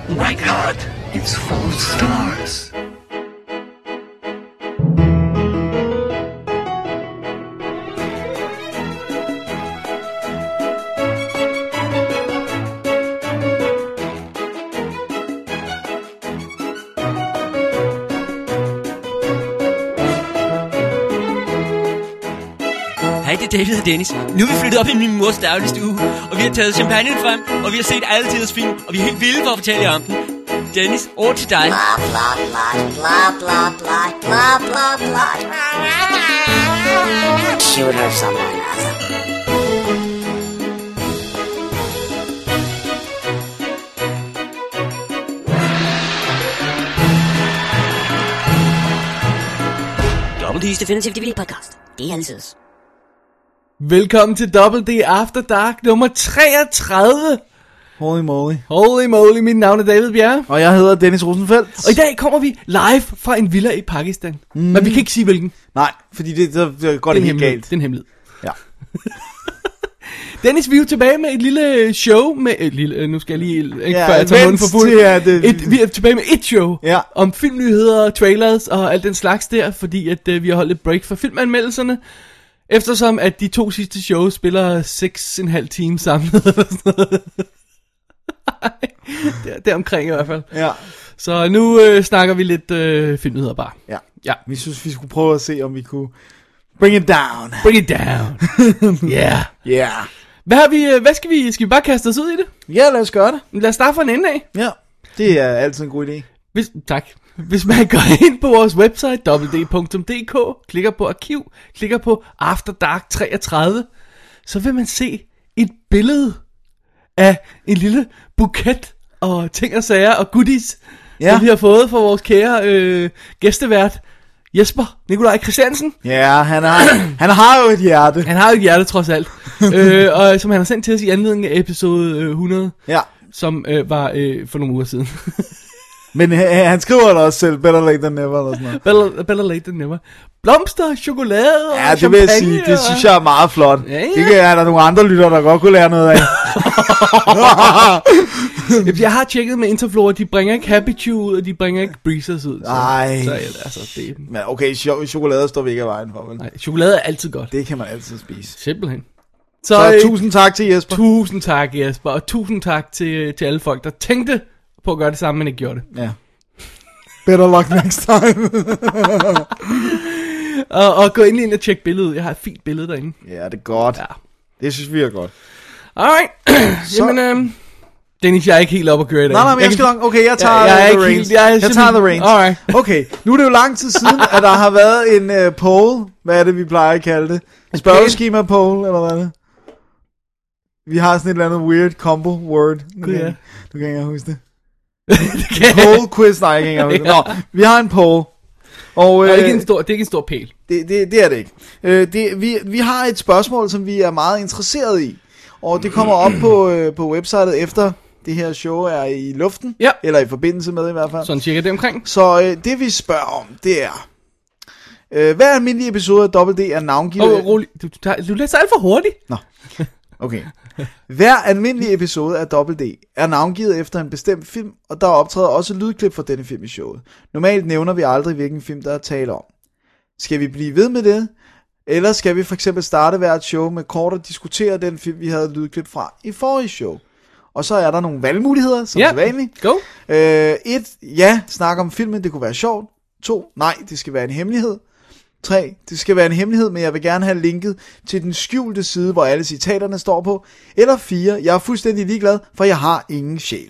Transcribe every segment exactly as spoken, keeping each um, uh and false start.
My God, it's full of stars. Hej, det er David og Dennis. Nu er vi flyttet op i min mors dagligstue, og vi har taget champagne frem, og vi har set alle tiders film, og vi er helt vilde for at fortælle jer om den. Dennis, over til dig. Blah, blah, blah, blah, blah, blah, blah, blah, blah. Shoot her somewhere, Nasa. Double D's Definitive D V D Podcast. Det er altid. Velkommen til Double D After Dark nummer treogtredive. Holy moly. Holy moly, mit navn er David Bjerre. Og jeg hedder Dennis Rosenfeldt. Og i dag kommer vi live fra en villa i Pakistan. Mm. Men vi kan ikke sige hvilken. Nej, fordi det, så det går det helt galt. Det er en hemmelighed. Ja. Dennis, vi er jo tilbage med et lille show med et lille, nu skal jeg lige ikke ja, før jeg tager munden for fuld. Ja, det... et, vi er tilbage med et show ja. om filmnyheder, trailers og alt den slags der, fordi at uh, vi har holdt et break for filmanmeldelserne. Eftersom at de to sidste shows spiller seks og en halv time samlet eller sådan noget. der, deromkring i hvert fald. Ja. Så nu øh, snakker vi lidt øh, filmnyheder bare. Ja. Ja. Vi synes vi skulle prøve at se om vi kunne bring it down. Bring it down. Yeah. Yeah. Hvad har vi? Øh, hvad skal vi? Skal vi bare kaste os ud i det? Ja, lad os gøre det. Lad os starte fra en ende af. Ja. Det er altid en god idé. Hvis, tak. Hvis man går ind på vores website w w w punktum d k, klikker på arkiv, klikker på After Dark treogtredive, så vil man se et billede af en lille buket og ting og sager og goodies, ja. Som vi har fået fra vores kære øh, gæstevært Jesper Nikolaj Christiansen. Ja, han har, han har jo et hjerte. Han har jo et hjerte trods alt. øh, og som han har sendt til os i anledning af episode øh, hundrede, ja. Som øh, var øh, for nogle uger siden. Men øh, han skriver det også selv, better late than never eller sådan noget. Better, better late than never. Blomster, chokolade og ja, det champagne. Vil jeg sige, det synes jeg er meget flot. Ja, ja. Det kan jeg, der er nogle andre lytter, der godt kunne lære noget af. Jeg har tjekket med Interflora, de bringer ikke Happy Chew ud, og de bringer ikke Breezers ud. Nej. Så, så altså, det... Men okay, cho- chokolade står vi ikke af vejen for, vel? Nej, chokolade er altid godt. Det kan man altid spise. Simpelthen. Så, så øh, tusind tak til Jesper. Tusind tak Jesper, og tusind tak til, til alle folk, der tænkte på at gøre det samme, men ikke gjorde det. Ja. Better luck next time. og, og gå ind ind og tjek billedet. Jeg har et fint billede derinde. Ja, det er godt. Ja. Det synes vi er godt. Alright. Jamen, øhm, Dennis, jeg er ikke helt op at køre i dag. Nej, nej, men jeg, jeg skal nok... Okay, jeg tager jeg, jeg the reins. Jeg, jeg tager the reins. Alright. Okay, nu er det jo lang tid siden, at der har været en uh, poll. Hvad er det, vi plejer at kalde det? Spørgeskema poll, eller hvad er det? Vi har sådan et eller andet weird combo word. Gud, ja. Du kan ikke huske det. Poll quiz, nej, jeg kan ikke huske det. Nå, vi har en poll. Og, øh, det, er ikke en stor, det er ikke en stor pæl. Det, det, det er det ikke. Øh, det, vi, vi har et spørgsmål, som vi er meget interesseret i. Og det kommer op på, øh, på websitet efter det her show er i luften. Ja. Eller i forbindelse med i hvert fald. Sådan cirka det omkring. Så øh, det vi spørger om, det er... Øh, hver almindelig episode af Double D er navngivet... Åh, oh, rolig. Du, du, du læser alt for hurtigt. Nå, okay. Hver almindelig episode af Double D er navngivet efter en bestemt film, og der optræder også lydklip fra denne film i showet. Normalt nævner vi aldrig, hvilken film der er tale om. Skal vi blive ved med det? Eller skal vi for eksempel starte hvert show med kort at diskutere den film, vi havde lydklip fra i forrige show? Og så er der nogle valgmuligheder, som ja, er vanligt. Go. Øh, et, ja, snak om filmen, det kunne være sjovt. To, nej, det skal være en hemmelighed. tre. Det skal være en hemmelighed, men jeg vil gerne have linket til den skjulte side, hvor alle citaterne står på. Eller fire. Jeg er fuldstændig ligeglad, for jeg har ingen sjæl.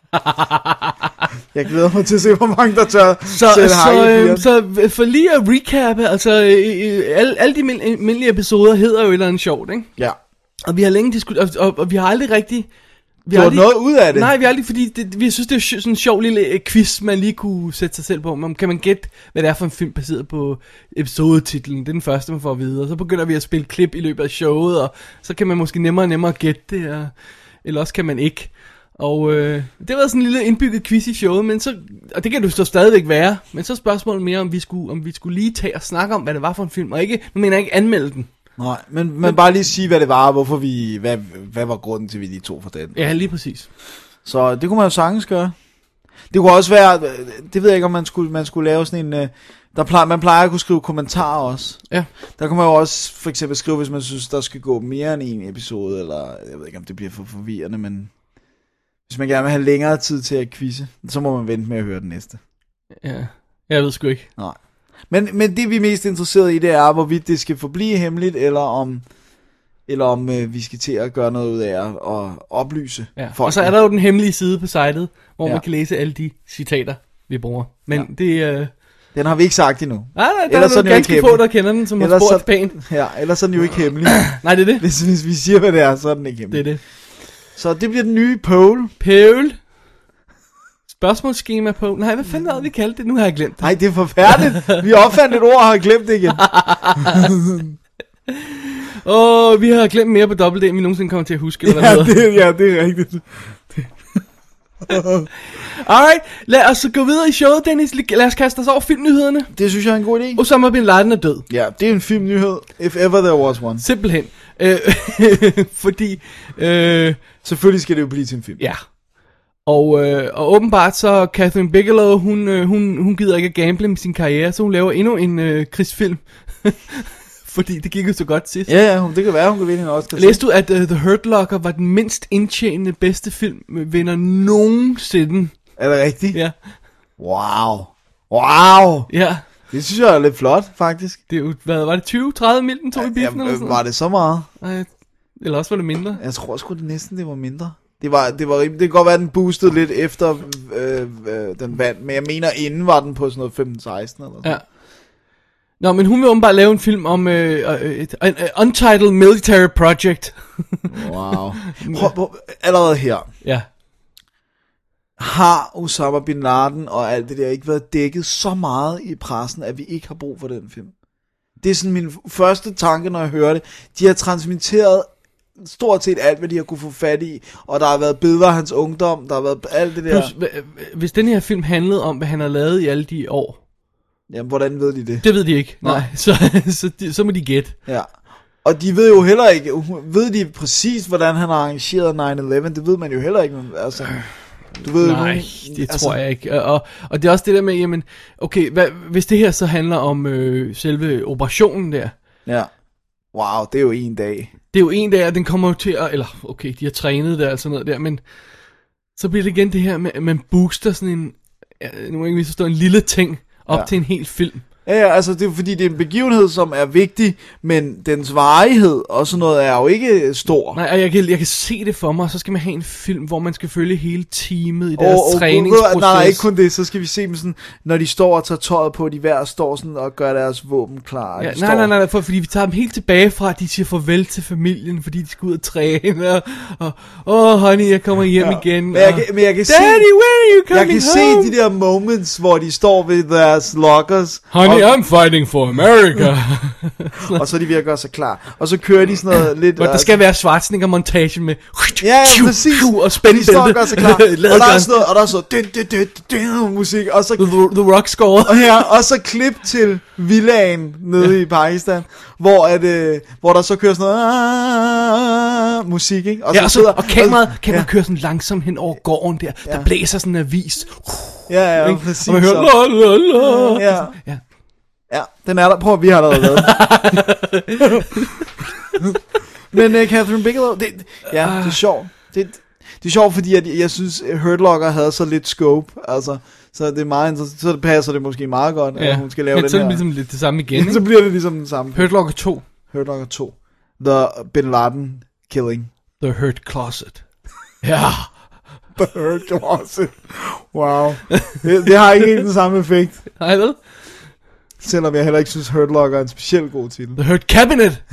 Jeg glæder mig til at se, hvor mange der tør så, sætte så, øh, så for lige at recappe, altså øh, alle, alle de almindelige episoder hedder jo et eller andet sjovt, ikke? Ja. Og vi har længe diskuteret, og, og, og vi har aldrig rigtig... Vi har aldrig noget ud af det. Nej, vi har aldrig, fordi det, vi synes, det er sådan en sjov lille quiz, man lige kunne sætte sig selv på. Man, kan man gætte, hvad det er for en film, baseret på episodetitlen? Det er den første, man får at vide. Og så begynder vi at spille klip i løbet af showet, og så kan man måske nemmere og nemmere gætte det, og, eller også kan man ikke. Og øh, det har været sådan en lille indbygget quiz i showet, men så, og det kan du så stadigvæk være. Men så er spørgsmålet mere, om vi skulle, om vi skulle lige tage og snakke om, hvad det var for en film, og ikke, nu mener jeg ikke anmelde den. Nej, men, men bare lige sige, hvad det var, og hvorfor vi, hvad, hvad var grunden til, vi lige tog for den. Ja, lige præcis. Så det kunne man jo sagtens gøre. Det kunne også være, det ved jeg ikke, om man skulle, man skulle lave sådan en, der plejer, man plejer at kunne skrive kommentarer også. Ja. Der kan man jo også for eksempel skrive, hvis man synes, der skal gå mere end en episode, eller jeg ved ikke, om det bliver for forvirrende, men hvis man gerne vil have længere tid til at quizze, så må man vente med at høre den næste. Ja, jeg ved sgu ikke. Nej. Men, men det vi er mest interesseret i, det er, hvorvidt det skal forblive hemmeligt, eller om, eller om øh, vi skal til at gøre noget ud af at oplyse Ja. folk. Og så er der jo den hemmelige side på sitet, hvor Ja. man kan læse alle de citater, vi bruger. Men Ja. det er... Øh... Den har vi ikke sagt endnu. Nej, nej, der Ellers er er nogle den jo ganske ikke få, hemmelig. der kender den, som har Ellers spurgt så- pænt. Ja, ellers er den jo ikke hemmelig. Nej, det er det. Hvis, hvis vi siger, hvad det er, så er den ikke Det hemmelig. er det. Så det bliver den nye poll. Pøl. Spørgsmålsskema på. Nej, hvad fanden havde vi kaldt det? Nu har jeg glemt det. Nej, det er forfærdeligt. Vi opfandt et ord og har glemt det igen. Åh, vi har glemt mere på dobbelt D, end vi nogensinde kommer til at huske. Eller hvad Ja, det hedder. det, ja, det er rigtigt. Alright, lad os så gå videre i showet, Dennis. Lad os kaste os over filmnyhederne. Det synes jeg er en god idé. Osama Bin Laden er død. Ja, det er en filmnyhed. If ever there was one. Simpelthen. Øh, fordi... Øh, Selvfølgelig skal det jo blive til en film. ja. Og, øh, og åbenbart så Catherine Bigelow, hun, øh, hun, hun gider ikke at gamble med sin karriere, så hun laver endnu en øh, krigsfilm. Fordi det gik jo så godt sidst. Ja, ja, hun- det kan være, hun kan vinde en Oscar. Læste du, at uh, The Hurt Locker var den mindst indtjenende bedste filmvinder nogensinde? Er det rigtigt? Ja. Wow. Wow. Ja. Det synes jeg er lidt flot, faktisk. Det er jo, hvad var det, tyve tredive mil, den tog i biffen eller Ja, sådan var noget? det så meget? Nej, eller også var det mindre. Jeg tror sgu det næsten, det var mindre. Det var, det var rim- det kan godt være, den boostede lidt efter øh, øh, den vandt, men jeg mener, inden var den på sådan noget femten seksten eller sådan. Ja. Nå, men hun vil åbenbart lave en film om øh, øh, et uh, Untitled Military Project. Wow. Prøv, prøv, allerede her Ja. har Osama Bin Laden og alt det der ikke været dækket så meget i pressen, at vi ikke har brug for den film. Det er sådan min første tanke, når jeg hører det. De har transmitteret stort set alt, hvad de har kunne få fat i, og der har været billeder af hans ungdom, der har været alt det der. Plus, hv- hvis den her film handlede om, hvad han har lavet i alle de år, Jamen, hvordan ved de det? det ved de ikke. Nej. Nej, så, så, de, så må de gætte. Ja. Og de ved jo heller ikke, ved de præcis, hvordan han har arrangeret nine eleven, det ved man jo heller ikke. Altså, du ved jo Nej, nu- det tror jeg ikke. Og, og det er også det der med, jamen, okay, hvad, hvis det her så handler om øh, selve operationen der, Ja. Wow, det er jo en dag. det er jo en dag, og den kommer jo til at, eller okay, de har trænet der og sådan noget der, men så bliver det igen det her med, at man booster sådan en, ja, nu må jeg ikke misforstå, en lille ting op Ja. til en hel film. Ja, ja, altså det er fordi, det er en begivenhed, som er vigtig, men dens varighed og sådan noget er jo ikke stor. Nej, og jeg kan, jeg kan se det for mig, så skal man have en film, hvor man skal følge hele teamet i Og- deres og- træningsproces. Nej, nej, ikke kun det, så skal vi se dem sådan, når de står og tager tøjet på, de hver står sådan og gør deres våben klar. Ja, De nej, står- nej, nej, for, fordi vi tager dem helt tilbage fra, at de siger farvel til familien, fordi de skal ud og træne, og, og oh, honey, jeg kommer hjem Ja. igen. Men jeg og, kan- men jeg kan se- Daddy, when are you Jeg coming kan home? se de der moments, hvor de står ved deres lockers, Honey, og, I'm fighting for America. og så er de ved at gøre sig klar. Og så kører de sådan noget lidt... Hvor der skal være Schwarzenegger-montage med... Ja, ja, præcis. Og De står spændbæltet. og gør sig klar. Og der er sådan noget, og der er så død, død, død, død, musik, og så The, the Rock score. og her, og så klip til villaen nede i Pakistan, hvor at, øh, hvor der så kører sådan noget ah, musik, ikke? Ja, og, så, sidder- og kameraet, ja. kameraet kører sådan langsomt hen over gården der. Der Ja. blæser sådan en avis. Ja, ja, Ikke? præcis. Og man hører... så. La, la, la. Ja. Ja. Ja, den er der. Prøv, vi har allerede lavet den. Men uh, Catherine Bigelow, det, ja, det er sjovt. Det, det er sjovt, fordi jeg, jeg synes, Hurt Locker havde så lidt scope, altså, så det er meget interessant, så det passer det måske meget godt, Ja. at hun skal lave Men den så er det her. ligesom lidt det samme igen. Så bliver det ligesom den samme. Hurt Locker to. Hurt Locker to. The Bin Laden Killing. The Hurt Closet. Ja. The Hurt Closet. Wow. Det, det har ikke helt den samme effekt, Nej, vel? selvom jeg heller ikke synes, Hurt Locker er en specielt god titel. The Hurt Cabinet.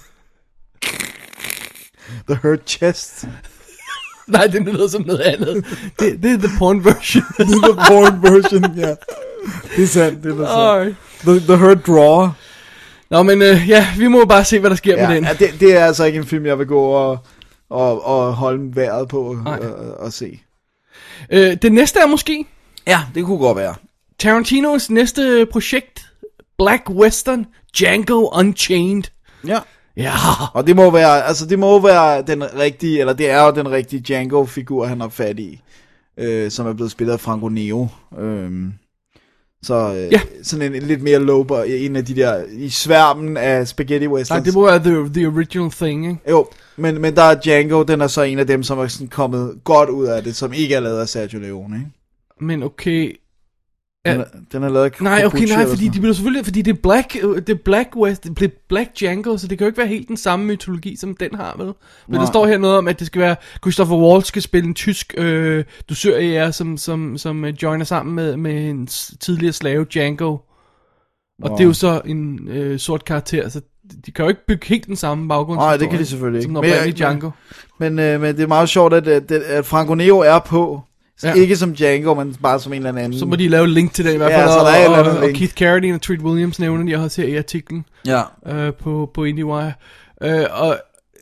The Hurt Chest. Nej, det er noget som noget andet. Det, det er the porn version. Det er the porn version, ja. Det er sandt, det er sandt. Alright. The, the Hurt Drawer. Nå, men øh, ja, vi må bare se, hvad der sker Ja, med den. ja det, det er altså ikke en film, jeg vil gå og, og, og holde vejret på og, og, og se. Øh, det næste er måske Ja, det kunne godt være. Tarantinos næste projekt. Black Western Django Unchained. Ja. Ja. Og det må være, altså det må være den rigtige, eller det er jo den rigtige Django-figur, han har fat i. øh, som er blevet spillet af Franco Nero. Øh, så øh, Ja. sådan en, en lidt mere low, en af de der, i sværmen af spaghetti westerns. Nej, det må være the, the original thing, ikke? Jo, men, men der er Django, den er så en af dem, som er sådan kommet godt ud af det, som ikke er lavet af Sergio Leone, ikke? Men okay... Ja. Den er, den er lavet af Nej, okay, Corbucci nej, eller fordi sådan de bliver selvfølgelig, fordi det er Black, øh, det er Black West, det er Black Django, så det kan jo ikke være helt den samme mytologi, som den har, vel? Men Nej. der står her noget om, at det skal være, Christopher Waltz skal spille en tysk øh, dusørjæger, som, som, som øh, joiner sammen med, med en s- tidligere slave, Django. Og Wow. det er jo så en øh, sort karakter, så de kan jo ikke bygge helt den samme baggrund. Nej, det kan de selvfølgelig ikke. Som Men- oprindeligt Django. Men, øh, men det er meget sjovt, at, at, at Franco Nero er på. Så Ja. ikke som Django, men bare som en eller anden. Så må de lave et link til det i hvert Ja, fald, så der er et og, eller og, andet og link. Keith Carradine og Treat Williams nævner de også her i artiklen. Ja. øh, på, på IndieWire. Øh, og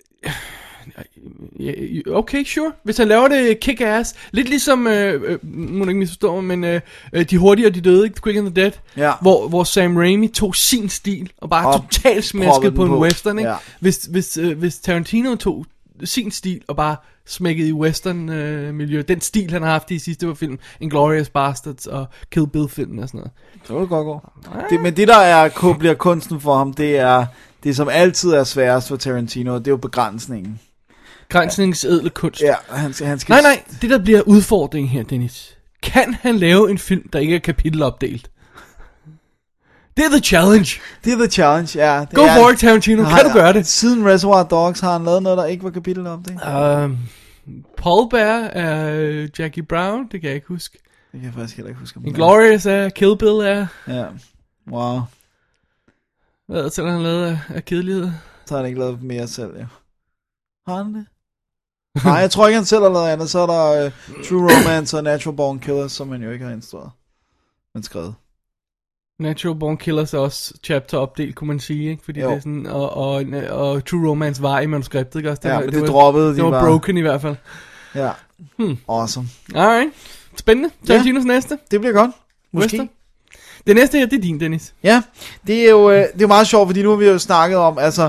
ja, okay, sure. Hvis han laver det kick-ass, lidt ligesom, øh, øh, må du ikke misforstå mig, men øh, øh, De Hurtige og de Døde, ikke? The Quick and the Dead, Ja. hvor, hvor Sam Raimi tog sin stil og bare Og totalt smæskede proppede på den en på. western, ikke? Ja. Hvis, hvis, øh, hvis Tarantino tog sin stil og bare smækkede i western øh, miljø, den stil han har haft i sidste var film, Inglourious Bastards og Kill Bill filmen og sådan noget. Så det godt gå. Det, men det der er, ku- bliver kunsten for ham, det er det som altid er sværest for Tarantino, det er jo begrænsningen. Grænsningsædle kunst. Ja, han, skal- han skal... Nej, nej, det der bliver udfordringen her, Dennis. Kan han lave en film, der ikke er kapitelopdelt? Det er the challenge. Det er the challenge, ja. Det Go er, for it, Tarantino. Kan du gøre det? Siden Reservoir Dogs har han lavet noget, der ikke var kapitel om det. Um, Paul Bear er Jackie Brown, det kan jeg ikke huske. Det kan jeg faktisk heller ikke huske. om det er. Inglourious er Kill Bill er... Ja, wow. Hvad selv han lavet af, af kedelighed? Så har han ikke lavet mere selv, ja. Har han det? Nej, jeg tror ikke, han selv har lavet andet. Så er der uh, True Romance og Natural Born Killers, som han jo ikke har instrueret, men skrevet. Natural Born Killers er også chapter opdelt, kunne man sige, ikke? Fordi Jo. det er sådan, og, og, og True Romance var i manuskriptet, ikke også? Ja, var, men det var, droppede de Det var bare. broken i hvert fald. Ja, Hmm. awesome. Alright, spændende. Tarantinos næste. Det bliver godt. Måske. Western. Det næste her, det er din, Dennis. Ja, det er jo øh, det er jo meget sjovt, fordi nu har vi jo snakket om, altså,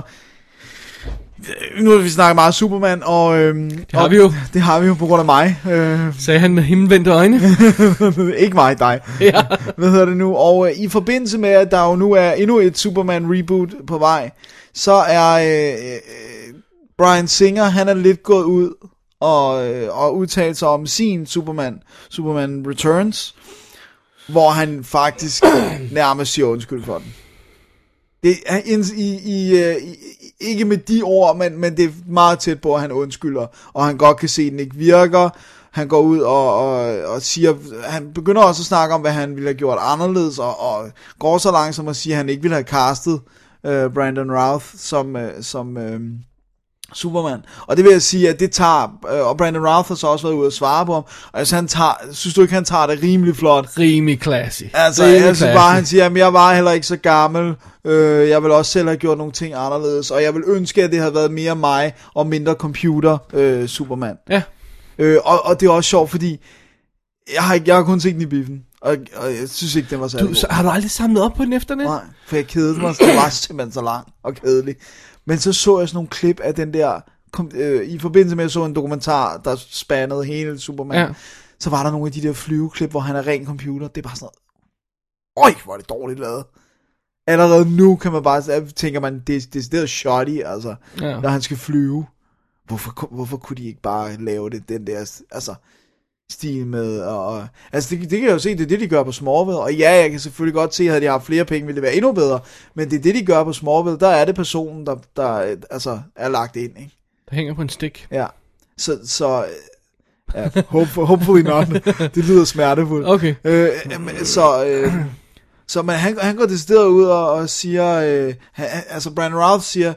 nu har vi snakket meget Superman, og... Øhm, det har og, vi jo. Det har vi jo på grund af mig. Øh, Sagde han med himmelvendte øjne. ikke mig, dig. Ja. Hvad hedder det nu? Og øh, i forbindelse med, at der jo nu er endnu et Superman reboot på vej, så er øh, øh, Bryan Singer, han er lidt gået ud og, øh, og udtalt sig om sin Superman, Superman Returns, hvor han faktisk nærmest siger undskyld for den. Det er i, i, i, i, ikke med de ord, men, men det er meget tæt på, at han undskylder, og han godt kan se, at den ikke virker. Han går ud og, og, og siger, han begynder også at snakke om, hvad han ville have gjort anderledes, og, og går så langt som at sige, at han ikke ville have castet uh, Brandon Routh som, uh, som uh, Superman. Og det vil jeg sige, at det tager, uh, og Brandon Routh har så også været ude at svare på ham, og altså han tager, synes du ikke, han tager det rimelig flot? Rimelig classy. Altså, Rimelig jeg synes classy. bare, han siger, at jeg var heller ikke så gammel, øh, jeg vil også selv have gjort nogle ting anderledes, og jeg vil ønske, at det havde været mere mig, og mindre computer øh, Superman. Ja. Øh, og, og det er også sjovt, fordi, jeg har, ikke, jeg har kun set den i biffen, og, og jeg synes ikke, den var særlig Du, så god. har du aldrig samlet op på den efter det? Nej, for jeg kedede mig, så det var simpelthen så lang og kedelig. Men så så jeg sådan nogle klip af den der, kom, øh, i forbindelse med, at jeg så en dokumentar, der spannede hele Superman, Ja. så var der nogle af de der flyveklip, hvor han er ren computer, det er bare sådan noget, øj, hvor er det dårligt lavet. Allerede nu kan man bare, tænker man, det, det, det er shoddy, altså, Ja. når han skal flyve. Hvorfor, hvorfor kunne de ikke bare lave det, den der, altså, stil med, og, og altså, det, det kan jeg jo se, det er det, de gør på Smallville, og ja, jeg kan selvfølgelig godt se, at havde de haft flere penge, ville det være endnu bedre, men det er det, de gør på Smallville, der er det personen, der, der altså, er lagt ind, ikke? Der hænger på en stik. Ja, så, så ja, hope, hopefully not, det lyder smertefuldt. Okay. Øh, men, så, øh, så man, han, han går decideret ud og, og siger, øh, han, altså Brandon Routh siger,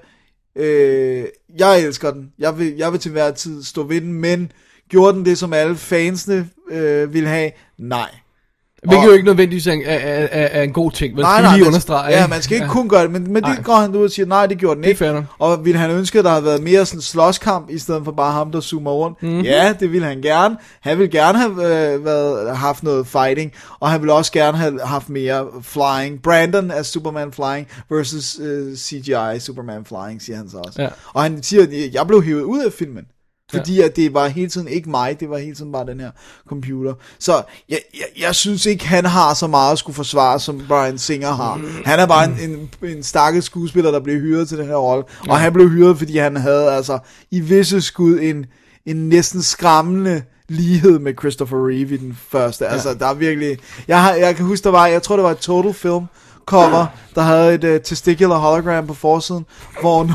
øh, jeg elsker den, jeg vil, jeg vil til hver tid stå ved den, men gjorde den det, som alle fansene øh, ville have? Nej. Hvilket jo ikke nødvendigvis er, er, er, er en god ting, men Nej, skal nej, lige man, understrege. ja, ikke? man skal ikke Ja. kun gøre det, men, men Nej. det går han ud og siger, nej, det gjorde den Det er ikke. fair nok. Og ville han ønske, at der havde været mere sådan slåskamp, i stedet for bare ham, der zoomer rundt? Mhm. Mm-hmm. Ja, det ville han gerne. Han ville gerne have øh, været, haft noget fighting, og han ville også gerne have haft mere flying. Brandon er Superman flying versus øh, C G I Superman flying, siger han så også. Ja. Og han siger, at jeg blev hævet ud af filmen, Fordi ja. at det var hele tiden ikke mig, det var hele tiden bare den her computer. Så jeg, jeg, jeg synes ikke, han har så meget at skulle forsvare, som Bryan Singer har. Han er bare en, en, en stakkels skuespiller, der blev hyret til den her rolle. Ja. Og han blev hyret, fordi han havde altså i visse skud en, en næsten skræmmende lighed med Christopher Reeve i den første. Ja. Altså, der er virkelig... Jeg, har, jeg kan huske, der var... Jeg tror, det var et Total Film cover, der havde et uh, testicular hologram på forsiden, hvor...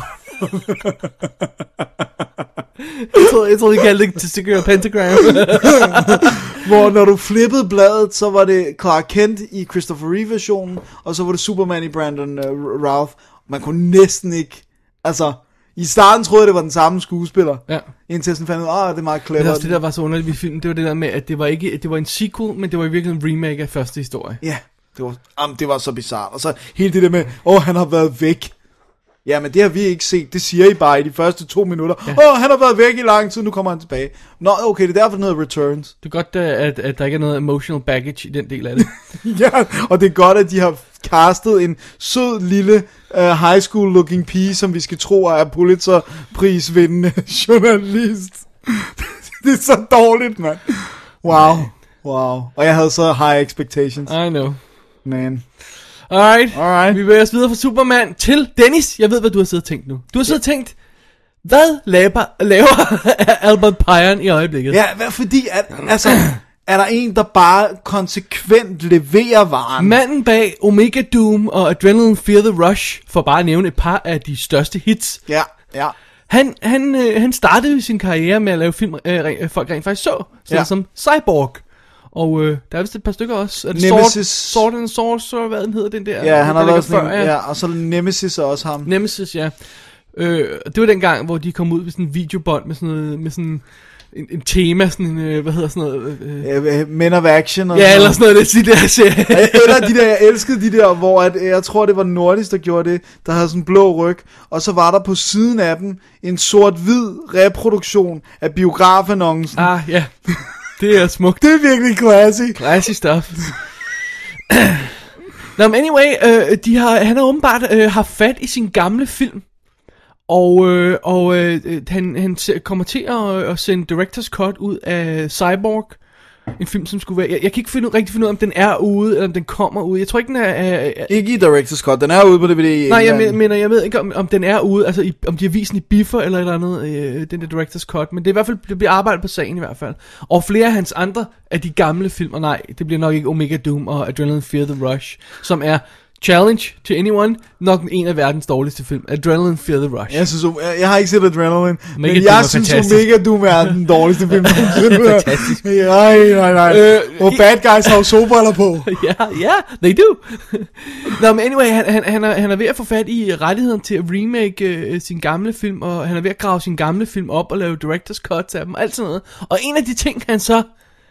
jeg troede, jeg troede, de kaldte det testicular pentagram. Hvor når du flippede bladet, så var det Clark Kent i Christopher Reeve-versionen, og så var det Superman i Brandon uh, Routh. Man kunne næsten ikke... Altså... I starten troede jeg, det var den samme skuespiller. Ja. Indtil jeg sådan fandt ud af, ah, det er meget clever. Det er også det, der var så underligt ved filmen. Det var det der med, at det var ikke, det var en sequel, men det var i virkeligheden en remake af første historie. Ja, det var, um, det var så bizarrt. Og så hele det der med, åh, oh, han har været væk. Ja, men det har vi ikke set. Det siger I bare i de første to minutter. Åh, ja. oh, han har været væk i lang tid, nu kommer han tilbage. Nå, okay, det er derfor, den hedder Returns. Det er godt, at, at der ikke er noget emotional baggage i den del af det. Ja, og det er godt, at de har castet en sød lille uh, high school looking pige, som vi skal tro er Pulitzer-prisvindende journalist. Det er så dårligt, mand. Wow, wow. Og jeg havde så high expectations. I know. Man. Alright, Alright. Vi bevæger os videre fra Superman til Dennis. Jeg ved, hvad du har siddet og tænkt nu. Du har siddet og tænkt, hvad laver, laver Albert Pyron i øjeblikket? Ja, fordi at, altså, er der en, der bare konsekvent leverer varen? Manden bag Omega Doom og Adrenaline Fear the Rush, for bare at nævne et par af de største hits. Ja, ja. Han, han, øh, han startede sin karriere med at lave film, øh, folk rent faktisk så, sådan ja. som Cyborg. Og øh, der er vist et par stykker også. Er det Nemesis. Sword, Sword and Sorcerer, hvad den hedder, den der? Ja, han har lavet før, ja. ja. Og så Nemesis er også ham. Nemesis, ja. Øh, det var den gang, hvor de kom ud med sådan en videobånd med sådan noget, med sådan en, en tema, sådan en, øh, hvad hedder sådan noget? Øh, ja, Men of Action. Og ja, eller sådan noget, det der serie. Eller de der, jeg elskede de der, hvor at, jeg tror det var Nordisk, der gjorde det, der havde sådan en blå ryg, og så var der på siden af dem en sort-hvid reproduktion af biografannoncen. Ah, ja. Det er smukt. Det er virkelig classy. Classy stuff. Nå, men anyway, øh, de har, han har åbenbart øh, haft fat i sin gamle film. Og, øh, og øh, han, han kommer til at, at sende Director's Cut ud af Cyborg. En film, som skulle være... Jeg, jeg kan ikke finde, rigtig finde ud af, om den er ude, eller om den kommer ud. Jeg tror ikke, den er... er, er ikke i Director's Cut, den er ude på D V D. Nej, jeg men, mener, jeg ved ikke, om, om den er ude, altså i, om de har vist den i biffer eller et eller andet, øh, den der Director's Cut. Men det er i hvert fald, det bliver arbejdet på sagen i hvert fald. Og flere af hans andre af de gamle film, og nej, det bliver nok ikke Omega Doom og Adrenaline Fear the Rush, som er... Challenge to anyone, nok en af verdens dårligste film. Adrenaline Fear the Rush. Jeg synes, jeg, jeg har ikke set Adrenaline, Omega men Doom jeg synes, Omega Doom er den dårligste film. Det er fantastisk. Nej, nej, nej. Øh, og bad guys har jo solbriller på. Ja, ja, they do. Nå, men anyway, han, han, han, er, han er ved at få fat i rettigheden til at remake uh, sin gamle film, og han er ved at grave sin gamle film op og lave director's cuts af dem, alt sådan noget. Og en af de ting, han så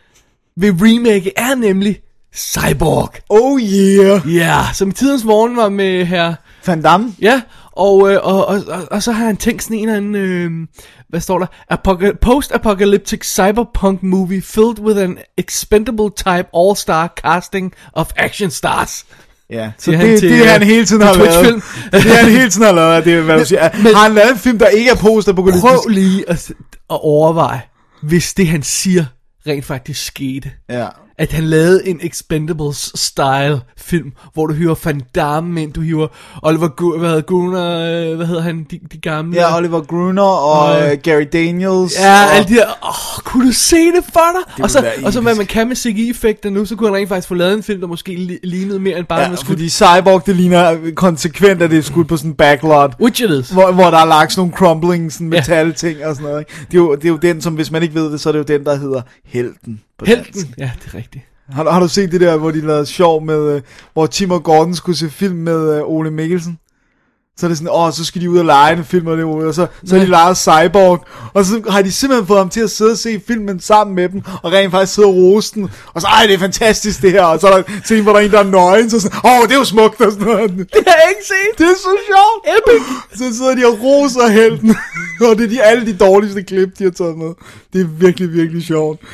vil remake, er nemlig Cyborg. Oh yeah. Ja, yeah, som i tidens morgen var med her Van Damme. Ja, og, øh, og, og, og, og så har han tænkt sådan en eller anden, øh, hvad står der? Apoca- post-apocalyptic cyberpunk movie filled with an expendable type all-star casting of action stars. Ja, så det, det, til, det han hele tiden har lavet. Det han hele tiden har lavet, det er, hvad du siger. Men, har han lavet en film, der ikke er post-apocalyptic? Prøv lige at, at overveje, hvis det han siger rent faktisk skete. Ja. At han lavede en Expendables-style film, hvor du hyrer Van Damme ind, du hyrer Oliver Gu- hvad hedder Gruner, hvad hedder han, de, de gamle? Ja, Oliver Gruner og, og uh, Gary Daniels. Ja, og... alle de der, åh, kunne du se det for dig? Og så, og så hvad man kan med C G I-effekter nu, så kunne han rent faktisk få lavet en film, der måske li- lignede mere end bare... Ja, fordi Cyborg, det ligner konsekvent, at det er skudt på sådan en backlot. Which it is. Hvor, hvor der er lagt sådan nogle crumbling, sådan metal-ting og sådan noget. Ikke? Det, er jo, det er jo den, som hvis man ikke ved det, så er det jo den, der hedder Helten. Helten, ja, det er rigtigt. Har, har du set det der, hvor de lavede sjov med, uh, hvor Tim og Gordon skulle se film med uh, Ole Mikkelsen? Så er det sådan, åh, oh, så skal de ud og lege en film, og, det, og så, så har de lejet Cyborg, og så har de simpelthen fået ham til at sidde og se filmen sammen med dem, og rent faktisk sidde og rose den, og så, ej, det er fantastisk det her, og så er der scenen, hvor der er en, der er nøgen, så sådan, åh, oh, det er jo smukt, og sådan noget. Det har jeg ikke set. Det er så sjovt. Epic. Så sidder de og roser helten, og det er de, alle de dårligste klip, de har taget med. Det er virkelig, virkelig sjovt.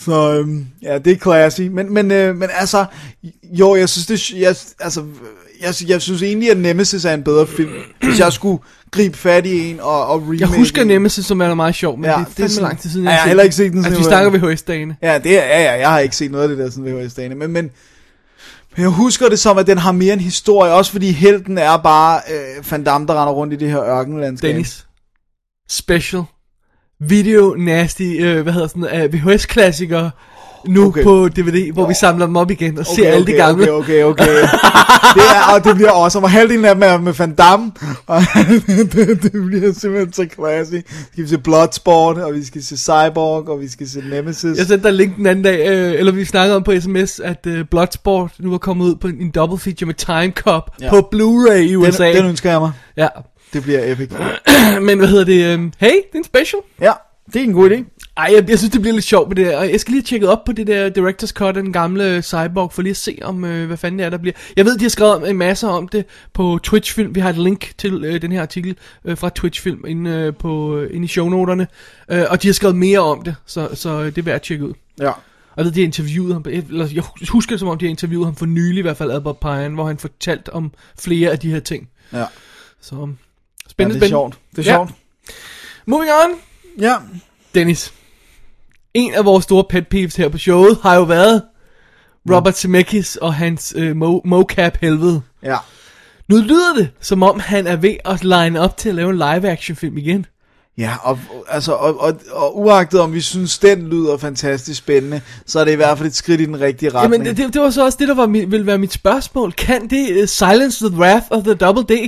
Så øhm, ja, det er classy. Men, men, øh, men altså, jo, jeg synes, det, jeg, altså, jeg, jeg synes egentlig, at Nemesis er en bedre film. Hvis jeg skulle gribe fat i en og, og remake. Jeg husker Nemesis, som er meget sjov, men ja, det er fandme sådan, lang tid siden, ja, jeg har heller ikke set den. Altså, vi snakker V H S-dagene. Ja, det er, ja, ja, jeg har ikke set noget af det der sådan V H S-dagene. Men, men jeg husker det som, at den har mere en historie, også fordi helten er bare øh, Van Damme, der render rundt i det her ørkenlandskab. Dennis. Special. Video nasty, øh, hvad hedder sådan, uh, V H S-klassikere nu okay. på D V D, hvor jo. vi samler dem op igen og okay, ser alle okay, de gamle. Okay, okay, okay. Det er, og det bliver awesome, og halvdelen af dem er med Van Damme, og det, det bliver simpelthen så classy. Vi skal se Bloodsport, og vi skal se Cyborg, og vi skal se Nemesis. Jeg sendte dig link den anden dag, øh, eller vi snakkede om på sms, at øh, Bloodsport nu er kommet ud på en, en double feature med Time Cop ja. på Blu-ray i U S A. Den, den ønsker jeg mig. Ja. Det bliver epic. Men hvad hedder det? Um, hey, det er en special. Ja, det er en god idé. Ej, jeg, jeg synes, det bliver lidt sjovt med det der. Og jeg skal lige have tjekket op på det der Director's Cut af den gamle Cyborg, for lige at se, om øh, hvad fanden det er, der bliver. Jeg ved, de har skrevet en masse om det på Twitch-film. Vi har et link til øh, den her artikel øh, fra Twitch-film inde, øh, på, øh, inde i shownoterne. Øh, og de har skrevet mere om det, så, så det er værd at tjekke ud. Ja. Og jeg ved, de har interviewet ham, eller jeg husker det som om, de har interviewet ham for nylig, i hvert fald Albert Pine, hvor han fortalt om flere af de her ting. Ja. Så spændende, ja, det er spændende. sjovt. Det er ja. sjovt. Moving on. Ja. Dennis. En af vores store pet peeves her på showet har jo været Robert Zemeckis og hans øh, mo- mocap helvede. Ja. Nu lyder det, som om han er ved at line op til at lave en live action film igen. Ja, og, altså, og, og, og uagtet om vi synes, den lyder fantastisk spændende, så er det i hvert fald et skridt i den rigtige retning. Jamen, det, det var så også det, der var, ville være mit spørgsmål. Kan det uh, silence the wrath of the double D?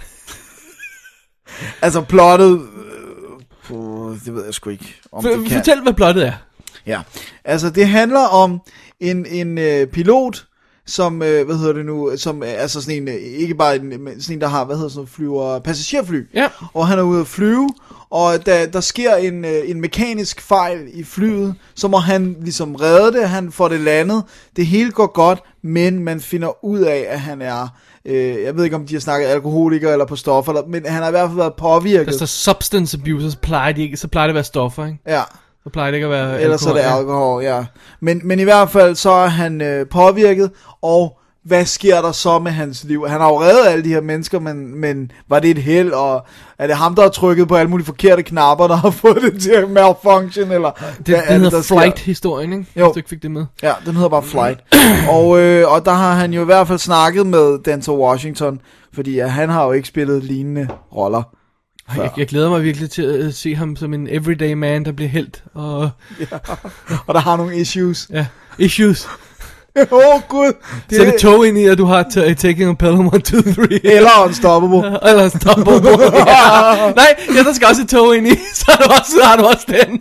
Altså, plottet... Øh, det ved jeg sgu ikke, om For, det kan. Fortæl, hvad plottet er. Ja, altså det handler om en, en øh, pilot, som, øh, hvad hedder det nu, som er altså sådan en, ikke bare en, sådan en, der har, hvad hedder sådan noget, flyver, passagerfly. Ja. Og han er ude at flyve, og der, der sker en, øh, en mekanisk fejl i flyet, så må han ligesom redde det, han får det landet, det hele går godt, men man finder ud af, at han er, øh, jeg ved ikke om de har snakket alkoholiker eller på stoffer, eller, men han har i hvert fald været påvirket. Der står substance abuse, så plejer, de ikke, så plejer det at være stoffer, ikke? Ja. Så plejer det ikke at være Ellers alkohol. er det alkohol, ja. Men, men i hvert fald så er han øh, påvirket, og hvad sker der så med hans liv? Han har jo reddet alle de her mennesker, men, men var det et held, og er det ham, der har trykket på alle mulige forkerte knapper, der har fået det til at malfunction, eller det, hvad det hedder Flight-historien, ikke? Jo. Hvis du ikke fik det med. Ja, den hedder bare Flight. og, øh, og der har han jo i hvert fald snakket med Denzel Washington, fordi ja, han har jo ikke spillet lignende roller. Jeg, jeg glæder mig virkelig til at se ham som en everyday man, der bliver helt. Og, ja, og der har nogle issues. Ja, issues. Åh oh, gud. Det Sæt et tog ind i, at du har t- taking a Pelham one, two, three. Eller Unstoppable. Eller Unstoppable. Ja. Nej, ja, der skal også et tog ind i, så har du også, så har du også den.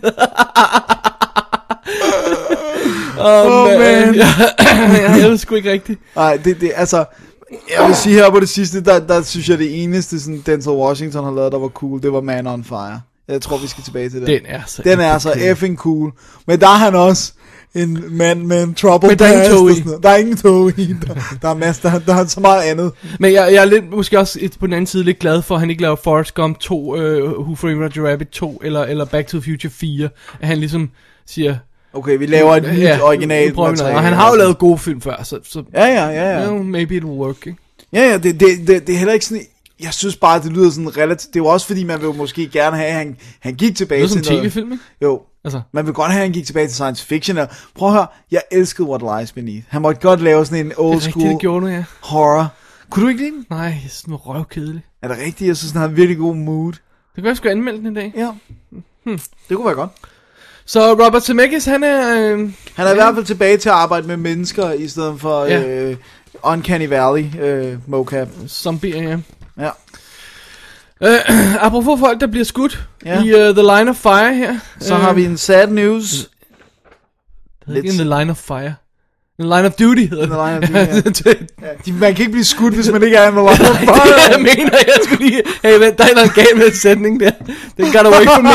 oh, oh man. man. Ja, jeg ved sgu ikke rigtigt. Nej, det, det, altså... Jeg vil sige her på det sidste, der, der synes jeg det eneste sådan Denzel Washington har lavet, der var cool, det var Man on Fire. Jeg tror vi skal tilbage til det. Den er så Den er så cool. effing cool. Men der er han også en mand med en trouble. Men der er ingen tog i. Der er ingen tog i. Der, der er masser, der, der er så meget andet. Men jeg, jeg er lidt, måske også et, på den anden side lidt glad for, at han ikke laver Forrest Gump to, uh, Who Framed Roger Rabbit to, eller, eller Back to the Future fire. At han ligesom siger... Okay, vi laver et nyt ja, originalt materiale. Og han har jo lavet gode film før, så... så ja, ja, ja, ja. You know, maybe it will work, ikke? Ja, ja, det, det, det, det er heller ikke sådan... Jeg synes bare, det lyder sådan relativt... Det er jo også fordi, man vil måske gerne have, at han, han gik tilbage til noget... Det er som en tv-film, ikke? Jo. Altså. Man vil godt have, at han gik tilbage til science fiction. Og prøv at høre, jeg elskede What Lies Beneath. Han måtte godt lave sådan en old school... Det er rigtigt, det gjorde du, ja. Horror. Kunne du ikke lide den? Nej, jeg synes, den var røvkedelig. Er det rigtigt? Jeg synes, den har en virkelig god mood. Det kan jeg sgu anmelde den i dag. Ja. Hmm. Det kunne være godt. Så Robert Zemeckis, han er... Øh, han er ja. i hvert fald tilbage til at arbejde med mennesker, i stedet for ja. øh, Uncanny Valley øh, mocap. Zombier, ja. Ja. Uh, apropos folk, der bliver skudt ja. i uh, The Line of Fire her. Så uh, har vi en sad news. Det hedder ikke The Line of Fire. The Line of Duty hedder The Line of Duty, ja. Ja, de, man kan ikke blive skudt, hvis man ikke er in The Line of Fire. Det jeg mener, jeg skulle lige... Hey, vent, der er noget galt med sætning der. Den got away from me.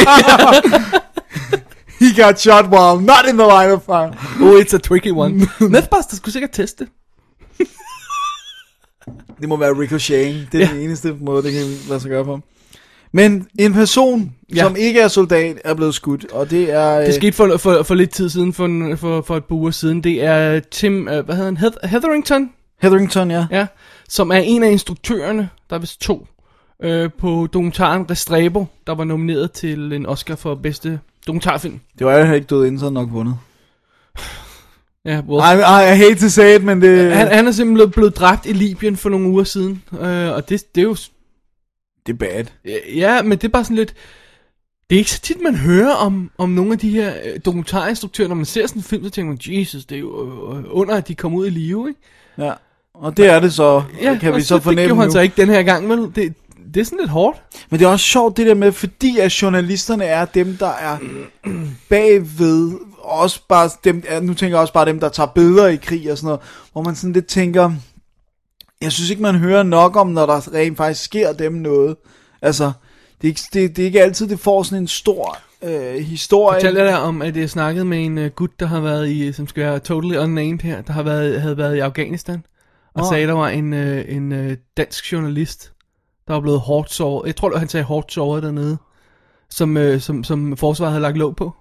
He got shot while not in the line of fire. Oh, it's a tricky one. Mythbusters skulle sikkert teste. Det må være ricocheting. Det er ja. den eneste måde, det kan lade sig gøre på. Men en person, Ja. som ikke er soldat, er blevet skudt, og det er... Det skete for, for, for lidt tid siden, for, for, for et par uger siden. Det er Tim, øh, hvad hedder han, Heath- Hetherington, Hetherington, ja. ja, som er en af instruktørerne, der er vist to, øh, på dokumentaren Restrepo, der var nomineret til en Oscar for bedste dokumentarfilm. Det var jo ikke død inden, så havde nok vundet. Ja, well. I, I, I hate to say it, men det... Han, han er simpelthen blevet dræbt i Libyen for nogle uger siden, øh, og det, det er jo... Det er bad. Ja, men det er bare sådan lidt... Det er ikke så tit, man hører om, om nogle af de her øh, dokumentarinstruktører. Når man ser sådan en film, så tænker man, Jesus, det er jo øh, under, at de kommer ud i live, ikke? Ja, og det er det så, Ja, kan vi så så fornemme det gjorde han nu. så ikke den her gang, vel? Det, det er sådan lidt hårdt. Men det er også sjovt det der med, fordi at journalisterne er dem, der er bagved, også bare dem, nu tænker jeg også bare dem, der tager billeder i krig og sådan noget, hvor man sådan lidt tænker, jeg synes ikke, man hører nok om, når der rent faktisk sker dem noget. Altså, det er ikke, det, det er ikke altid, det får sådan en stor øh, historie. Jeg fortalte dig om, at jeg snakkede med en uh, gut, der har været i, som skal være totally unnamed her, der har været, havde været i Afghanistan, og oh. sagde, der var en, uh, en uh, dansk journalist, der var blevet hårdt såret. Jeg tror, han sagde hårdt såret dernede, som, uh, som, som forsvaret havde lagt låg på.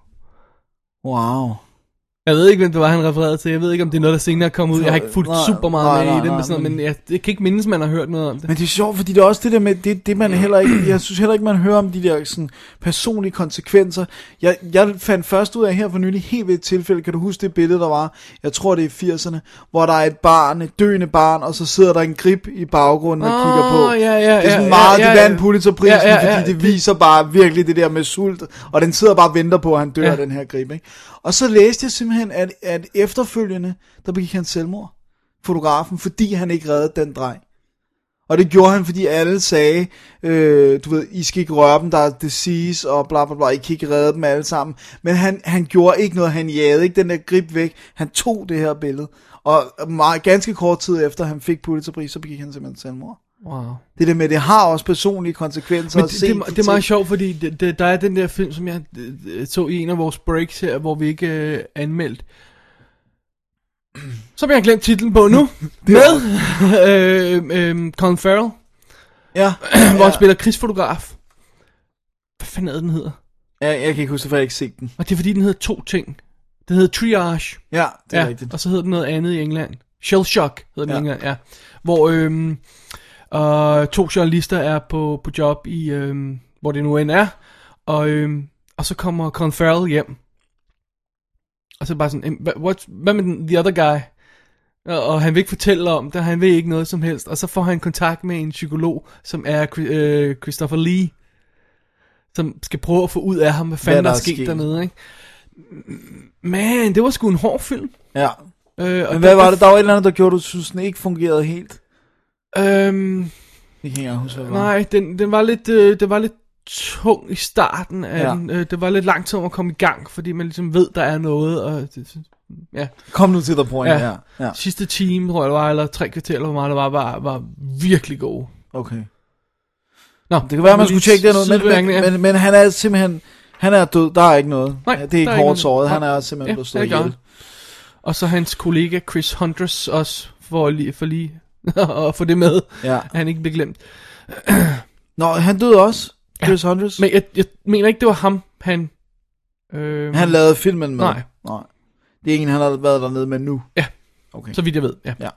Wow. Jeg ved ikke, hvem det var, han refererede til. Jeg ved ikke, om det er noget, der senere kom ud. Jeg har ikke fulgt nej, super meget nej, med nej, i det, nej, men, sådan noget, men- men jeg, jeg kan ikke mindes, man har hørt noget om det. Men det er sjovt, fordi det er også det der med, det, det man heller ikke, jeg synes heller ikke, man hører om de der sådan, personlige konsekvenser. Jeg, jeg fandt først ud af her for nylig, helt ved et tilfælde, kan du huske det billede, der var, jeg tror det er i firserne, hvor der er et barn, et døende barn, og så sidder der en grib i baggrunden og Åh, kigger på. ja, ja, det er sådan ja, meget, ja, det ja, vandt Pulitzerprisen, ja, ja, ja, fordi det det- viser bare virkelig det der med sult, og den sidder bare og venter på, at han dør Ja. af den her grib, ikke? Og så læste jeg simpelthen, at, at efterfølgende, der begik han selvmord, fotografen, fordi han ikke reddede den dreng. Og det gjorde han, fordi alle sagde, øh, du ved, I skal ikke røre dem, der er disease, og bla bla bla, I kan ikke redde dem alle sammen. Men han, han gjorde ikke noget, han jagede ikke den der grib væk, han tog det her billede. Og meget, ganske kort tid efter, han fik Pulitzerpris, så begik han simpelthen selvmord. Wow. Det der med, det har også personlige konsekvenser. Men at det, se det, de det, det er meget ting. sjovt, fordi det, det, der er den der film, som jeg øh, så i en af vores breaks her, hvor vi ikke øh, anmeldt. Så har jeg glemt titlen på nu. Med øh, øh, Colin Farrell, Ja, hvor han spiller krigsfotograf. Hvad fanden er det, den hedder? ja, jeg kan ikke huske, for jeg har ikke set den. Og det er fordi, den hedder to ting. Den hedder Triage. Ja, det er Ja, rigtigt. og så hedder den noget andet i England. Shell Shock hedder den Ja. i England, ja. Hvor øhm, øh, to journalister er på, på job i, øhm, hvor det nu end er. Og, øhm, og så kommer Colin Farrell hjem. Og så er det bare sådan, "Em, hvad, what, hvad med den, the other guy? Og, og han vil ikke fortælle om det, han ved ikke noget som helst. Og så får han kontakt med en psykolog, som er øh, Christopher Lee. Som skal prøve at få ud af ham, hvad fanden der der er er sket sket. dernede, ikke? Man, det var sgu en hård film. Ja. Øh, og Men hvad var det? Der var et eller andet, der gjorde, du synes, den ikke fungerede helt? Øhm, Det kan jeg huske, hvad det var. nej, den, den var lidt, øh, det var lidt tung i starten af Ja. ja. den. Øh, det var lidt lang tid om at komme i gang, fordi man ligesom ved, der er noget. Og det, ja. Kom nu til the point, ja. Ja. ja. ja. Sidste time, tror jeg det var, eller tre kvarter, eller hvor meget det var, var, var virkelig god. Okay. Nå, Det kan være, man skulle tjekke det noget, men, sidebemærkning, men, men, men han er simpelthen, han er død, der er ikke noget. Nej, det er der ikke er hårdt ikke såret, noget. han er simpelthen Ja, blevet slået det er ihjel. godt. Og så hans kollega Chris Huntress også, for lige, for lige at få det med, Ja. at han ikke blev glemt. Nå, han døde også, Chris ja. Huntress. Men jeg, jeg mener ikke, det var ham, han... Øh, Han lavede filmen med. Nej. Nej. Det er en, han har været dernede med nu. Ja. Okay. Så vidt jeg ved, ja. Ja.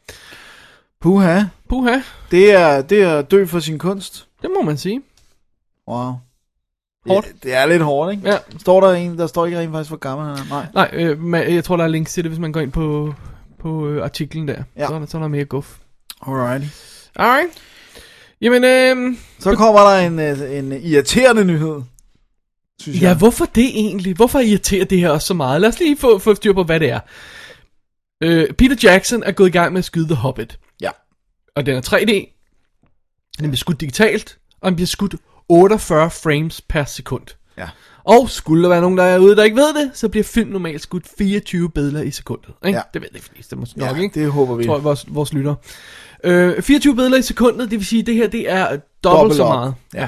Puha. Puha, Det er, det er dø for sin kunst. det må man sige. Wow. Hårdt. Det, det er lidt hårdt, ikke? Ja. Står der en, der står ikke rent faktisk, hvor gammel han er? Nej. Nej, øh, men jeg tror, der er links til det, hvis man går ind på, på øh, artiklen der. Ja. Så, er der, så er der mere guf. Alrighty. Alright. Jamen, øh, Så kommer der en, øh, en irriterende nyhed, synes ja, jeg. hvorfor det egentlig? Hvorfor irriterer det her også så meget? Lad os lige få, få styr på, hvad det er. Øh, Peter Jackson er gået i gang med at skyde The Hobbit. Ja. Og den er tre D. Den bliver skudt digitalt, og den bliver skudt otteogfyrre frames per sekund. Ja. Og skulle der være nogen, der er ude, der ikke ved det, så bliver film normalt skudt fireogtyve billeder i sekundet. Ikke? Ja. Det ved de fleste måske Ja, nok, ikke? det håber vi. Tror jeg, vores, vores lytter. Øh, fireogtyve billeder i sekundet, det vil sige, at det her, det er dobbelt, Dobbelt så op. meget. Ja.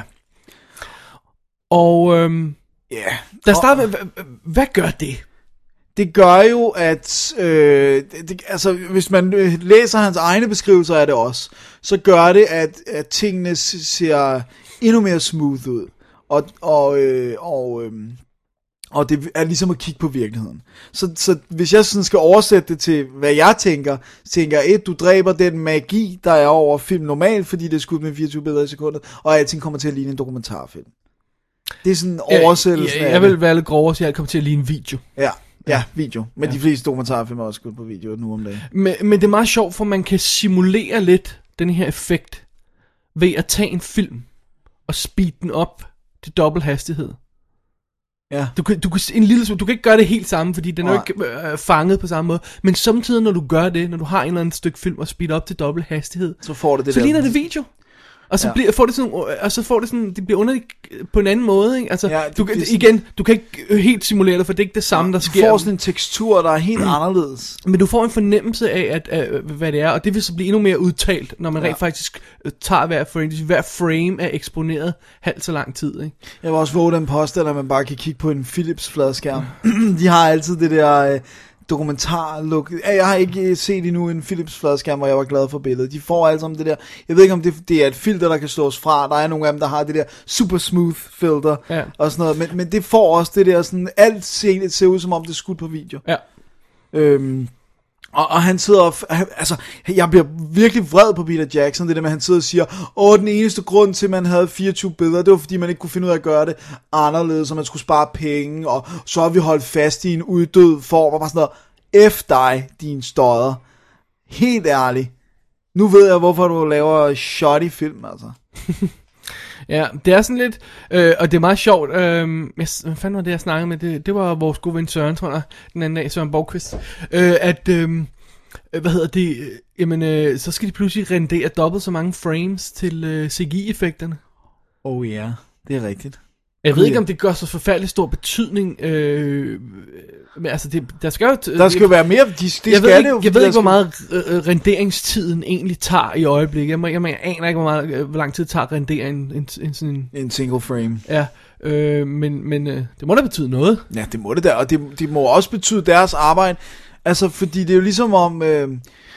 Og øhm, Ja. lad os starte med, hvad, hvad gør det? Det gør jo, at øh, det, det, altså, hvis man læser hans egne beskrivelser af det også, så gør det, at, at tingene ser endnu mere smooth ud. Og, og, øh, og, øh, og det er ligesom at kigge på virkeligheden. Så, så hvis jeg sådan skal oversætte det til, hvad jeg tænker, så tænker jeg, et, du dræber den magi, der er over film normalt, fordi det er skudt med fireogtyve billeder i sekundet, og alting kommer til at ligne en dokumentarfilm. Det er sådan oversættelsen ja, jeg, jeg vil være lidt grovere, så jeg kommer til at ligne en video. Ja, ja, video. Men ja. De fleste dokumentarfilm er også skudt på video nu om dagen. Men, men det er meget sjovt, for man kan simulere lidt den her effekt ved at tage en film og speede den op til dobbelt hastighed. Ja. Du kan, du, kan, en lille, du kan ikke gøre det helt samme, fordi den er jo ikke øh, fanget på samme måde. Men samtidig, når du gør det, når du har en eller anden stykke film og speeder op til dobbelt hastighed, så får det det så der. ligner det video. Og så, ja. bliver, får det sådan, og så får det sådan, det bliver underligt på en anden måde, ikke? Altså, ja, du, igen, du kan ikke helt simulere det, for det er ikke det samme, der sker. Du får sådan en tekstur, der er helt anderledes. Men du får en fornemmelse af, at, at, hvad det er, og det vil så blive endnu mere udtalt, når man ja. rent faktisk tager hver frame. Hver frame er eksponeret halvt så lang tid, ikke? Jeg vil også våge den påstand, at man bare kan kigge på en Philips fladskærm. De har altid det der... Øh, dokumentar-look. Jeg har ikke set endnu en Philips fladskærm, hvor jeg var glad for billedet. De får alle sammen det der, jeg ved ikke om det, det er et filter, der kan slås fra. Der er nogle af dem, der har det der super smooth filter ja. og sådan noget, men, men det får også det der sådan, alt ser, ser ud som om det er skudt på video. Ja. Øhm, og, og han sidder og, altså, jeg bliver virkelig vred på Peter Jackson, det der med, at han sidder og siger, åh, den eneste grund til, at man havde fireogtyve billeder, det var fordi, man ikke kunne finde ud af at gøre det anderledes, så man skulle spare penge, og så har vi holdt fast i en uddød form, og bare sådan noget, F dig, din stodder. Helt ærligt. Nu ved jeg, hvorfor du laver shoddy film, altså. Ja, det er sådan lidt, øh, og det er meget sjovt, øh, jeg, hvad fanden var det, jeg snakkede med, det, det var vores gode ven Søren, tror jeg, den anden dag, Søren Borgqvist, øh, at, øh, hvad hedder det, øh, jamen, øh, så skal de pludselig rendere dobbelt så mange frames til øh, C G I-effekterne. Oh ja, yeah. Det er rigtigt. Jeg ved ikke, om det gør så forfærdelig stor betydning, øh, men altså, det, der skal jo... Der skal jo være mere, de, det jeg skal ved ikke, det jo. Jeg ved ikke, skal... hvor meget øh, renderingstiden egentlig tager i øjeblikket. Jeg, må, jeg, jeg aner ikke, hvor, meget, øh, hvor lang tid det tager at rendere en, en, en sådan en... En single frame. Ja, øh, men, men øh, det må da betyde noget. Ja, det må det da, og det, det må også betyde deres arbejde. Altså, fordi det er jo ligesom om, øh,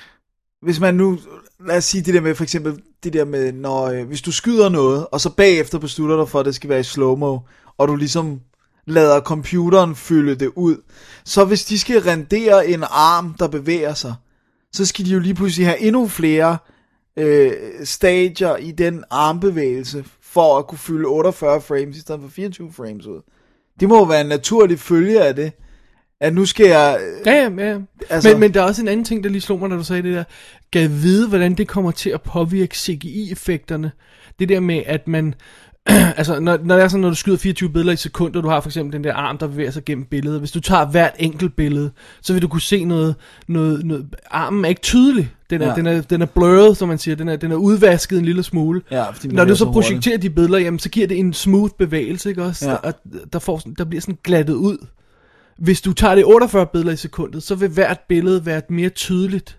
hvis man nu... Lad os sige det der med, for eksempel, det der med, når, øh, hvis du skyder noget, og så bagefter beslutter dig for, at det skal være i slow-mo, og du ligesom lader computeren fylde det ud, så hvis de skal rendere en arm, der bevæger sig, så skal de jo lige pludselig have endnu flere øh, stadier i den armbevægelse, for at kunne fylde otteogfyrre frames, i stedet for fireogtyve frames ud. Det må jo være en naturlig følge af det, at nu skal jeg... Øh, ja, ja, ja. Altså, men, men der er også en anden ting, der lige slog mig, når du sagde det der. Gad vide, hvordan det kommer til at påvirke C G I-effekterne. Det der med, at man... altså, når, når det er sådan, når du skyder fireogtyve billeder i sekunder, du har for eksempel den der arm, der bevæger sig gennem billedet. Hvis du tager hvert enkelt billede, så vil du kunne se noget... noget, noget armen er ikke tydelig. Den er, ja. den, er, den er blurred, som man siger. Den er, den er udvasket en lille smule. Ja, når du så projekterer de billeder, jamen, så giver det en smooth bevægelse, ikke også? Ja. Der, der, får, der bliver sådan glattet ud. Hvis du tager det otteogfyrre billeder i sekundet, så vil hvert billede være mere tydeligt.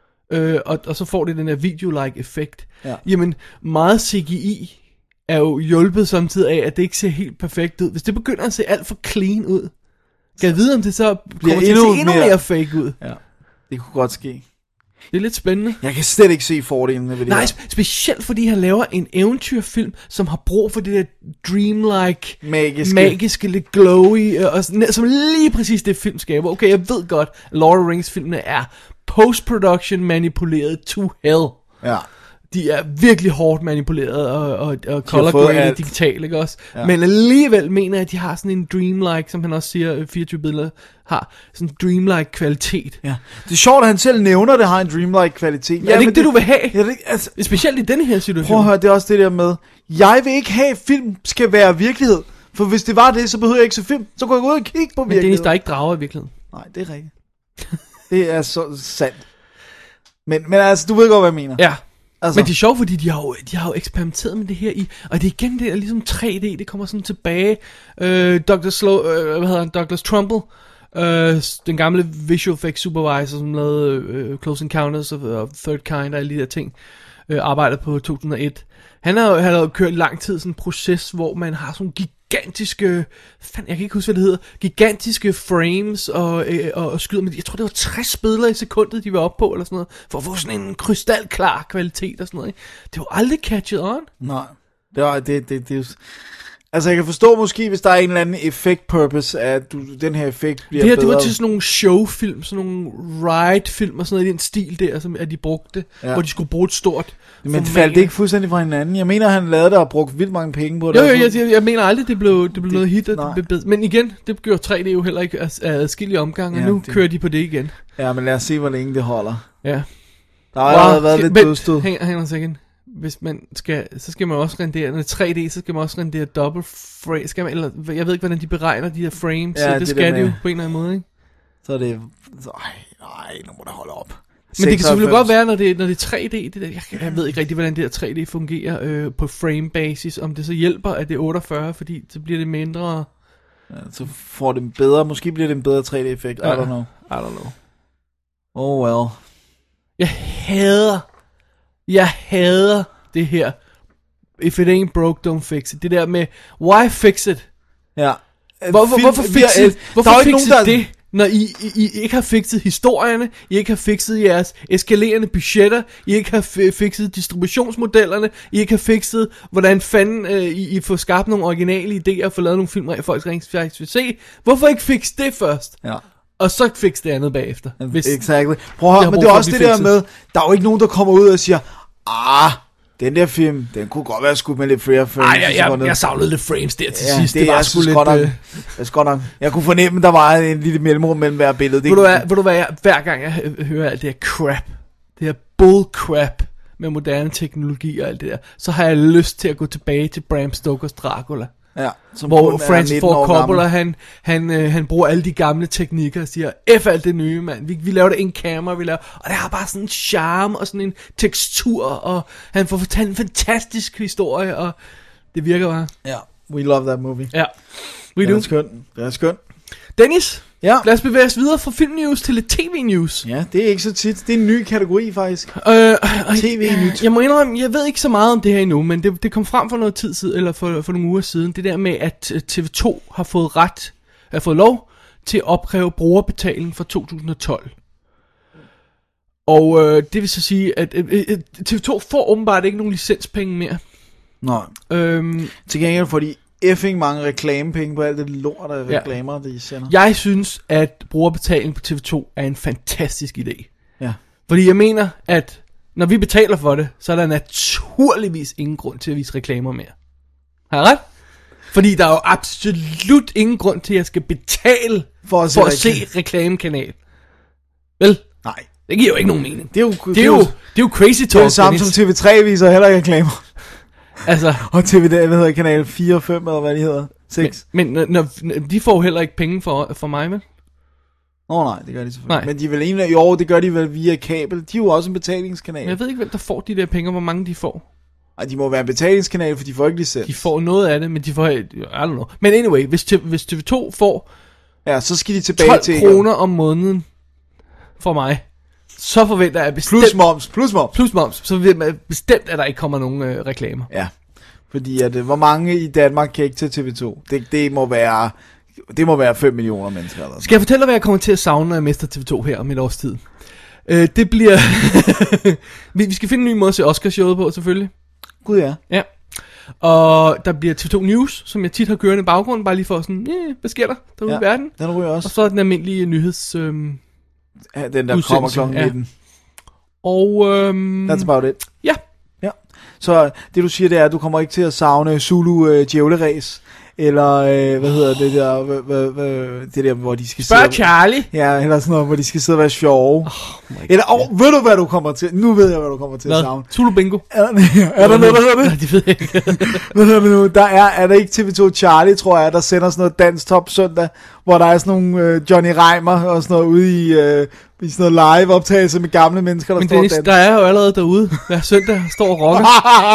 Øh, og, og så får det den her video-like effekt. Ja. Jamen, meget C G I er jo hjulpet samtidig af, at det ikke ser helt perfekt ud. Hvis det begynder at se alt for clean ud, kan jeg vide, om det så kommer til at se endnu mere, mere fake ud. Ja, det kunne godt ske. Det er lidt spændende. Jeg kan slet ikke se fordelene ved det. Nej, spe- specielt fordi han laver en eventyrfilm, som har brug for det der dreamlike, magiske, magiske lidt glowy, og sådan, som lige præcis det film skaber. Okay, jeg ved godt, Lord of the Rings filmene er post-production manipuleret to hell. Ja. De er virkelig hårdt manipuleret og, og, og color-graded digitalt, ikke også? Ja. Men alligevel mener jeg, at de har sådan en dreamlike, som han også siger, fireogtyve billeder har, sådan en dreamlike kvalitet. Ja. Det er sjovt, at han selv nævner, det har en dreamlike kvalitet. Ja, det er ikke det, du vil have. Ja, det, altså, specielt i denne her situation. Prøv at høre, det er også det der med, jeg vil ikke have, at film skal være virkelighed. For hvis det var det, så behøver jeg ikke se film. Så kunne jeg gå ud og kigge på virkeligheden. Men Dennis, der er ikke drager i virkeligheden. Nej, det er rigtigt. Det er så sandt. Men, men altså, du ved godt, hvad jeg mener. Ja. Altså. Men det er sjovt, fordi de har, jo, de har jo eksperimenteret med det her i, og det er igen det er ligesom tre D, det kommer sådan tilbage. Øh, doktor Slow, øh, hvad hedder han, Douglas Trumbull, øh, den gamle visual effects supervisor, som lavede øh, Close Encounters of, of Third Kind og alle de der ting, øh, arbejdede på to tusind og et. Han har jo, han har jo kørt lang tid sådan en proces, hvor man har sådan gigantiske, fand, jeg kan ikke huske, hvad det hedder, gigantiske frames og, øh, og, og skyder med, jeg tror det var tres billeder i sekundet, de var oppe på, eller sådan noget, for at få sådan en krystalklar kvalitet og sådan noget, ikke? Det var aldrig catchet on. Nej. Det er det, det, det, altså jeg kan forstå måske, hvis der er en eller anden effect purpose, at du, den her effekt bliver det her, bedre. Det var til sådan nogle showfilm, sådan nogle ride-film og sådan noget i den stil der, som at de brugte, ja. Hvor de skulle bruge et stort Men format. faldt det ikke fuldstændig fra hinanden? Jeg mener, han lavede det og brugte vildt mange penge på det. Jo, jo, jeg, jeg, jeg mener aldrig, det blev, det blev det, noget hit. Det blev bedre. Men igen, det gjorde tre D jo heller ikke af adskillige omgange, ja, og nu det. kører de på det igen. Ja, men lad os se, hvor længe det holder. Ja. Der har allerede wow, været lidt dødstød. Hæng, hæng en second. Hvis man skal, så skal man også rendere, når det er tre D, så skal man også rendere double frame, skal man, eller, jeg ved ikke, hvordan de beregner de her frames, ja, så det, det skal de jo på en eller anden måde, ikke? Så er det, så, ej, nej, nu må der holde op. Men det kan selvfølgelig godt være, når det, når det er tre D, det der, jeg, jeg ved ikke rigtig, hvordan det her tre D fungerer øh, på frame basis, om det så hjælper, at det er otteogfyrre, fordi så bliver det mindre. Ja, så får det bedre, måske bliver det en bedre tre D-effekt, I ja, don't know. I don't know. Oh well. Jeg hader, jeg hader det her, if it ain't broke, don't fix it. Det der med, why fix it? Ja. Hvorfor, Film, hvorfor fix it? Hvorfor fix it der... det? Når I, I, I ikke har fikset historierne, I ikke har fikset jeres eskalerende budgetter, I ikke har f- fikset distributionsmodellerne, I ikke har fikset, hvordan fanden øh, I, I får skabt nogle originale idéer og få lavet nogle film, folk rent faktisk vil se. Hvorfor ikke fikse det først? Ja. Og så fikse det andet bagefter. Hvis exactly. Prøv at høre, men det er også det der med, der er jo ikke nogen, der kommer ud og siger, ah, den der film, den kunne godt være skudt med lidt flere frames. Ej, jeg, jeg, jeg savnede lidt frames der til ja, sidst. Det, det var sgu lidt... Godt nok, det godt nok. Jeg kunne fornemme, der var en lille mellemrum mellem hver billede. Det ved, du hvad, ved du hvad, jeg, hver gang jeg hører alt det her crap, det her bull crap med moderne teknologi og alt det der, så har jeg lyst til at gå tilbage til Bram Stokers Dracula. Ja, som hvor Francis Ford Coppola, han, han, øh, han bruger alle de gamle teknikker og siger, F alt det nye, mand. Vi, vi laver det en camera, vi laver, og det har bare sådan en charme og sådan en tekstur, og han får fortalt en fantastisk historie, og det virker bare. Ja, we love that movie. Ja, we det do. Er skønt. Det er skønt. Dennis, ja. Lad os bevæge os videre fra filmnews til lidt tv-news. Ja, det er ikke så tit. Det er en ny kategori faktisk. Øh, tv-nyt. Jeg må indrømme, jeg ved ikke så meget om det her endnu, men det, det kom frem for noget tid siden, eller for, for nogle uger siden, det der med, at T V to har fået ret, har fået lov til at opkræve brugerbetaling for to tusind og tolv. Og øh, det vil så sige, at øh, øh, T V to får åbenbart ikke nogen licenspenge mere. Nej. Øhm, til gengæld får de effing mange reklamepenge på alt det lort af ja. reklamer, de sender. Jeg synes, at brugerbetaling på T V to er en fantastisk idé. Ja. Fordi jeg mener, at når vi betaler for det, så er der naturligvis ingen grund til at vise reklamer mere. Har jeg ret? Fordi der er jo absolut ingen grund til, at jeg skal betale for at, for at se reklamekanal. Vel? Nej. Det giver jo ikke nogen mening. Det er jo, det er det er jo, det er jo crazy talk. Det er jo samme som T V tre viser heller ikke reklamer. Altså, og T V, hvad hedder kanal fire og fem, eller hvad de hedder? seks. Men, men når, de får heller ikke penge for, for mig, vel? Åh oh, nej, det gør de selvfølgelig. Nej. Men de vil egentlig, jo, det gør de vel via kabel. De er jo også en betalingskanal. Men jeg ved ikke, hvem der får de der penge, og hvor mange de får. Ej, de må være en betalingskanal, for de får ikke licens. De får noget af det, men de får, I don't know. Men anyway, hvis, hvis T V to får ja, så skal de tilbage tolv til kroner om måneden for mig, så forventer jeg bestemt... Plus moms, plus moms. Plus moms, så vil man bestemt, at der ikke kommer nogen øh, reklamer. Ja, fordi at, hvor mange i Danmark kan ikke til T V to? Det, det må være... Det må være fem millioner mennesker. Eller skal jeg fortælle dig, hvad jeg kommer til at savne, når jeg mister T V to her om et års tid? Øh, det bliver... vi skal finde en ny måde at se Oscarshowet på, selvfølgelig. Gud ja. Ja. Og der bliver T V to News, som jeg tit har kørende i baggrunden, bare lige for sådan, eh, hvad sker der derude ja, i verden? Den ryger også. Og så den almindelige nyheds... Øhm, ja, den der kommer klokken nitten. Og... Øhm, That's about it. Ja. Ja. Så det du siger, det er, at du kommer ikke til at savne Zulu øh, djævleræs. Eller, øh, hvad hedder det der, hvad, hvad, hvad, det der, hvor de skal Spørg sidde... Charlie. Ja, eller sådan noget, hvor de skal sidde og være sjove. Oh eller, oh, ved du, hvad du kommer til? Nu ved jeg, hvad du kommer til hvad? at savne. Zulu Bingo. Er, er der noget, der hedder det? Nej, det ved jeg ikke. Hvad hedder det nu? Der er, er der ikke T V to Charlie, tror jeg, der sender sådan noget Dans Top søndag, hvor der er sådan nogle øh, Johnny Reimer og sådan noget ude i, øh, i sådan noget live optagelse med gamle mennesker, der men står Dennis, og danser. der er jo allerede derude, hver søndag står og rocker.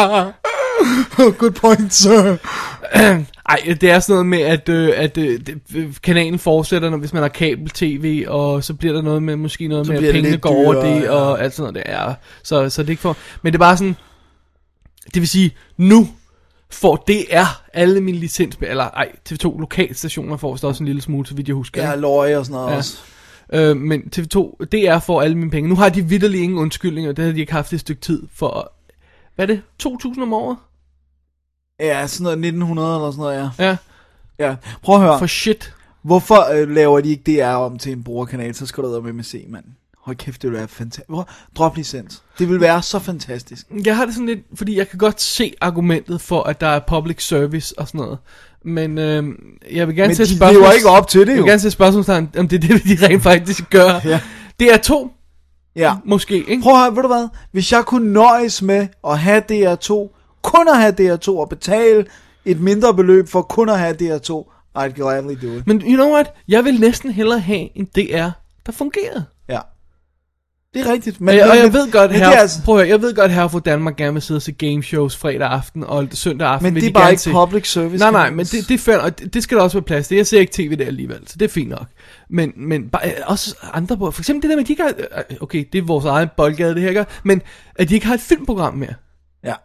Good point, sir. Ej, det er sådan noget med, at, øh, at øh, kanalen fortsætter, når, hvis man har kabel-tv, og så bliver der noget med, måske noget så med, at pengene går over det, ja. Og alt sådan noget der. Ja. Så, så det er ikke for... Men det er bare sådan... Det vil sige, nu får D R alle mine licens... Eller ej, T V to lokalstationer får også en lille smule, så vidt jeg husker. Ja, Løje og sådan noget ja. også. Øh, men T V to, D R får alle mine penge. Nu har de vitterlig ingen undskyldninger, det har de ikke haft et stykke tid for... Hvad er det? to tusind om året? Ja, sådan noget nitten hundrede eller sådan noget, ja. Ja, ja. Prøv at høre. for shit. Hvorfor øh, laver de ikke D R om til en brugerkanal? Så skal du med med se, mand. Hold kæft, det vil være fantastisk. Drop licens. Det vil være så fantastisk. Jeg har det sådan lidt, fordi jeg kan godt se argumentet for, at der er public service og sådan noget. Men øh, jeg vil gerne Men sætte de spørgsmål... lever ikke op til det, Jeg jo. vil gerne sætte spørgsmålstegn, om det er det, de rent faktisk gør. Ja. Det er to, Ja. måske, ikke? Prøv at høre, ved du hvad? Hvis jeg kunne nøjes med at have D R to, kun at have D R to og betale et mindre beløb for kun at have D R to, I'd gladly do it. Men you know what? Jeg vil næsten hellere have en D R, der fungerede. Ja. Det er rigtigt. Men, og, og jeg ved godt, men her, det er altså, prøv at høre, jeg ved godt, her for Danmark gerne vil sidde og se gameshows fredag aften og søndag aften. men vil det er de bare gerne ikke se. public service. Nej, nej, men det, det er fair, og det, det skal der også være plads til. Jeg ser ikke tv der alligevel, så det er fint nok. Men, men bare, øh, også andre på, for eksempel det der med, at de ikke har, øh, okay, det er vores egen boldgade, det her, ikke? Men at de ikke har et filmprogram mere. Ja.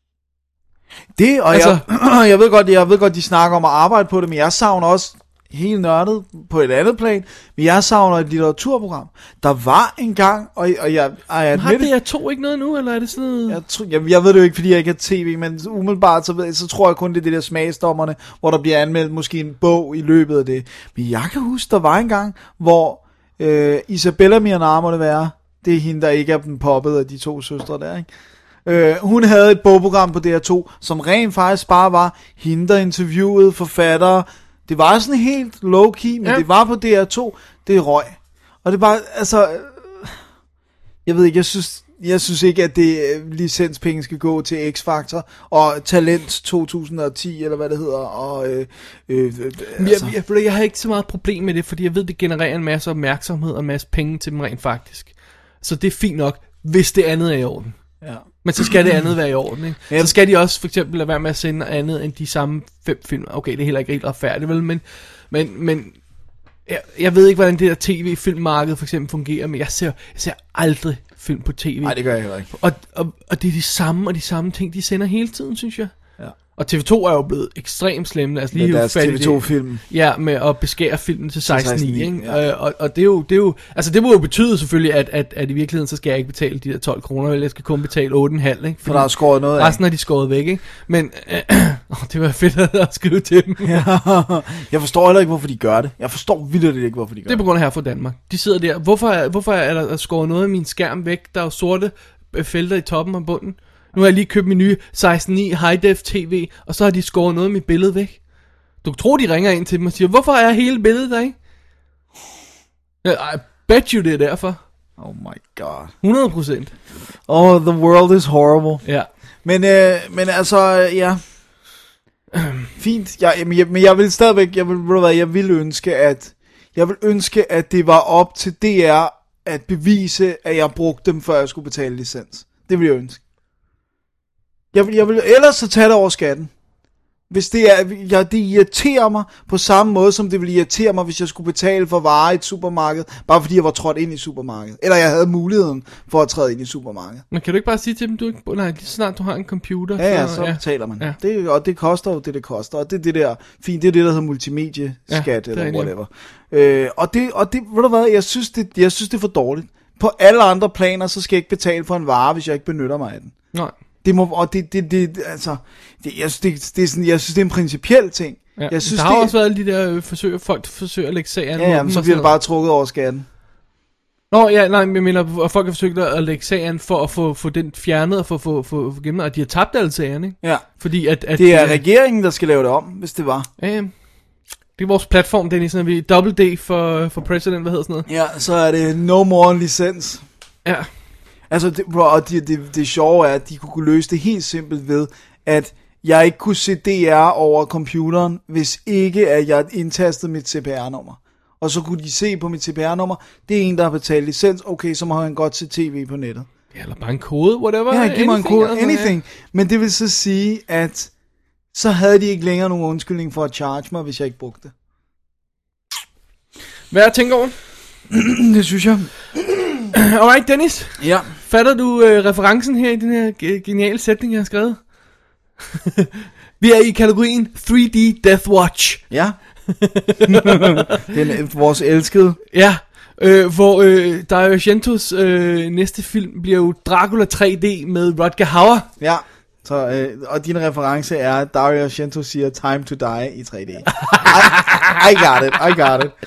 Det, og Altså- jeg, jeg ved godt, jeg ved godt, de snakker om at arbejde på det, men jeg savner også helt nørdet på et andet plan, men jeg savner et litteraturprogram. Der var en gang, og, og jeg, og jeg Har admit it, D R to ikke noget nu, eller er det sådan noget? jeg, tror, jeg, jeg ved det jo ikke, fordi jeg ikke har tv, men umiddelbart, så, ved, så tror jeg kun, det er det der smagsdommerne, hvor der bliver anmeldt måske en bog i løbet af det. Men jeg kan huske, der var en gang, hvor øh, Isabella Mianar må det være, det er hende, der ikke er den poppet af de to søstre der, ikke? Øh, hun havde et bogprogram på D R to, som rent faktisk bare var hende, der interviewede forfattere. Det var sådan helt low-key, men Ja. ja. det var på D R to, det er røg. Og det var, altså, øh, jeg ved ikke, jeg synes, jeg synes ikke, at det øh, licenspenge skal gå til X-Factor og Talent to tusind og ti, eller hvad det hedder, og øh, øh, øh, Men altså, jeg, jeg, jeg har ikke så meget problem med det, fordi jeg ved, det genererer en masse opmærksomhed og en masse penge til dem rent faktisk. Så det er fint nok, hvis det andet er i orden. ja. Men så skal det andet være i orden, ikke? Ja. Så skal de også for eksempel lade være med at sende andet end de samme fem film. Okay, det er heller ikke helt retfærdigt, vel? Men, men, men jeg, jeg ved ikke, hvordan det der tv-filmmarked for eksempel fungerer, men jeg ser, jeg ser aldrig film på tv. Nej, det gør jeg heller ikke. Og, og, og det er de samme og de samme ting, de sender hele tiden, synes jeg. Ja. Og T V to er jo blevet ekstremt slemme. Altså lige Med hive deres fat i T V det. to-film. Ja, med at beskære filmen til seksten komma ni, seksten ikke? ja. Øh, og, og det er jo, det er jo, altså det må jo betyde selvfølgelig, at, at, at i virkeligheden, så skal jeg ikke betale de der tolv kroner, eller jeg skal kun betale otte komma fem, ikke? For der er skåret noget af. resten er de skåret væk, ikke? Men, øh, øh, det var fedt at skrive til dem. Ja. Jeg forstår heller ikke, hvorfor de gør det. Jeg forstår vitterligt ikke, hvorfor de gør Det er på grund af her for Danmark. De sidder der. Hvorfor er, hvorfor er der skåret noget af min skærm væk? Der er jo sorte øh, felter i toppen og bunden. Nu har jeg lige købt min nye seksten komma ni High Def T V, og så har de skåret noget af mit billede væk. Du tror, de ringer ind til dem og siger, hvorfor er hele billedet der, ikke? I bet you, det er derfor. Oh my god. hundrede procent. Oh, the world is horrible. Ja. Men, øh, men altså, øh, ja. Fint. Jeg, men, jeg, men jeg vil stadigvæk, jeg vil, ved du hvad, jeg vil ønske, at, jeg vil ønske, at det var op til D R at bevise, at jeg brugte dem, før jeg skulle betale licens. Det vil jeg ønske. Jeg vil, jeg vil ellers så tage det over skatten. Hvis det er, jeg, det irriterer mig på samme måde, som det ville irritere mig, hvis jeg skulle betale for varer i et supermarked, bare fordi jeg var trådt ind i supermarkedet. Eller jeg havde muligheden for at træde ind i supermarkedet. Men kan du ikke bare sige til dem, du ikke, nej, lige så snart du har en computer. Ja, ja, så ja. betaler man. Ja. Det, og det koster jo det, det koster. Og det er det der, fint, det er det, der hedder multimedieskat, Ja, ja, det er eller enig. whatever. Øh, og det, og det, ved du hvad, jeg synes det, jeg synes det er for dårligt. På alle andre planer, så skal jeg ikke betale for en vare, hvis jeg ikke benytter mig af den. Nej. Det må, og det, det, det, altså, det, jeg, synes, det, det er sådan, jeg synes, det er en principiel ting. Ja. Jeg synes, der har det, også været alle de der øh, forsøg, folk forsøger at lægge sagen. ja, ja, men så bliver det bare trukket over skatten. Nå, ja, nej, men jeg mener, at folk har forsøgt at lægge sagen for at få, få den fjernet og få, få, få, få gennem, og de har tabt alle sagerne, ikke? Ja. Fordi at, at Det er regeringen, der skal lave det om, hvis det var. Ja, ja. Det er vores platform, Dennis, når vi double D for, for president, hvad hedder sådan noget? Ja, så er det no more licens. Ja. Altså, det, bro, og det, det, det sjove er, at de kunne løse det helt simpelt ved, at jeg ikke kunne se D R over computeren, hvis ikke at jeg indtastede mit C P R-nummer. Og så kunne de se på mit C P R-nummer, det er en, der har betalt licens, okay, så må han godt se tv på nettet. Ja, eller bare en kode, whatever. Ja, giv mig en kode, altså, anything. Men det vil så sige, at så havde de ikke længere nogen undskyldning for at charge mig, hvis jeg ikke brugte det. Hvad jeg tænker over? Det synes jeg. Alright, Dennis. Ja. Fatter du øh, referencen her i den her ge- geniale sætning, jeg har skrevet? Vi er i kategorien tre D Death Watch. Ja. Den er vores elskede. Ja, øh, hvor øh, Dario Argentos øh, næste film bliver jo Dracula tre D med Rutger Hauer. Ja. Så, øh, og din reference er, Dario Argento siger, time to die i tre D. I, I got it, I got it.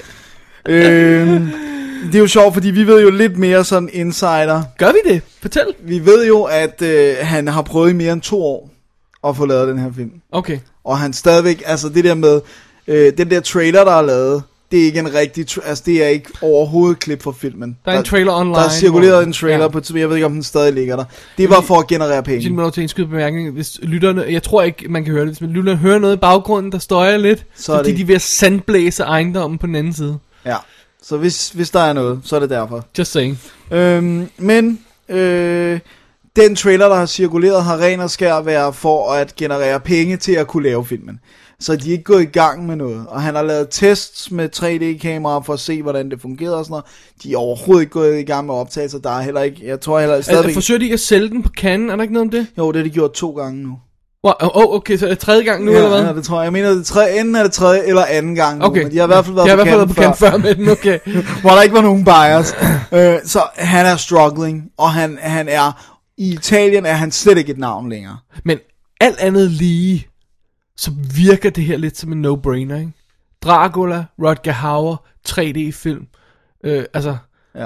Øh, det er jo sjovt, fordi vi ved jo lidt mere sådan insider. Gør vi det? Fortæl. Vi ved jo, at øh, han har prøvet i mere end to år at få lavet den her film. Okay. Og han stadigvæk, altså det der med, øh, den der trailer, der er lavet, det er ikke en rigtig, tra- altså det er ikke overhovedet klip fra filmen. Der er en trailer online. Der er cirkuleret hvor, en trailer ja. på, jeg ved ikke, om den stadig ligger der. Det var for at generere penge. Jeg må til en skyde bemærkning, hvis lytterne, jeg tror ikke, man kan høre det, hvis lytterne hører noget i baggrunden, der støjer lidt, så fordi det... de er ved at sandblæse ejendommen på den anden side. Ja, så hvis, hvis der er noget, så er det derfor. Just saying. Øhm, men, øh, den trailer, der har cirkuleret, har ren og skær været for at generere penge til at kunne lave filmen. Så de er ikke gået i gang med noget. Og han har lavet tests med tre D-kameraer for at se, hvordan det fungerede og sådan noget. De er overhovedet ikke gået i gang med optagelser. Der er heller ikke, jeg tror heller stadigvæk... Altså, forsøger de ikke at sælge den på Cannes? Er der ikke noget om det? Jo, det har de gjort to gange nu. Wow, oh, okay, så er det tredje gang nu, ja, eller hvad? Ja, det tror jeg. Jeg mener, det er tredje, enten er det tredje eller anden gang nu. Okay. Men de har i hvert fald været, de har på, i hvert fald Cannes været på Cannes før med den, okay. Hvor der ikke var nogen bias. øh, så han er struggling, og han, han er... I Italien er han slet ikke et navn længere. Men alt andet lige, så virker det her lidt som en no-brainer, ikke? Dracula, Rutger Hauer, tre D-film. Øh, altså... Ja.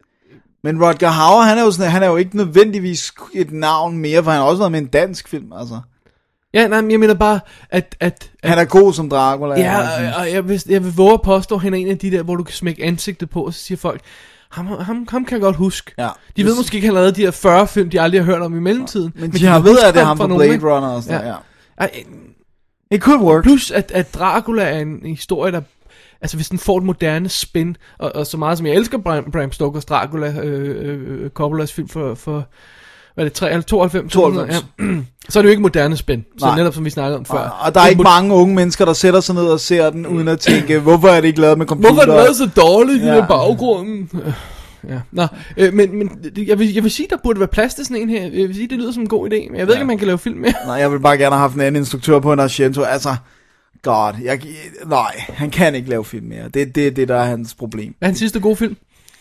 Men Rutger Hauer, han er jo sådan, han er jo ikke nødvendigvis et navn mere, for han har også været med en dansk film, altså. Ja, nej, men jeg mener bare, at... at, at han er god som Dracula. Ja, og, og jeg, vil, jeg vil våge at påstå, at han er en af de der, hvor du kan smække ansigtet på, og så siger folk... Ham, ham, ham kan jeg godt huske. Ja. De ved måske ikke, at han lavede de her fyrre film, de aldrig har hørt om i mellemtiden. Men, men de, de har ved, at det er ham fra Blade Runner og sådan ja. Ja. It could work. Plus, at, at Dracula er en historie, der... Altså, hvis den får et moderne spin, og, og så meget som jeg elsker Bram, Bram Stokers Dracula, øh, øh, Coppolas film for... for hvad er det, tre, tooghalvfems? tooghalvfems. Ja. Så er det jo ikke moderne spin, så Nej. netop som vi snakkede om før. Nej, og der er ikke mange unge mennesker, der sætter sig ned og ser den, uden at tænke, hvorfor er det ikke lavet med computer? Hvorfor er det lavet så dårligt i ja. den baggrunden? Ja. Nå, øh, men, men jeg, vil, jeg vil sige, der burde være plads til sådan en her. Jeg vil sige, det lyder som en god idé, men jeg ved ja. ikke, om man kan lave film mere. Nej, jeg vil bare gerne have haft en anden instruktør på en Argento. Altså, god, jeg, nej, han kan ikke lave film mere. Det er det, det, der er hans problem. Hvad er hans sidste gode film?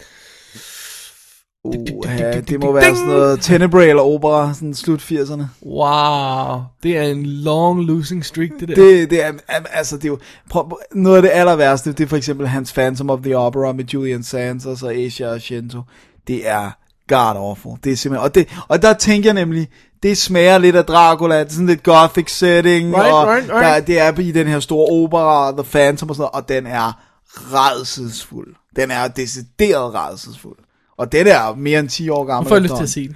Uh, ja, det må være sådan noget Tenebrae eller opera, sådan slut firserne. Wow, det er en long losing streak, det der. Det, det er, altså, det er jo, prøv, noget af det aller værste, det er for eksempel hans Phantom of the Opera med Julian Sands og så Asia Argento. Det er god awful. Det er simpelthen, og, det, og der tænker jeg nemlig, det smager lidt af Dracula, det er sådan lidt gothic setting, right, og right, right. Der, det er i den her store opera, The Phantom og sådan noget, og den er rædselsfuld. Den er decideret rædselsfuld. Og det er mere end ti år gammel. Jeg får lyst til at se den.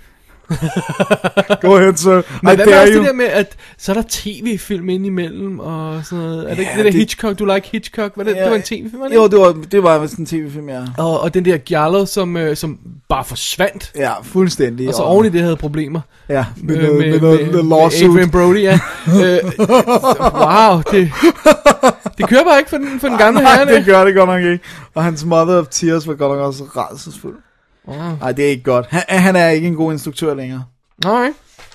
Go ahead, sir. Men hvad er også det der med, at så er der tv-film ind imellem, og sådan noget. Er det ikke ja, det der det... Hitchcock, du like Hitchcock? Var det, ja, det var en tv-film, var det? Jo, det var, det var sådan en tv-film, ja. Og, og den der Giallo, som, øh, som bare forsvandt. Ja, fuldstændig. Og så oven i det havde problemer. Ja, med, øh, med, med, med, med, med lawsuit. Adrian Brody, ja. øh, wow, det, det kører bare ikke for den, for den gamle herre. Nej, det gør det godt nok ikke. Og hans Mother of Tears var godt nok også rædselsfuld. Nej, wow. Det er ikke godt. Han, han er ikke en god instruktør længere. Nej.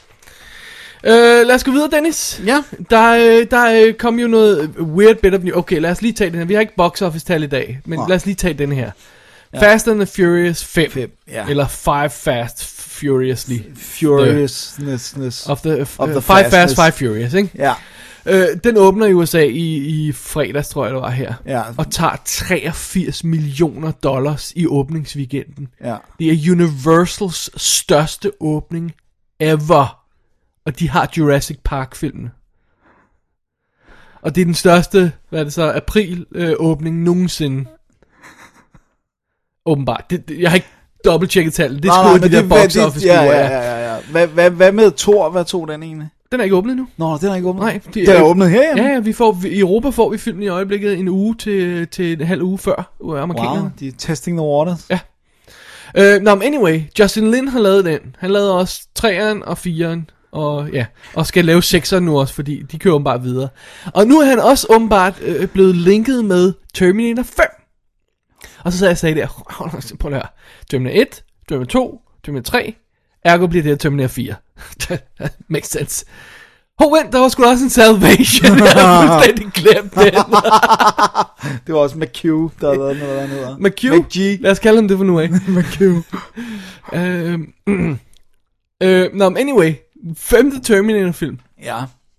Øh, lad os gå videre, Dennis. Ja. Der, der kom jo noget weird bit of news. Okay, lad os lige tage den her. Vi har ikke box office tal i dag, men ja. lad os lige tage den her. Ja. Fast and the Furious fem. fem ja. Eller Five Fast Furiously. Furiousness. Of the, of, of the uh, Five Fast, Five Furious, ikke? Ja. Øh, den åbner i U S A i, i fredags, tror jeg det var her. Ja. Og tager treogfirs millioner dollars i åbningsweekenden. Ja. Det er Universals største åbning ever. Og de har Jurassic Park-filmene. Og det er den største, hvad er det så, april øh, åbning nogensinde. Åbenbart. Det, det, jeg har ikke dobbelttjekket tallet. Det skriver de der box office. Ja, ja, ja, ja. Hvad, hvad, hvad med Thor? Hvad tog den ene? Den er ikke åbnet nu. Nå, den er ikke åbnet. Nej, det, den er åbnet her. Ja, ja, vi får, i Europa får vi filmen i øjeblikket en uge til, til en halv uge før amerikanerne. Wow, de er testing the waters. Ja. Uh, Nå, no, anyway, Justin Lin har lavet den. Han lavede også treeren og fireren. Og ja, og skal lave sekseren nu også, fordi de kører åbenbart videre. Og nu er han også åbenbart øh, blevet linket med Terminator fem. Og så sad jeg og sagde der, prøv at høre, Terminator et, Terminator to, Terminator tre, ergo bliver det her Terminator fire. Makes sense. Hov, vent, der var sgu også en Salvation. Jeg har fuldstændig glemt den. Det var også McQ, der havde været noget dernede. McQ? McG. Lad os kalde ham det for nu af. McQ. uh, uh, Nå, no, anyway, Femte Terminator-film. Ja.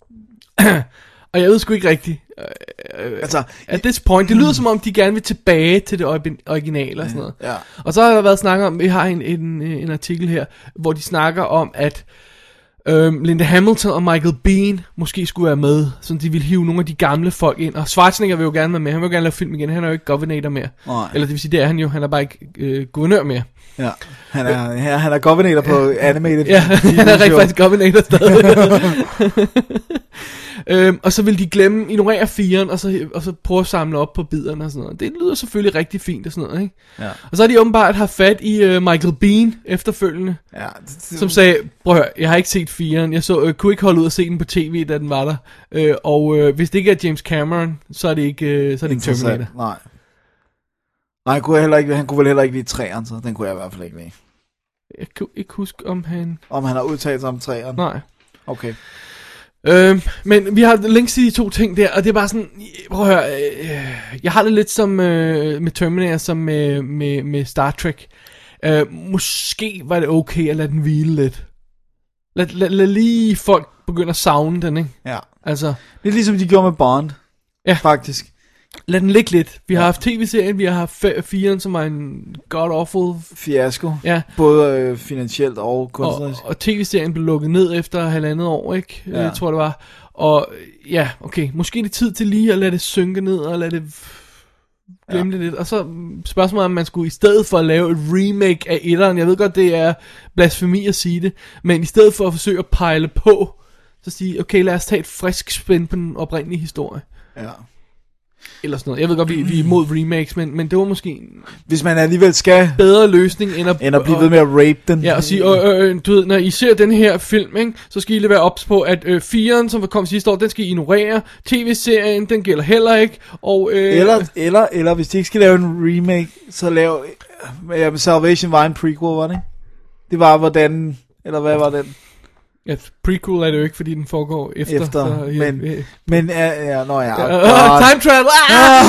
Og jeg ved sgu ikke rigtigt. Altså, at this point, det lyder som om, de gerne vil tilbage til det originale og sådan noget. Ja. Og så har der været snak om, vi har en, en, en artikel her, hvor de snakker om, at øhm, Linda Hamilton og Michael Biehn måske skulle være med, så de ville hive nogle af de gamle folk ind. Og Schwarzenegger vil jo gerne være med, han vil jo gerne lave film igen, han er jo ikke governor mere. Nej. Eller det vil sige, det er han jo, han er bare ikke øh, guvernør mere. Ja, han er, han, han er governor på animated. Ja, han er rigtig faktisk governor stadig. Øhm, og så vil de glemme, ignorere firen, og så, og så prøve at samle op på biderne og sådan noget. Det lyder selvfølgelig rigtig fint og sådan noget, ikke? Ja. Og så har de åbenbart haft fat i uh, Michael Biehn efterfølgende, ja, det, det, som sagde, prøv at høre, jeg har ikke set firen, jeg så, øh, kunne ikke holde ud at se den på tv, da den var der. Øh, og øh, hvis det ikke er James Cameron, så er det ikke, øh, så er det ikke Terminator. Nej. Nej, han kunne, heller ikke, han kunne vel heller ikke lide træerne, så den kunne jeg i hvert fald ikke lide. Jeg kan ikke huske, om han... Om han har udtalt sig om træerne? Nej. Okay. Øh, men vi har længst i de to ting der, og det er bare sådan, prøv at høre, øh, jeg har det lidt som øh, med Terminator, som med, med, med Star Trek. Øh, måske var det okay at lade den hvile lidt. Lad, lad, lad lige folk begynde at savne den, ikke? Ja. Altså, det er ligesom de gjorde med Bond. Ja. Faktisk. Lad den ligge lidt. Vi ja. har haft tv-serien, vi har haft f- firen, som var en god-awful... fiasko. Ja. Både øh, finansielt og kunstnerisk. Og, og tv-serien blev lukket ned efter halvandet år, ikke? Ja. Jeg tror det var. Og ja, okay, måske er det tid til lige at lade det synke ned, og lade det glemme ja. det lidt. Og så spørgsmålet om man skulle i stedet for at lave et remake af etteren, jeg ved godt, det er blasfemi at sige det, men i stedet for at forsøge at pejle på, så sige, okay, lad os tage et frisk spænd på den oprindelige historie. Ja. Eller sådan noget. Jeg ved godt, vi, vi er imod remakes, men, men det var måske en hvis man alligevel skal bedre løsning end at, end at blive ved med at rape den. Ja, og sige, øh, øh, du ved, når I ser den her film, ikke, så skal I lige være ops på, at øh, firen, som kom sidste år, den skal I ignorere. tv-serien, den gælder heller ikke. Og, øh, eller, eller, eller hvis de ikke skal lave en remake, så lav øh, Salvation var en prequel, var det ikke? Det var hvordan, eller hvad var den? Ja, prequel er det jo ikke, fordi den foregår efter. Efter, så, ja, men, ja. men, ja, ja, nå ja. Uh, uh, time travel! Ah!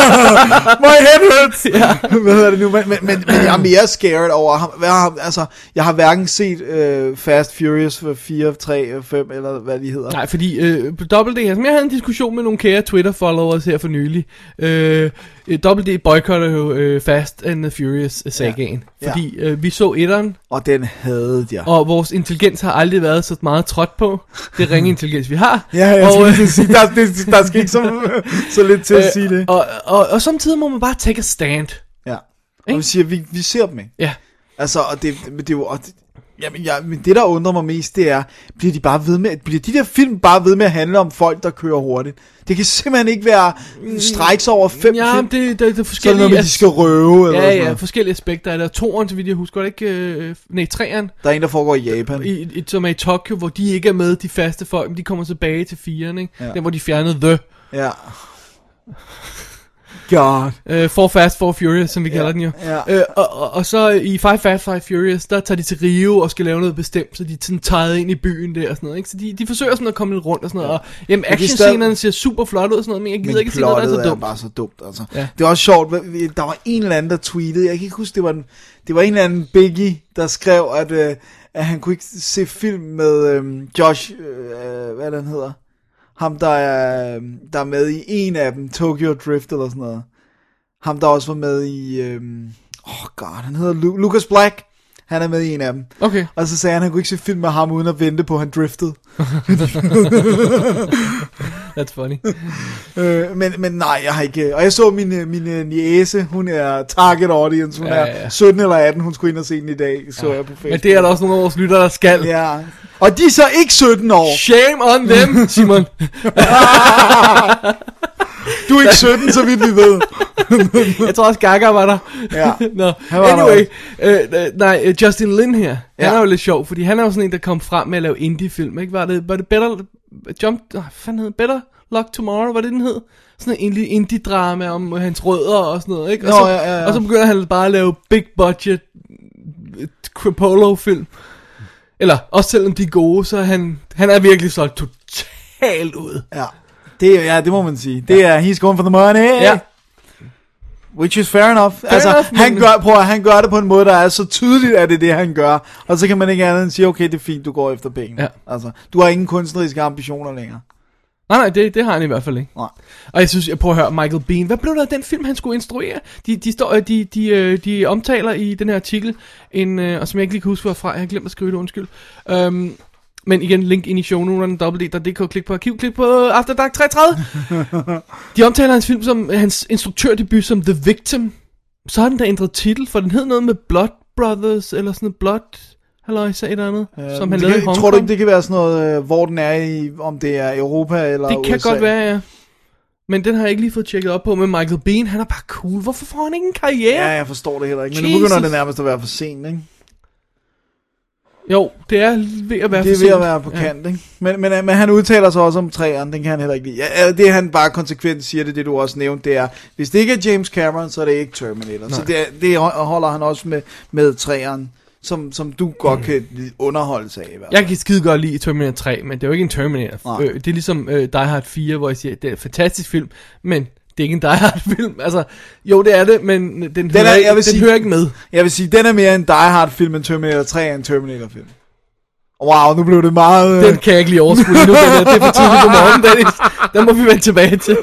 My head hurts! Ja. Hvad hedder det nu? Men, men, men, men jeg er mere scared over ham. Hvad har, altså, jeg har hverken set uh, Fast Furious fire, tre, fem, eller hvad de hedder. Nej, fordi uh, på W D, altså, jeg havde en diskussion med nogle kære Twitter-followers her for nylig. Uh, W D boykotter jo uh, Fast and the Furious-sagaen. Ja. Fordi ja. uh, vi så etteren. Og den havde jeg. Og vores intelligens har aldrig været så meget trådt på. Det ringe intelligens, vi har. Ja, jeg og, skal sige, der, det, der skal ikke så, så lidt til at sige det. Og, og, og, og samtidig må man bare take a stand. Ja. Og vi siger, vi, vi ser dem ikke. Ja. Altså, og det, det, det er jo... Og det, jamen, jeg, men det, der undrer mig mest, det er, bliver de bare ved med, bliver de der film bare ved med at handle om folk, der kører hurtigt? Det kan simpelthen ikke være strikes over fem ja, film. Ja, det, det, det er forskellige... Sådan noget, de skal røve, eller ja, sådan ja, noget. forskellige aspekter af det. Og toeren, så vidt jeg husker, ikke... Øh, nej, treeren. Der er en, der foregår i Japan. I, i, som er i Tokyo, hvor de ikke er med, de faste folk, men de kommer tilbage til firen, ikke? Ja. Den, hvor de fjernede The. Ja. God. Uh, For Fast, For Furious, som vi ja. kalder den jo. Ja. Uh, og, og, og så i Five Fast, Five Furious, der tager de til Rio og skal lave noget bestemt, så de er sådan taget ind i byen der og sådan noget, ikke? Så de, de forsøger sådan at komme lidt rundt og sådan noget. Ja. Og jamen, actionscenerne ser super flot ud og sådan noget, men jeg gider men ikke se noget, der er så dumt. Men plottet er bare så dumt, altså. Ja. Det var også sjovt, der var en eller anden, der tweetede, jeg kan ikke huske, det var en, det var en eller anden Biggie, der skrev, at, øh, at han kunne ikke se film med øh, Josh, øh, hvad den hedder, ham der er, der er med i en af dem, Tokyo Drift eller sådan noget. Ham der også var med i, øhm, oh god, han hedder Lu- Lucas Black. Han er med i en af dem. Okay. Og så sagde han, at han kunne ikke se film med ham, uden at vente på, at han driftede. That's funny. øh, men, men nej, jeg har ikke... Og jeg så min, min niece, hun er target audience. Hun ja, er ja. sytten eller atten, hun skulle ind og se den i dag, så ja. jeg på Facebook. Men det er der også nogle af vores lyttere, der skal. Ja. Og de er så ikke sytten år. Shame on them, Simon. Du er ikke sytten, så vidt vi ved. Jeg tror også Gaga var der. Ja. no. var Anyway, øh, øh, nej, uh, Justin Lin her, ja. han er jo lidt sjov, fordi han er jo sådan en, der kom frem med at lave indie-film, ikke? Var det, var det Better, Jump, hvad fanden hed Better Luck Tomorrow, var det den hed? Sådan en indie-drama om hans rødder og sådan noget, ikke? Og, Nå, så, ja, ja, ja. og så begynder han bare at lave big budget Crepolo-film. Eller, også selvom de er gode, så han, han er virkelig så totalt ud. Ja. Det, ja, det må man sige. Det er, he's going for the money. Ja. Which is fair enough. Fair altså, enough, han, men- gør, prøv at, han gør det på en måde, der er så tydeligt, at det er det, han gør. Og så kan man ikke andet end sige, okay, det er fint, du går efter penge. Ja. Altså, du har ingen kunstneriske ambitioner længere. Nej, nej, det, det har han i hvert fald ikke. Nej. Og jeg synes, jeg prøver at høre Michael Biehn. Hvad blev der af den film, han skulle instruere? De, de, står, de, de, de, de omtaler i den her artikel, en, og som jeg ikke lige kan huske hvorfra, jeg har glemt at skrive det, undskyld. Um, men igen, link ind i shownoterne, w punktum d k, klik på arkiv, klik på After Dark treogtredive. De omtaler hans film som hans instruktørdebut som The Victim. Så har den der ændret titel, for den hed noget med Blood Brothers, eller sådan noget Blood... Halløj, så et eller andet, øh, som han lavede i Hong Kong. Tror du ikke, det kan være sådan noget, øh, hvor den er i, om det er Europa eller det U S A? kan godt være, ja. Men den har jeg ikke lige fået tjekket op på. Men Michael Biehn, han er bare cool. Hvorfor får han ikke en karriere? Ja, jeg forstår det heller ikke. Men Jesus. nu begynder det nærmest at være for sent, ikke? Jo, det er ved at være Det er for ved sent. at være på kant, ikke? Men, men, men han udtaler sig også om træerne, den kan han heller ikke lide. Ja, det han bare konsekvent siger, det det du også nævnte, det er, hvis det ikke er James Cameron, så er det ikke Terminator. Nej. Så det, er, det holder han også med, med træerne, som, som du godt mm. kan underholde sig af. I hvert fald. Jeg kan skide godt lide Terminator tre, men det er jo ikke en Terminator. Nej. Øh, det er ligesom øh, Die Hard fire, hvor jeg siger, det er en fantastisk film, men det er ikke en Die Hard film. Altså, jo det er det, men den, den, hører, er, ikke, jeg vil den sige, hører ikke med. Jeg vil sige, den er mere en Die Hard film end Terminator tre er en Terminator film. Wow, nu blev det meget... Den kan jeg ikke lige overskue nu, den er, det er for tidligt på morgen, Dennis. Den må vi vende tilbage til.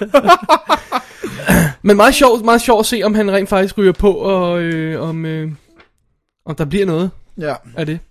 Men meget sjovt, meget sjovt at se, om han rent faktisk ryger på, og øh, om, øh, om der bliver noget Ja. af det.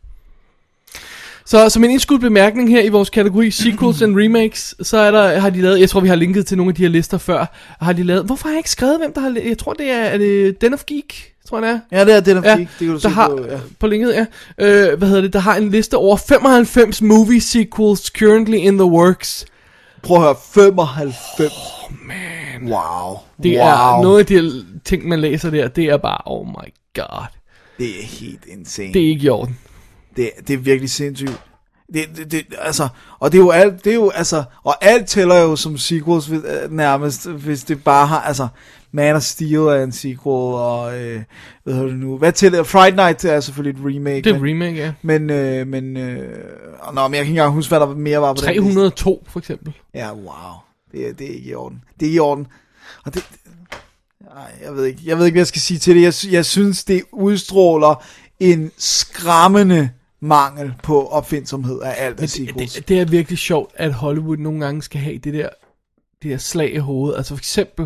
Så som en indskudt bemærkning her i vores kategori sequels and remakes, så er der, har de lavet, jeg tror vi har linket til nogle af de her lister før, har de lavet, hvorfor har jeg ikke skrevet, hvem der har lavet, jeg tror det er, er det Den of Geek, tror jeg det er. Ja, det er det, der Ja, fik. Det kan du der se har, på, ja. på linket, ja. Øh, hvad hedder det, der har en liste over femoghalvfems movie sequels currently in the works. Prøv at høre, femoghalvfems. Oh man. Wow. Det wow. er noget af de ting, man læser der, det er bare, oh my god. Det er helt insane. Det er ikke i orden. Det, det er virkelig sindssygt. Det, det, det, altså, og det er jo alt, det er jo, altså, og alt tæller jo som sequels hvis, nærmest, hvis det bare har, altså, Man of Steel er en sequel, og, øh, hvad hedder det nu, hvad tæller, Friday Night er selvfølgelig et remake. Det er men, remake, ja. Men, øh, men, øh, nå, men jeg kan ikke engang huske, hvad der mere var på tre hundrede og to for eksempel. den. Ja, wow. Det er, det er ikke i orden. Det er ikke i orden. Og det, det nej, jeg ved ikke, jeg ved ikke, hvad jeg skal sige til det. Jeg, jeg synes, det udstråler en skræmmende mangel på opfindsomhed af alt af sequels. Det, det er virkelig sjovt, at Hollywood nogle gange skal have det der, det der slag i hovedet. Altså for eksempel,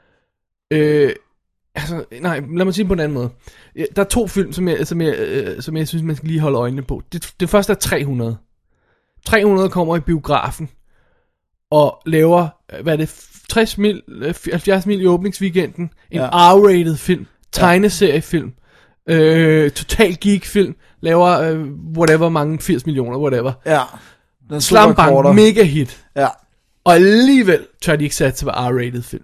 øh, altså, nej, lad mig sige på en anden måde. Der er to film, som jeg, som jeg, øh, som jeg synes, man skal lige holde øjnene på. Det, det første er tre hundrede. tre hundrede kommer i biografen og laver, hvad er det, tres mil, halvfjerds mil i åbningsweekenden. En Ja. R-rated film, tegneseriefilm, øh, total geek film, laver øh, whatever mange, firs millioner, whatever. Ja. Den Slam bang, mega hit. Ja. Og alligevel tør de ikke satse på R-rated film.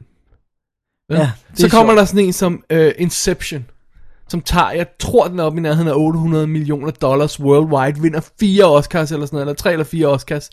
Ja, Ja, det så er kommer sjovt. der sådan en som uh, Inception, som tager, jeg tror den er oppe i nærheden af otte hundrede millioner dollars worldwide, vinder fire Oscars eller sådan noget, eller tre eller fire Oscars.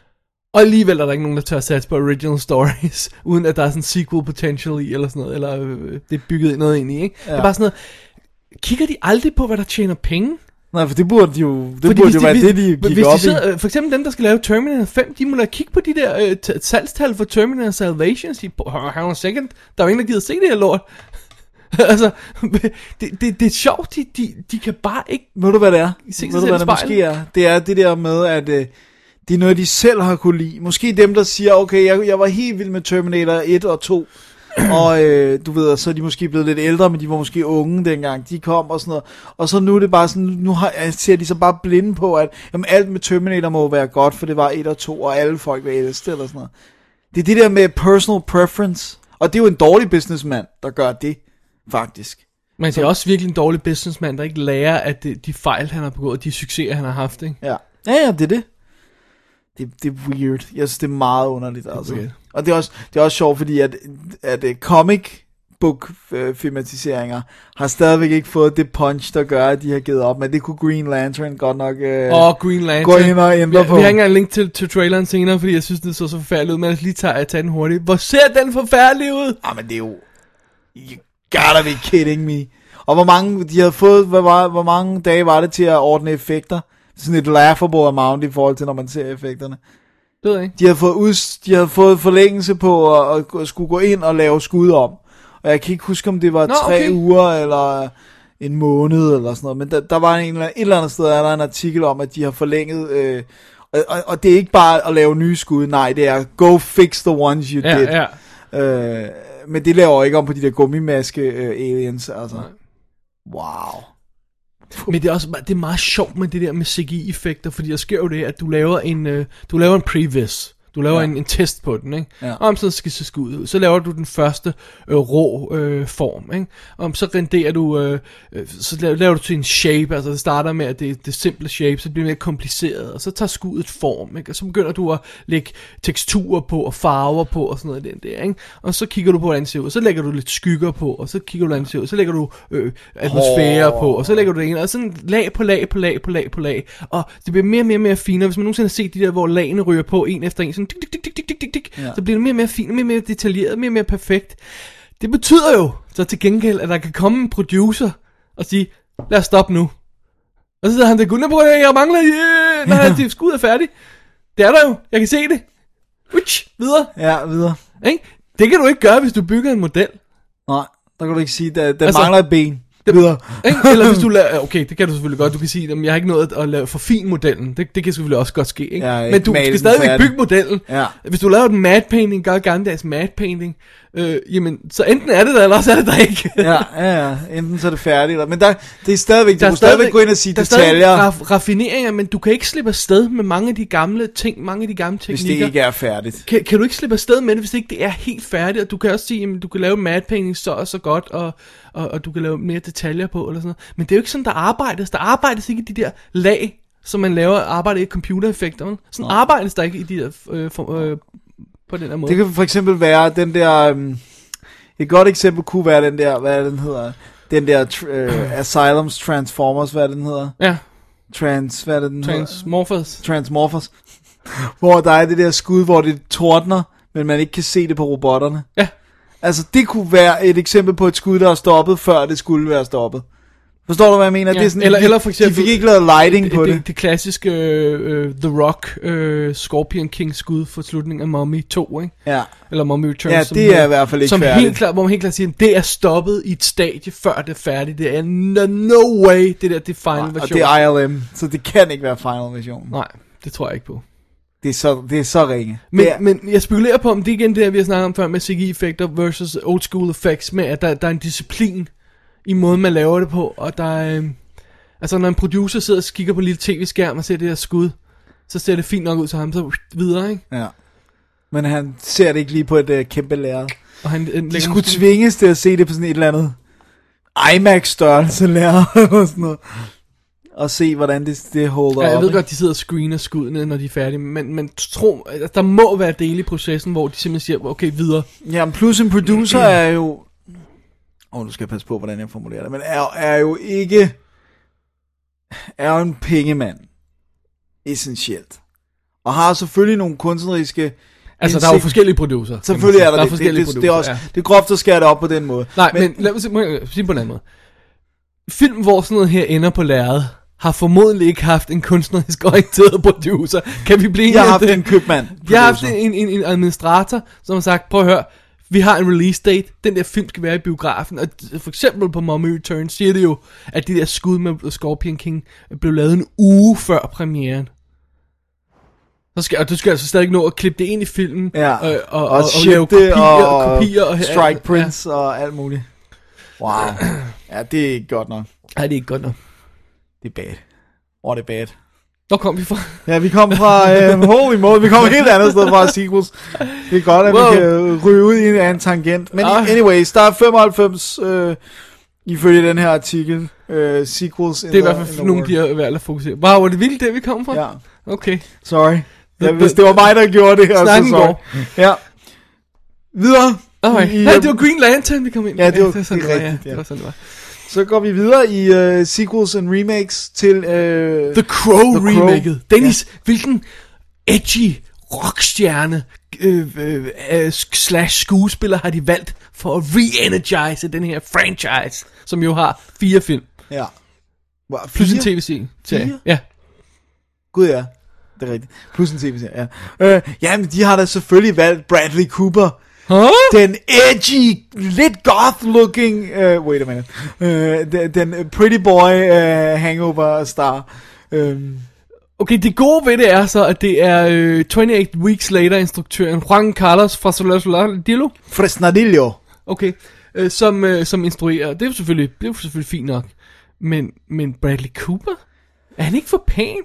Og alligevel er der ikke nogen, der tør satse på original stories, uden at der er sådan sequel potential i, eller sådan noget, eller øh, det er bygget noget ind i, ikke? Ja. Det er bare sådan noget, kigger de aldrig på, hvad der tjener penge? Nej, for det burde jo, det Fordi burde hvis jo de, være hvis, det, de gik hvis op de sidder, for eksempel dem, der skal lave Terminator fem, de må da kigge på de der øh, t- salgstal for Terminator Salvation og sige, hang on a second, der er jo ingen, der gider se det her lort. altså, det, det, det er sjovt, de, de, de kan bare ikke... i. Ved du, hvad det er? Se sig Ved du, selv hvad i det måske spejlet. er? Det er det der med, at øh, det er noget, de selv har kunne lide. Måske dem, der siger, okay, jeg, jeg var helt vild med Terminator et og to, og øh, du ved, så er de måske blevet lidt ældre, men de var måske unge dengang, de kom og sådan noget. Og så nu er det bare sådan, nu har, ser de så bare blinde på, at jamen, alt med Terminator må være godt, for det var et og to, og alle folk vil elske det, eller sådan noget. Det er det der med personal preference, og det er jo en dårlig businessman, der gør det, faktisk. Men det er også virkelig en dårlig businessman, der ikke lærer, at det, de fejl, han har begået, de succeser, han har haft, ikke? Ja, ja, ja, det er det. Det, det er weird. Jeg synes, det er meget underligt, altså. weird. Og det er også, det er også sjovt, fordi at, at, at comic book øh, filmatiseringer har stadigvæk ikke fået det punch, der gør, at de har givet op. Men det kunne Green Lantern godt nok øh, Og Green Lantern. gå ind og ændre vi, på. vi har ikke engang link til, til traileren senere, fordi jeg synes, det så så forfærdeligt ud, men lad os lige tage, tage den hurtigt. Hvor ser den forfærdelig ud? Ah, men det er jo... You gotta be kidding me. Og hvor mange, de havde fået, hvor, var, hvor mange dage var det til at ordne effekter? Sådan et laughable amount i forhold til, når man ser effekterne. Det ved jeg ikke. De havde fået, ud, de havde fået forlængelse på at, at skulle gå ind og lave skud om. Og jeg kan ikke huske, om det var Nå, tre okay. uger, eller en måned, eller sådan noget. Men der, der var en, et eller andet sted, er der en artikel om, at de har forlænget... Øh, og, og, og det er ikke bare at lave nye skud, nej, det er go fix the ones you Ja, did. ja. Øh, men det laver ikke om på de der gummimaske øh, aliens, altså. Nej. Wow. Men det er også det er meget sjovt med det der med C G I-effekter, fordi der sker jo det, at du laver en, øh, du laver en previs. Du laver Ja. en, en test på den, ikke? Ja. Om så skal se skud ud. Så laver du den første øh, rå øh, form, ikke? Om så renderer du, øh, øh, så laver, laver du til en shape, altså det starter med, at det, det simple shape, så bliver det mere kompliceret, og så tager skuddet form, ikke? Og så begynder du at lægge teksturer på, og farver på, og sådan noget den der, ikke? Og så kigger du på, hvordan det ser ud, så lægger du lidt skygger på, og så kigger du, hvordan det ser ud, så lægger du øh, atmosfære Oh. på, og så lægger du det ene, og sådan lag på lag på lag på lag på lag, og det bliver mere og mere, mere finere. Hvis man nogensinde har set de der, hvor lagene ryger på en efter en, sådan tik, tik, tik, tik, tik, tik, tik, Ja. så bliver det mere og mere fint, mere og mere detaljeret, mere og mere perfekt. Det betyder jo så til gengæld, at der kan komme en producer og sige, lad os stoppe nu. Og så sidder han der, gud, jeg mangler, yeah, når han skud er færdig. Det er der jo, jeg kan se det. Uch, videre. Ja, videre. Ikke? Det kan du ikke gøre, hvis du bygger en model. Nej, der kan du ikke sige, der, der Altså- mangler et ben. Det- Videre. Ikke? Eller hvis du laver, okay, det kan du selvfølgelig godt, du kan sige, at jeg har ikke nået at lave forfin modellen, det, det kan selvfølgelig også godt ske, ikke? Ja, Men ikke du male skal den stadigvæk færdig. bygge modellen. Ja. Hvis du laver den matte painting, gør gammeldags matte painting, øh, jamen, så enten er det der, eller også er det der ikke. Ja, ja, ja. Enten så er det færdigt, eller... Men der, det er stadigvæk, du Der er kan stadigvæk gå ind og sige der er detaljer, stadig raf- raffineringer, men du kan ikke slippe afsted med mange af de gamle ting, mange af de gamle hvis teknikker. det ikke er færdigt. Kan, kan du ikke slippe afsted med det, hvis ikke det er helt færdigt? Og du kan også sige, at du kan lave matte painting så og så godt, og, og, og du kan lave mere detaljer på, eller sådan noget. Men det er jo ikke sådan, der arbejdes. Der arbejdes ikke i de der lag, som man laver arbejde i computereffekter. vel? Sådan Nej. arbejdes der ikke i de der, øh, for, øh, på den her måde. Det kan for eksempel være den der... Um, et godt eksempel kunne være den der... Hvad er det, den hedder? Den der uh, Asylums Transformers, hvad er det, den hedder? Ja, Trans... Hvad er det, den hedder? Transmorphers. Transmorphers. Hvor der er det der skud, hvor det tordner, men man ikke kan se det på robotterne. Ja. Altså, det kunne være et eksempel på et skud, der er stoppet, før det skulle være stoppet. Forstår du, hvad jeg mener? Ja, Det er sådan, eller- de, eller for eksempel- de fik ikke lavet lighting på det, det. det, det klassiske øh, uh, The Rock uh, Scorpion King skud for slutningen af Mummy to, ikke? Ja, Eller Mummy Returns. ja som det hedder- er i hvert fald ikke som færdigt. helt klart, hvor man helt klart siger, at det er stoppet i et stadie, før det er færdigt. Det er no, no way, det der, det er final Og version. det er I L M, så det kan ikke være final version. Nej, det tror jeg ikke på. Det er så, det er så ringe. Men, det er, men jeg spekulerer på, om det er igen det, vi har snakket om før med C G I-effekter versus old school effects, med at der, der er en disciplin i måden, man laver det på, og der er... Øh, altså, når en producer sidder og kigger på en lille tv-skærm og ser det der skud, så ser det fint nok ud til ham, så videre, ikke? ja. Men han ser det ikke lige på et uh, kæmpe lærred. Og han, han De skulle tvinges til at se det på sådan et eller andet IMAX-størrelse lærred og sådan noget. Og se, hvordan det, det holder Ja, jeg op. ved ikke? godt, de sidder og screener skuddene, når de er færdige, men, men tro, altså, der må være dele i processen, hvor de simpelthen siger, okay, videre. Ja, plus en producer er jo... Åh, oh, nu skal jeg passe på, hvordan jeg formulerer det. Men er, er jo ikke... Er jo en pengemand. Essentielt. Og har selvfølgelig nogle kunstneriske... Altså, der er jo indsigt- forskellige producer. Selvfølgelig er der, der er det. forskellige det, det, det, er også, ja. det er groft at skære det op på den måde. Nej, men, men lad mig sige, må jeg sige på en anden måde. Film, hvor sådan noget her ender på lærredet, har formodentlig ikke haft en kunstnerisk orienteret producer. Kan vi blive enige Jeg har om haft det? en købmand. Jeg har haft en, en, en administrator, som har sagt, prøv at høre, vi har en release date, den der film skal være i biografen, og for eksempel på Mummy Returns siger det jo, at de der skud med Scorpion King blev lavet en uge før premieren. Så skal, og du skal altså stadig nå at klippe det ind i filmen, Ja, og, og, og, og, og, ship lave det, kopier og, og kopier og strike ja. prints og alt muligt. Wow. Ja, det er ikke godt nok. Ja, det er ikke godt nok. Det er bad. Hvor det er bad. Hvor kom vi fra? Ja, vi kom fra, øh, holy moly, vi kom et helt andet sted fra sequels. Det er godt, at wow. Wow. vi kan ryge ud i en anden tangent. Men Ah. anyways, der er femoghalvfems, øh, ifølge den her artikel, øh, sequels. Det er i hvert fald nogle, de har valgt at fokusere. Wow, var det vildt, det vi kom fra? Ja, Okay. sorry. Ja, The- hvis det var mig, der gjorde det her, så Snakken sorry. går. Ja. Videre. Okay. I, Nej, øh, det var Green Lantern, vi kom ind. Ja, det var- det, sådan, det er var, rigtigt, ja. ja. Det var sådan, det var. Så går vi videre i uh, sequels and remakes til... Uh, The Crow The Crow. remaket. Dennis, ja. Hvilken edgy rockstjerne øh, øh, øh, slash skuespiller har de valgt for at re-energize den her franchise, som jo har fire film. Ja. Wow, Plus en fire? tv-serie. Fire? Ja. Gud ja, det er rigtigt. Plus en tv-serie, ja. Øh, jamen, de har da selvfølgelig valgt Bradley Cooper Huh? Den edgy, lidt goth-looking, uh, wait a minute, uh, den, den pretty boy uh, hangover-star. Um, Okay, det gode ved det er så, at det er øh, twenty-eight Weeks Later-instruktøren Juan Carlos Fresnadillo. Fresnadillo. Okay, øh, som, øh, som instruerer. Det er jo selvfølgelig, det er jo selvfølgelig fint nok. Men, men Bradley Cooper? Er han ikke for pæn?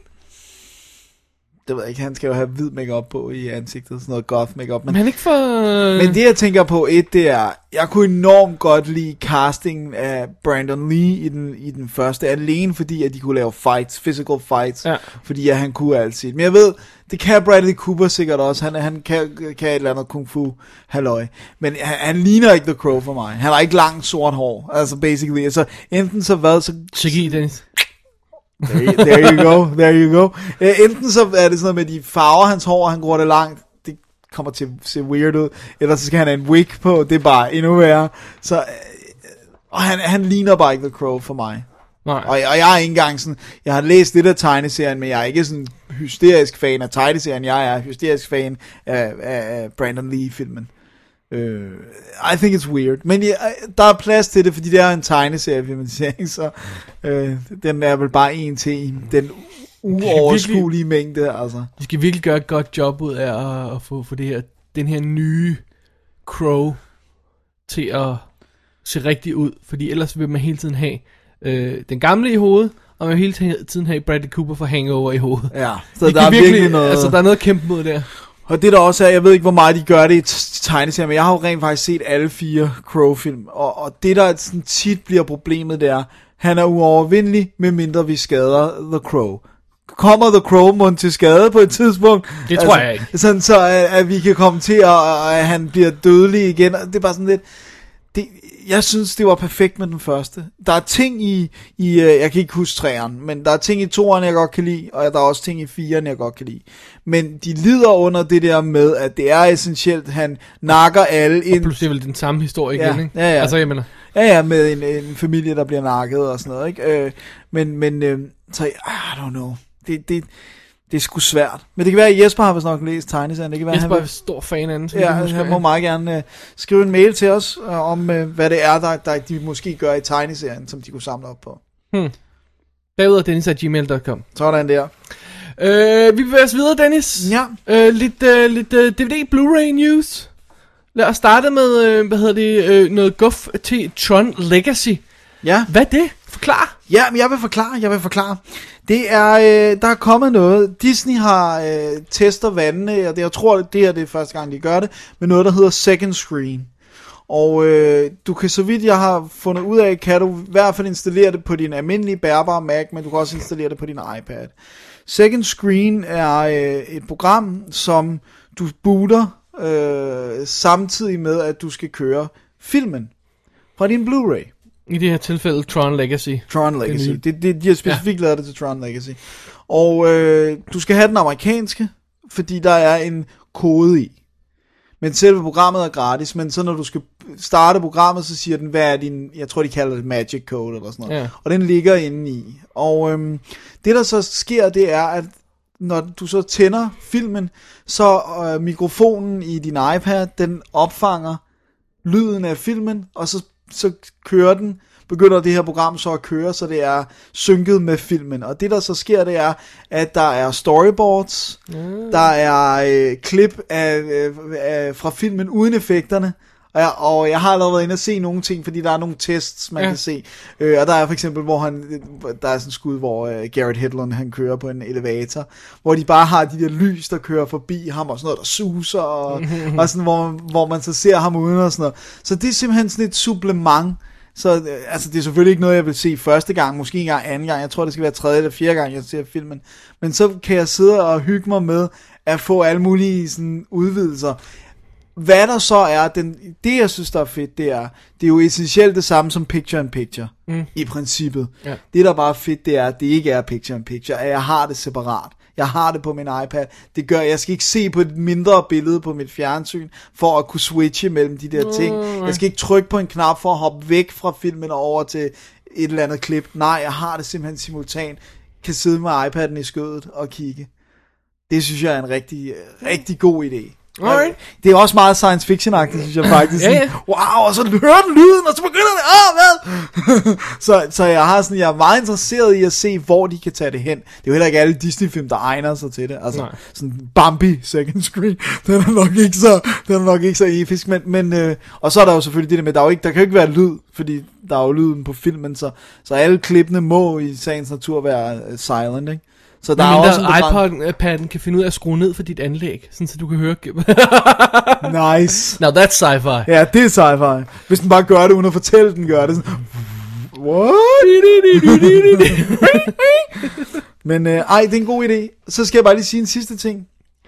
Det ved jeg ikke, han skal jo have hvid makeup på i ansigtet, sådan noget goth makeup. Men, Men han er ikke for... men det jeg tænker på, et, det er, jeg kunne enormt godt lide castingen af Brandon Lee i den, i den første, alene fordi, at de kunne lave fights, physical fights, Ja. fordi at han kunne altid. Men jeg ved, det kan Bradley Cooper sikkert også, han, han kan, kan et eller andet kung fu halløj, men han, han ligner ikke The Crow for mig. Han har ikke langt sort hår, altså basically, altså enten så hvad, så... Chigi, Dennis. There you, there you go, there you go. Uh, enten så er det sådan noget med de farver hans hår, og han går det langt, det kommer til at se weird ud, eller så skal han have en wig på, det er bare endnu værre. Så, uh, og han, han ligner bare ikke The Crow for mig. Nej. Og, og jeg er ikke engang sådan, jeg har læst lidt af tegneserien, men jeg er ikke sådan hysterisk fan af tegneserien, jeg er hysterisk fan af, af Brandon Lee-filmen. Uh, I think it's weird. Men ja, der er plads til det, fordi det er en tegneserie-filmatisering, så uh, den er vel bare en til den uoverskuelige mængde, altså. De skal virkelig gøre et godt job ud af at, at få, få det her, den her nye Crow til at se rigtig ud, fordi ellers vil man hele tiden have øh, den gamle i hovedet, og man vil hele tiden have Bradley Cooper for Hangover i hovedet. Ja, så de der er virkelig, virkelig noget... Altså, der er noget at kæmpe mod der. Og det der også er, jeg ved ikke hvor meget de gør det i tegneserien, men jeg har jo rent faktisk set alle fire Crow-film, og, og det der sådan tit bliver problemet, det er, han er uovervindelig, medmindre vi skader The Crow. Kommer The Crow mon til skade på et tidspunkt? Det tror jeg ikke. Sådan så, at, at vi kan komme til, at, at han bliver dødelig igen, og det er bare sådan lidt... Det, jeg synes, det var perfekt med den første. Der er ting i, i jeg kan ikke huske træerne, men der er ting i toeren, jeg godt kan lide, og der er også ting i fireren, jeg godt kan lide. Men de lider under det der med, at det er essentielt, han nakker alle ind. Og pludselig er vel den samme historie Ja, igen, ikke? ja, ja. Altså, jeg mener... Ja, ja, med en, en familie, der bliver nakket og sådan noget, ikke? Øh, men, men, øh, så, I don't know. Det, det, det er sgu svært. Men det kan være, at Jesper har vist nok læst tegneserien. Det kan være, Jesper han er stor fan af den. Ja, han må meget gerne uh, skrive en mail til os, uh, om uh, hvad det er, der, der de måske gør i tegneserien, som de kunne samle op på. Hmm. Bagud dennis at gmail punktum com. Sådan der. Øh, vi bevæger os videre, Dennis. Ja. Øh, lidt uh, lidt uh, D V D Blu-ray news. Lad os starte med, uh, hvad hedder det, uh, noget guf til Tron Legacy. Ja. Hvad er det? Forklar. Ja, men jeg vil forklare, jeg vil forklare. Det er, øh, der er kommet noget. Disney har øh, tester vandene, og det, jeg tror, det her det er første gang, de gør det, med noget, der hedder Second Screen. Og øh, du kan, så vidt jeg har fundet ud af, kan du i hvert fald installere det på din almindelige bærbare Mac, men du kan også installere det på din iPad. Second Screen er øh, et program, som du booter øh, samtidig med, at du skal køre filmen fra din Blu-ray. I det her tilfælde Tron Legacy. Tron Legacy. Det, det, det, de har specifikt ja. lavet det til Tron Legacy. Og øh, du skal have den amerikanske, fordi der er en kode i. Men selve programmet er gratis, men så når du skal starte programmet, så siger den, hvad er din, jeg tror de kalder det magic code eller sådan noget. Ja. Og den ligger inde i. Og øhm, det der så sker, det er, at når du så tænder filmen, så øh, mikrofonen i din iPad, den opfanger lyden af filmen, og så, så kører den, begynder det her program så at køre, så det er synket med filmen. Og det der så sker, det er, at der er storyboards, mm. der er øh, klip af, øh, af, fra filmen uden effekterne, og jeg, og jeg har allerede været inde og se nogle ting, fordi der er nogle tests, man ja. kan se. Øh, og der er for eksempel, hvor han, der er sådan en skud, hvor øh, Garrett Hedlund, han kører på en elevator, hvor de bare har de der lys, der kører forbi ham, og sådan noget, der suser, og, og sådan, hvor, hvor man så ser ham uden og sådan noget. Så det er simpelthen sådan et supplement. Så øh, altså, det er selvfølgelig ikke noget, jeg vil se første gang, måske ikke engang anden gang. Jeg tror, det skal være tredje eller fjerde gang, jeg ser filmen. Men så kan jeg sidde og hygge mig med at få alle mulige sådan, udvidelser. Hvad der så er, den, det jeg synes, der er fedt, det er, det er jo essentielt det samme som picture-in-picture, mm. i princippet. Ja. Det, der bare er fedt, det er, at det ikke er picture-in-picture, at jeg har det separat. Jeg har det på min iPad. Det gør, jeg skal ikke se på et mindre billede på mit fjernsyn, for at kunne switche mellem de der ting. Mm. Jeg skal ikke trykke på en knap for at hoppe væk fra filmen og over til et eller andet klip. Nej, jeg har det simpelthen simultant. Kan sidde med iPad'en i skødet og kigge. Det synes jeg er en rigtig, rigtig god idé. Alright. Det er også meget science fiction-agtigt, synes jeg faktisk. Ja, ja. Sådan, wow, og så hører den lyden, og så begynder det, åh, hvad? så, så jeg har sådan, jeg er meget interesseret i at se, hvor de kan tage det hen. Det er jo heller ikke alle Disney-film, der egner sig til det. Altså, Nej. sådan Bambi second screen, den er nok ikke så, den er nok ikke så episk, men, men øh, og så er der jo selvfølgelig det der med, der, er jo ikke, der kan jo ikke være lyd, fordi der er jo lyden på filmen, så, så alle klippene må i sagens natur være uh, silent, ikke? Så der Men er også mindre iPod'en kan finde ud af at skrue ned for dit anlæg, sådan så du kan høre. nice. Now that's sci-fi. Ja, det er sci-fi. Hvis den bare gør det, uden at fortælle den, gør det sådan. What? Men øh, ej, det er en god idé. Så skal jeg bare lige sige en sidste ting.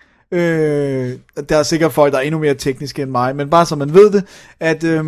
Øh, der er sikkert folk, der er endnu mere tekniske end mig, men bare så man ved det, at øh,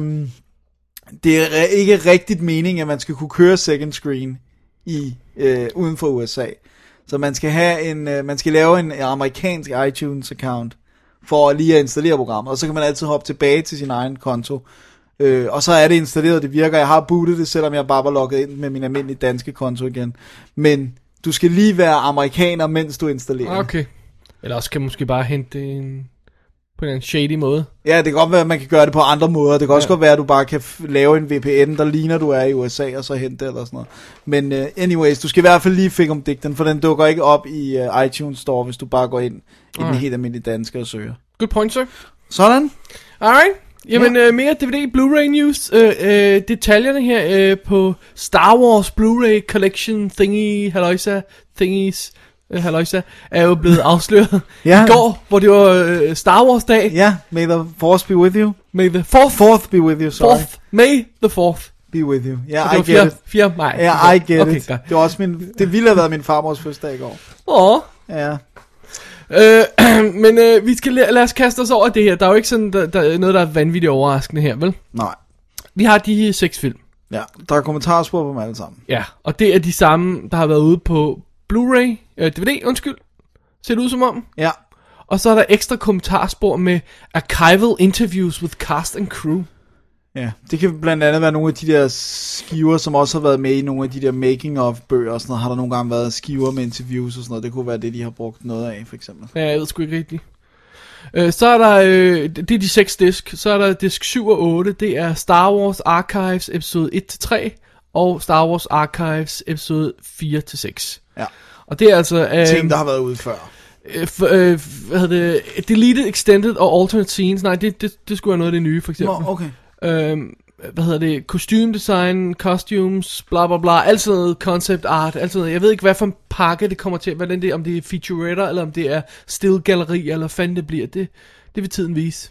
det er ikke rigtigt mening, at man skal kunne køre second screen i øh, uden for U S A. Så man skal have en, øh, man skal lave en amerikansk iTunes account for lige at installere programmet, og så kan man altid hoppe tilbage til sin egen konto. Øh, og så er det installeret, det virker. Jeg har bootet det, selvom jeg bare var logget ind med min almindelige danske konto igen. Men du skal lige være amerikaner, mens du installerer. Okay. Eller også kan man måske bare hente en på en shady måde. Ja, det kan godt være, at man kan gøre det på andre måder. Det kan også Ja. godt være, at du bare kan f- lave en V P N, der ligner, du er i U S A, og så hente det eller sådan noget. Men uh, anyways, du skal i hvert fald lige fik om digten, for den dukker ikke op i uh, iTunes Store, hvis du bare går ind i den Okay. helt almindelige danske og søger. Good point, sir. Sådan. Alright. Jamen, ja. øh, mere D V D Blu-ray news. Øh, øh, detaljerne her øh, på Star Wars Blu-ray Collection thingy, halløjsa, thingies, øh, halløjsa, er jo blevet afsløret Ja. i går, hvor det var øh, Star Wars dag. Ja, may the force be with you. May the fourth, Fourth be with you, sorry. fourth, May the fourth. Be with you. Ja, Og yeah, I det get var it. fjerde maj. Ja, I get okay, it. godt. Det var også min, det ville have været min farmors fødselsdag i går. Åh. Ja. Øh, men øh, vi skal lad, lad os kaste os over det her. Der er jo ikke sådan der, der er noget, der er vanvittigt overraskende her, vel? Nej. Vi har de her seks film. Ja, der er kommentarspor på dem alle sammen. Ja, og det er de samme, der har været ude på Blu-ray, øh, D V D, undskyld. Ser det ud som om. Ja. Og så er der ekstra kommentarspor med archival interviews with cast and crew. Ja, det kan blandt andet være nogle af de der skiver, som også har været med i nogle af de der making-of-bøger og sådan noget. Har der nogle gange været skiver med interviews og sådan noget. Det kunne være det, de har brugt noget af, for eksempel. Ja, jeg ved sgu ikke rigtigt. Øh, så er der, øh, det er de seks disk. Så er der disk syv og otte. Det er Star Wars Archives episode et til tre og Star Wars Archives episode fire til seks. Ja. Og det er altså øh, Ting, der har været ude før. øh, for, øh, hvad hedder det? Deleted, extended og alternate scenes. Nej, det, det, det skulle være noget af det nye, for eksempel. Nå, okay. Øhm, hvad hedder det, costume design, costumes, bla bla bla, alt sådan noget concept art, alt sådan noget. Jeg ved ikke, hvad for en pakke det kommer til, hvordan det er, om det er featuretter, eller om det er still galleri, eller hvad fanden det bliver, det, det vil tiden vise.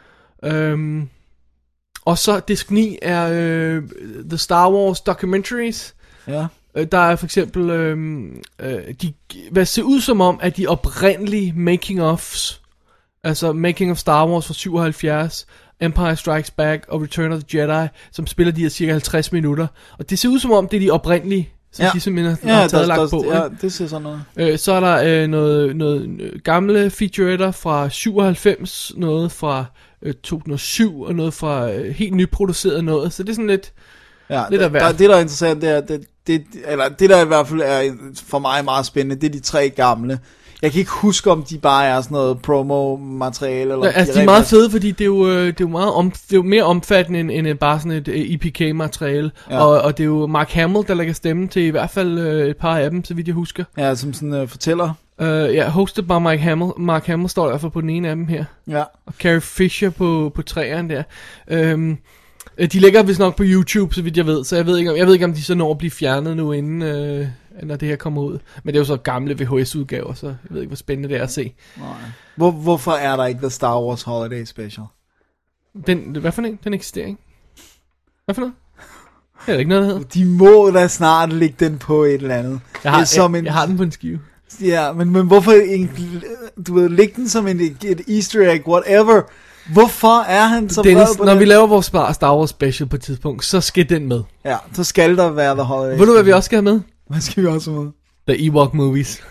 Øhm, og så disk ni er øh, The Star Wars Documentaries. Ja. Øh, der er for eksempel, øh, øh, de, hvad ser ud som om, at de oprindelige making-ofs, altså Making of Star Wars fra syvoghalvfjerds, Empire Strikes Back og Return of the Jedi, som spiller de her cirka halvtreds minutter. Og det ser ud som om, det er de oprindelige, som Ja. de simpelthen har, Ja, har taget der, lagt der, på. ja, ikke? det ser sådan noget. Øh, så er der øh, noget, noget gamle featuretter fra syvoghalvfems, noget fra øh, to tusind og syv, og noget fra øh, helt nyproduceret noget. Så det er sådan lidt... Ja, Lidt af der, hvert. der, det der er interessant, det er, det, det, eller det der i hvert fald er for mig meget spændende, det er de tre gamle. Jeg kan ikke huske, om de bare er sådan noget promo-materiale, eller Ja, altså, de er meget fede, fordi det er jo, øh, det er jo, meget om, det er jo mere omfattende end, end bare sådan et uh, E P K-materiale. Ja. Og, og det er jo Mark Hamill, der lægger stemme til i hvert fald øh, et par af dem, så vidt jeg husker. Ja, som sådan uh, fortæller. Uh, ja, hosted by Mark Hamill. Mark Hamill står i hvert fald på den ene af dem her. Ja. Og Carrie Fisher på, på træeren der. Um, de ligger vist nok på YouTube, så vidt jeg ved. Så jeg ved ikke, om, jeg ved ikke, om de så når at blive fjernet nu, inden øh, når det her kommer ud. Men det er jo så gamle V H S-udgaver, så jeg ved ikke, hvor spændende det er at se. Nej. Hvor, hvorfor er der ikke The Star Wars Holiday Special? Den, hvad for en? Den eksisterer ikke. Hvad for noget? Det er ikke noget, der hedder. De må da snart lægge den på et eller andet. Jeg har, Det er som jeg, en, jeg har den på en skive. Ja, men, men hvorfor en, du ved, lægge den som en, et easter egg, whatever. Hvorfor er han så Dennis, vred på når den? vi laver vores Star Wars special på et tidspunkt, så skal den med. Ja, så skal der være The Holiday. Ved du, hvad vi også skal have med? Hvad skal vi også have med? The Ewok Movies.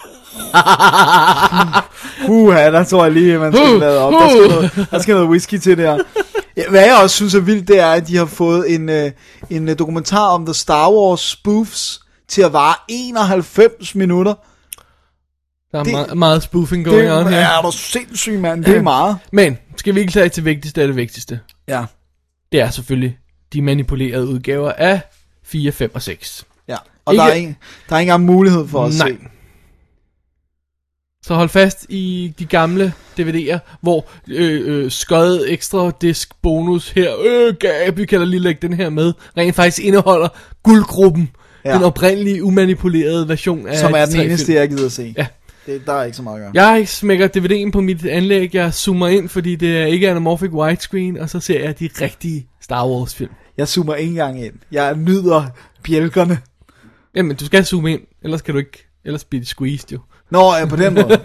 Uha, der tror jeg lige, man skal Uh, lade op. Der skal, noget, der skal noget whisky til der. Ja, hvad jeg også synes er vildt, det er, at de har fået en, uh, en uh, dokumentar om The Star Wars spoofs til at vare enoghalvfems minutter. Der er Det- meget, meget spoofing going Det on her. er du sindssyg, mand. Det er meget. Men, skal vi ikke tage til vigtigste af det vigtigste? Ja. Det er selvfølgelig de manipulerede udgaver af fire, fem og seks. Ja. Og Ikke- der er, ikke, der er ikke engang mulighed for at Nej. se. Så hold fast i de gamle D V D'er, hvor øh, øh, skød ekstra disk bonus her, øh, gab, vi kan da lige lægge den her med, rent faktisk indeholder guldgruppen, Ja. ja. Den oprindelige umanipulerede version af Som er de den tre eneste, film. jeg gider at se. Ja. Det, der er ikke så meget at gøre. Jeg smækker D V D'en på mit anlæg, jeg zoomer ind, fordi det er ikke anamorphic widescreen, og så ser jeg de rigtige Star Wars film. Jeg zoomer ikke engang ind. Jeg nyder bjælkerne. Jamen, du skal zoome ind, ellers kan du ikke, ellers bliver det squeezed jo. Nå, ja, på den måde.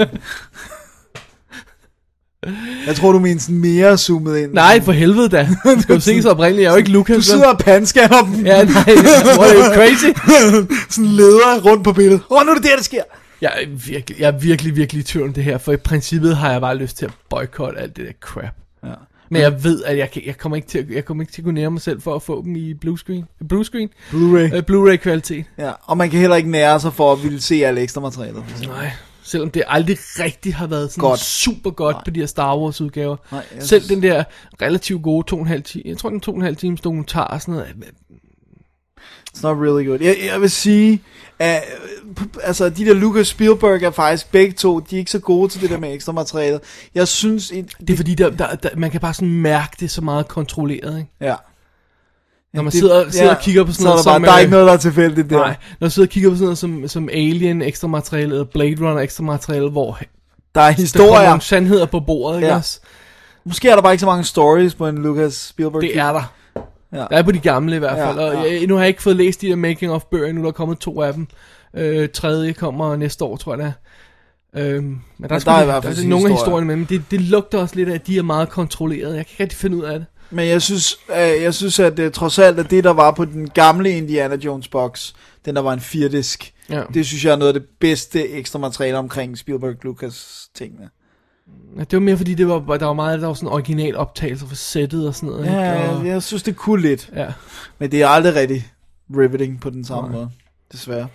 Jeg tror, du mener sådan mere zoomet ind. Nej, for helvede da. Du skal jo se så oprindeligt, jeg er jo ikke Lucas. Du sidder og panscanner dem. Ja, nej, hvor er det jo crazy. Sådan leder rundt på billedet. Åh, oh, nu er det der, det sker. Jeg er, virkelig, jeg er virkelig, virkelig i tvivl om det her, for i princippet har jeg bare lyst til at boykotte alt det der crap. Ja. Men jeg ved, at jeg, kan, jeg, kommer ikke til at, jeg kommer ikke til at kunne nære mig selv for at få dem i blue screen. Blue screen? Blu-ray. Uh, Blu-ray kvalitet. Ja, og man kan heller ikke nære sig for at ville se alt ekstra materialet. Nej, selvom det aldrig rigtig har været sådan Godt. super godt Nej. på de her Star Wars udgaver. Nej, jeg Selv synes- den der relativt gode to og en halv time, jeg tror den to og en halv times dokumentar og sådan noget. It's not really good. Jeg, jeg vil sige, at uh, altså, de der Lucas Spielberg er faktisk begge to, de er ikke så gode til det der med ekstra materialet. Jeg synes... Et, Det er fordi, der, der, der, man kan bare sådan mærke det så meget kontrolleret, ikke? Ja. Når man Det- sidder, sidder og kigger på sådan så er noget der, bare, som... der er øh, ikke noget, der er tilfældigt der. Nej, når du sidder og kigger på sådan noget som, som Alien ekstra materiale, eller Blade Runner ekstra materiale, hvor Der er der kommer historier. nogle sandheder på bordet, ikke Ja. også? Måske er der bare ikke så mange stories på en Lucas Spielberg. Det er der. Ja. Der er på de gamle i hvert Ja, fald, og ja. jeg, nu har jeg ikke fået læst de der making of bøger, nu der er kommet to af dem. Øh, tredje kommer næste år, tror jeg det er. Øhm, men der, der er, sgu er i de- hvert der fald er sin nogle af historie. historierne med, men det, det lugter også lidt af, at de er meget kontrolleret. Jeg kan ikke rigtig finde ud af det. Men jeg synes, øh, jeg synes at det, trods alt, at det, der var på den gamle Indiana Jones box, den der var en firedisk, Ja. det synes jeg er noget af det bedste ekstra materiale omkring Spielberg Lucas tingene. Ja, det var mere fordi, det var, der var meget, der var sådan original optagelser for sættet og sådan noget. ikke? Ja, Og, jeg synes, det kunne lidt. ja. Men det er aldrig rigtig riveting på den samme Nej. måde. Desværre.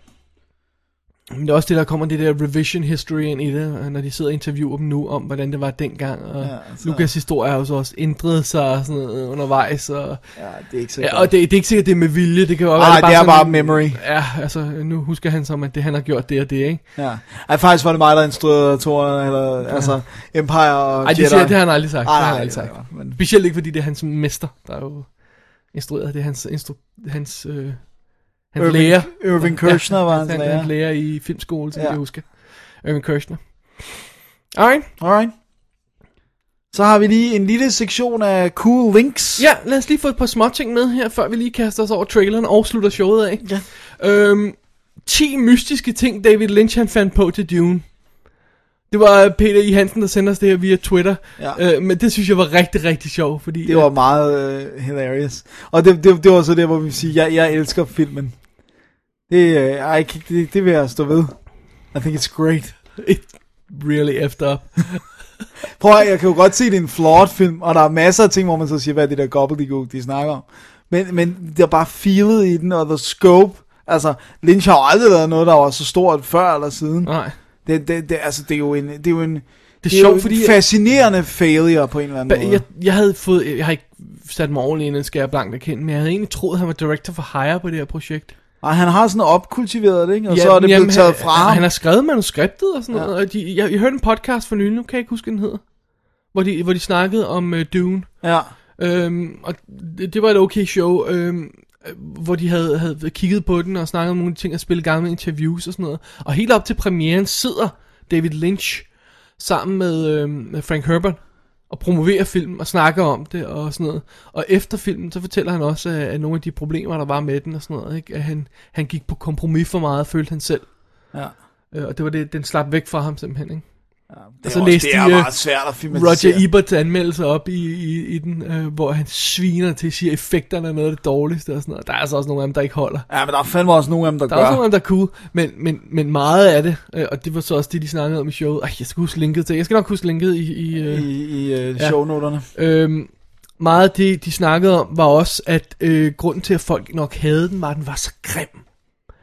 Men det er også det, der kommer det der revision history ind i det, når de sidder og interviewer dem nu om, hvordan det var dengang. Og Ja, ja, så- Lukas historie har jo så også ændret sig og sådan noget undervejs. Og, Ja, det er ikke så ja, godt. og det, det er ikke sikkert, det er med vilje. Det kan jo Nej, være, det er sådan- bare memory. Ja, altså nu husker han som, at det, han har gjort det og det, ikke? Ja. Ej, faktisk var det mig, der instruerede toren, eller ja. altså Empire og Ej, Jedi. det, siger, det har han aldrig sagt. Ej, det har nej, han aldrig det sagt. var- men- Specielt ikke, fordi det er hans mester, der er jo instrueret. Det er hans, instru- hans, øh, hans Irving- lærer. Irving Kershner var hans han, lærer. Han lærer i filmskole, så Ja. ja. jeg husker. Irving Kershner. Alright. Alright. Så har vi lige en lille sektion af cool links. Ja, lad os lige få et par små ting med her, før vi lige kaster os over traileren og slutter showet af. Ja. Øhm, ti mystiske ting, David Lynch han fandt på til Dune. Det var Peter I. Hansen, der sendte os det her via Twitter. Ja. Øh, men det synes jeg var rigtig, rigtig sjovt, fordi... Det var meget uh, hilarious. Og det, det, det var så der, hvor vi siger, jeg, jeg elsker filmen. Det, uh, ej, det, det vil jeg stå ved. I think it's great. It really effed up. Prøv at, jeg kan jo godt se, det er en flawed film, og der er masser af ting, hvor man så siger, hvad er det der gobbledygook, de snakker om. Men, men det er bare feelet i den, og the scope. Altså, Lynch har jo aldrig lavet noget, der var så stort før eller siden. Nej. Det, det, det, altså, det er jo en, det er jo en, Det er, det sjovt, jo fordi... en fascinerende failure på en eller anden Jeg, måde. jeg, jeg havde fået... Jeg har ikke sat mig ordentligt ind, skal jeg blankt erkende, men jeg havde egentlig troet, at han var director for hire på det her projekt. Og han har sådan opkultiveret det, ikke? Og Ja, så er det jamen, blevet taget han, fra han, ham. han har skrevet manuskriptet og sådan Ja. noget. Og de, jeg, jeg hørte en podcast for nylig, nu kan jeg ikke huske, hvad den hedder. Hvor de, hvor de snakkede om uh, Dune. Ja. Øhm, og det, det var et okay show, øhm, hvor de havde, havde kigget på den og snakket om nogle ting og spillet gamle interviews og sådan noget. Og helt op til premieren sidder David Lynch sammen med øhm, Frank Herbert og promoverer filmen og snakker om det og sådan noget. Og efter filmen, så fortæller han også, at, at nogle af de problemer, der var med den og sådan noget, ikke? At han, han gik på kompromis for meget, følte han selv. Ja. Øh, og det var det, den slap væk fra ham simpelthen, ikke? Ja, Og det, så er også, læste det er de, øh, meget svært at filmatisere. Roger Eberts anmeldelse op i, i, i den, øh, hvor han sviner til, siger, effekterne er noget af det dårligste og sådan noget. Der er altså også nogle af dem, der ikke holder. Ja, men der er fandme også nogle af dem, der, Der gør. er også nogle af dem, der er cool, men, men, men meget af det, øh, og det var så også det, de snakkede om i showet. Ej, jeg skal huske linket til. Jeg skal nok huske linket i... i, øh, I, i uh, Ja. shownoterne. øh, meget af det, de snakkede om, var også, at øh, grunden til, at folk nok havde den, var, at den var så grim.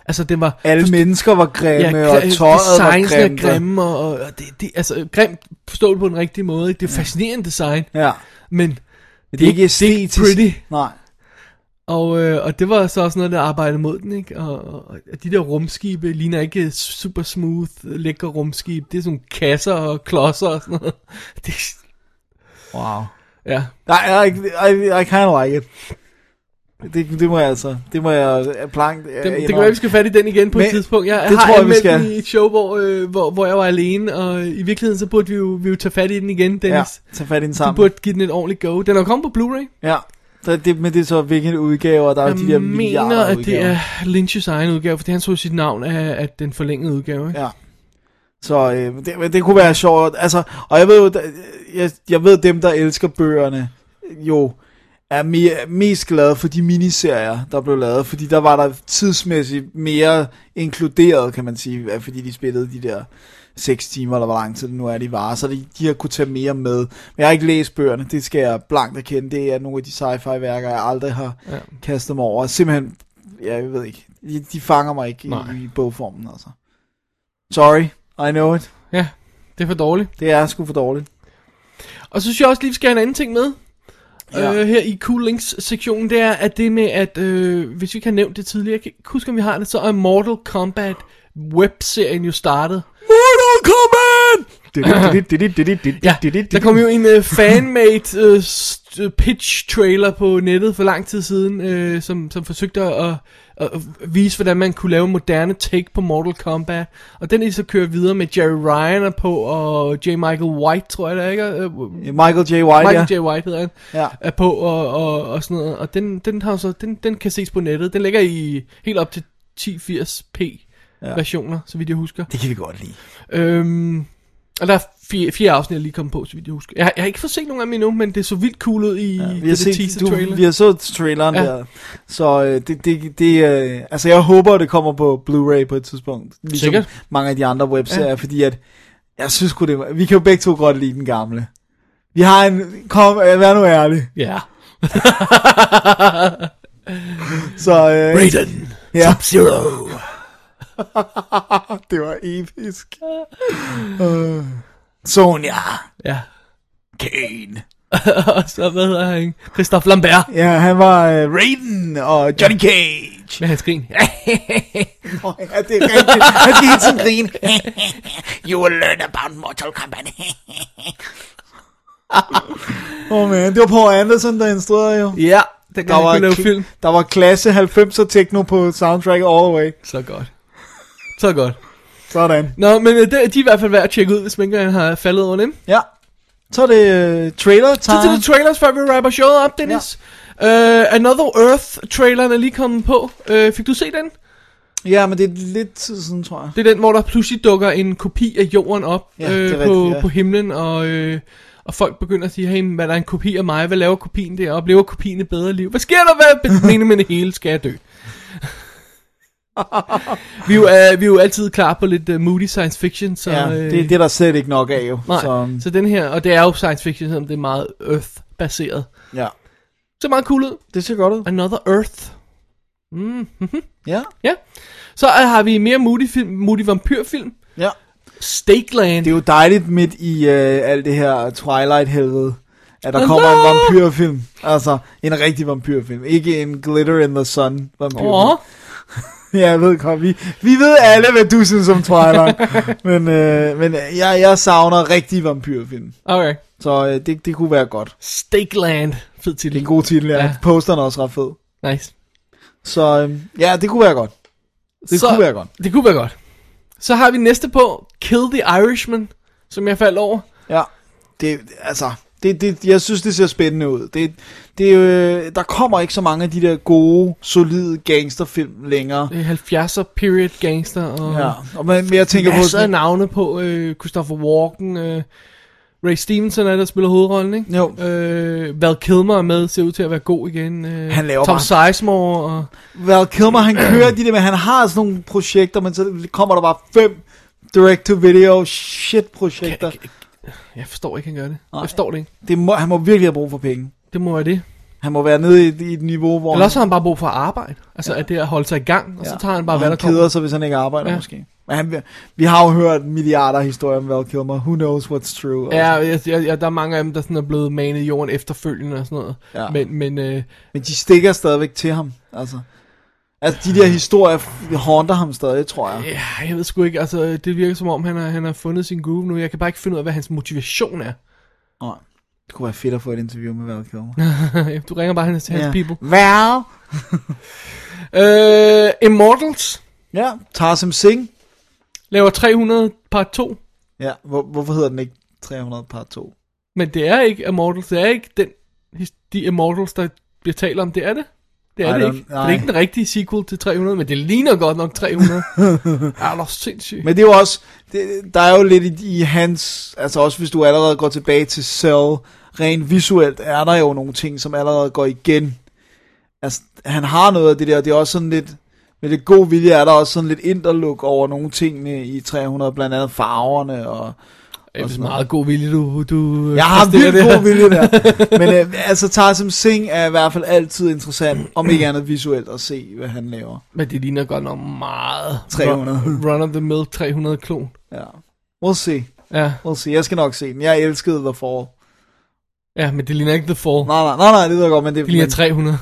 Altså, det var... Alle mennesker var grimme, ja, og tøjet var grimt. grimt. grimme, og, og det, det, altså, grimt forstået på den rigtige måde, ikke? Det er fascinerende design, Ja. men Det er ikke æstetisk. pretty. Nej. Og, øh, og det var så også noget, der arbejdede mod den, ikke? Og, og, og de der rumskibe ligner ikke super smooth, lækre rumskib. Det er sådan kasser og klodser og sådan noget. Det, Wow. ja. Nej, I, I, I kind of like it. Det, det må jeg altså. Det må jeg plank. Det, det kan være, vi skal fat i den igen på Men, et tidspunkt. Jeg, jeg det har tror jeg, vi anmeldt skal. den i et show, hvor, øh, hvor, hvor jeg var alene, og i virkeligheden så burde vi jo, vi jo tage fat i den igen, Dennis. Ja, tage fat i den Du sammen. burde give den et ordentligt go. Den er kommet på Blu-ray. Ja. Så det, men det er så hvilken udgave, og der er Jeg jo de der mener, milliarder at udgaver. det er Lynch's egen udgave, fordi han så sit navn af, af den forlængede udgave. Ikke? Ja. Så øh, det, men det kunne være sjovt. Altså, og jeg ved jo, jeg, jeg ved dem, der elsker bøgerne, jo er mere, mest glade for de miniserier, der blev lavet, fordi der var der tidsmæssigt mere inkluderet, kan man sige, fordi de spillede de der seks timer, eller hvor lang tid det nu er, de var, så de, de har kunne tage mere med. Men jeg har ikke læst bøgerne, det skal jeg blankt erkende, det er nogle af de sci-fi-værker, jeg aldrig har ja. kastet mig over. Simpelthen, ja, jeg ved ikke, de, de fanger mig ikke i, i bogformen, altså. Sorry, I know it. Ja, det er for dårligt. Det er sgu for dårligt. Og så synes jeg også lige, vi skal have en anden ting med. Ja. Øh, her i Cool Links sektionen, det er at det med at øh, hvis vi ikke har nævnt det tidligere, jeg kan ikke huske om vi har det, så er Mortal Kombat webserien jo startet. Mortal Kombat! Ja, der kom jo en uh, fan-made uh, pitch trailer på nettet for lang tid siden, uh, som, som forsøgte at, at, at vise, hvordan man kunne lave moderne take på Mortal Kombat. Og den er så kørt videre med Jerry Ryan er på, og J. Michael White, tror jeg det er, ikke? Uh, Michael J. White, Michael ja. J. White hedder han, ja. er på, og, og, og sådan noget. Og den, den, har så, den, den kan ses på nettet. Den ligger i helt op til ti firs p ja. versioner, så vidt jeg husker. Det kan vi godt lide. Øhm... Og der er fire, fire afsnit, jeg lige kommet på, så vidt jeg husker. Jeg har, jeg har ikke fået set nogen af dem endnu, men det så vildt cool ud i ja, det, vi har set, teaser du, trailer. Vi har så traileren ja. der. Så øh, det, det, det øh, altså jeg håber, det kommer på Blu-ray på et tidspunkt. Ligesom Sikkert. mange af de andre webserier, ja. fordi at, jeg synes sgu det var, vi kan jo begge to godt lide den gamle. Vi har en, kom, vær nu ærlig. Ja. så, øh, Raiden. Ja. Sub-Zero. Det var episk. uh, Sonja. Ja. Kane. Og så, hvad hedder han? Christophe Lambert. Ja, han var uh, Raiden og Johnny Cage. Med hans grin. oh, ja, det er rigtigt. Han skal hele tiden grine. You will learn about Mortal Kombat. Åh oh, man, det var Paul Anderson, der instruerede jo. Ja, der, der, var, lave film. der var klasse halvfemser techno på soundtrack all the way. Så godt. Så godt. Sådan. Nå, men det, de er i hvert fald værd at tjekke ud, hvis man ikke har faldet over dem. Ja. Så er det uh, trailer time. Så til det trailers, før vi rapper showet op, Dennis. Ja. Uh, Another Earth-traileren er lige kommet på. Uh, fik du set den? Ja, men det er lidt tid siden, tror jeg. Det er den, hvor der pludselig dukker en kopi af jorden op ja, øh, rigtigt, på, ja. på himlen, og, øh, og folk begynder at sige, hey, hvad der er en kopi af mig? Hvad laver kopien der? Oplever kopien et bedre liv? Hvad sker der? Hvad mener med det hele? Skal jeg dø? vi, er jo, uh, vi er jo altid klar på lidt uh, moody science fiction, så... Ja, øh, det, det er der slet ikke nok af, jo. Nej, så, så den her, og det er jo science fiction, selvom det er meget Earth-baseret. Ja. Så meget cool ud. Det ser godt ud. Another Earth. Mm-hmm. Ja. Ja. Så uh, har vi mere moody, film, moody vampyrfilm. Ja. Stakeland. Det er jo dejligt midt i uh, alt det her Twilight-helvede, at der Hello! kommer en vampyrfilm. Altså, en rigtig vampyrfilm. Ikke en Glitter in the Sun vampyrfilm. Åh. Ja, jeg ved godt, vi, vi ved alle, hvad du synes om Twilight. men øh, men jeg, jeg savner rigtig vampyrfilm. Okay. Så øh, det, det kunne være godt. Stakeland. Fed titel. Det er en god titel, ja. ja. Posteren er også ret fed. Nice. Så øh, ja, det kunne være godt. Det Så, kunne være godt. Det kunne være godt. Så har vi næste på Kill the Irishman, som jeg faldt over. Ja, det altså... Det, det, jeg synes, det ser spændende ud. Det, det, øh, der kommer ikke så mange af de der gode, solide gangsterfilm længere. Det er halvfjerdser period gangster. Og ja, og man, men jeg tænker på... masser af navne på. Øh, Christopher Walken, øh, Ray Stevenson er der spiller hovedrollen, ikke? Jo. Øh, Val Kilmer er med, ser ud til at være god igen. Øh, han laver Tom bare... Sizemore. Og... Val Kilmer, han kører de der, men han har sådan nogle projekter, men så kommer der bare fem direct-to-video shit-projekter. Kan, kan, Jeg forstår ikke, han gør det. Nej. Jeg forstår det ikke. Det må, han må virkelig have brug for penge. Det må være det. Han må være nede i, i et niveau, hvor... Eller også har han bare brug for at arbejde. Altså, ja. at det at holde sig i gang, og ja. så tager han bare, og hvad han der kommer. keder sig, hvis han ikke arbejder, ja. måske. Men han, vi har jo hørt milliarder af historier om Val Kilmer. Who knows what's true? Ja, jeg, jeg, jeg, der er mange af dem, der sådan er blevet manet i jorden efterfølgende og sådan noget. Ja. Men, men, øh, men de stikker stadigvæk til ham, altså. Altså, de der historier haunter ham stadig, tror jeg. Ja, jeg ved sgu ikke. Altså, det virker som om, han har, han har fundet sin groove nu. Jeg kan bare ikke finde ud af, hvad hans motivation er. Nej. Det kunne være fedt at få et interview med Val Kilmer. Du ringer bare til hans ja. people. Val! uh, Immortals. Ja, Tarsem Singh. Laver tre hundrede part to. Ja, hvor, hvorfor hedder den ikke tre hundrede part to? Men det er ikke Immortals. Det er ikke den, de Immortals, der bliver talt om. Det er det. Det er I det ikke. Det er ikke den rigtige sequel til tre hundrede, men det ligner godt nok tre hundrede. Ja, det er sindssygt. Men det er jo også, det, der er jo lidt i, i hans, altså også hvis du allerede går tilbage til Cell, rent visuelt er der jo nogle ting, som allerede går igen. Altså, han har noget af det der, det er også sådan lidt, med lidt god vilje er der også sådan lidt interlook over nogle tingene i tre hundrede, blandt andet farverne og... Det er meget god vilje, du... du jeg har virkelig god vilje der. Men øh, altså, Tarsem Singh er i hvert fald altid interessant, om ikke andet visuelt, at se, hvad han laver. Men det ligner godt nok meget... tre hundrede. Run, run of the mill tre hundrede klon. Ja. We'll see. Ja. We'll see. Jeg skal nok se den. Jeg elskede The Fall. Ja, men det ligner ikke The Fall. Nej, nej, nej, nej det ved jeg godt, men det... Det ligner men... tre hundrede.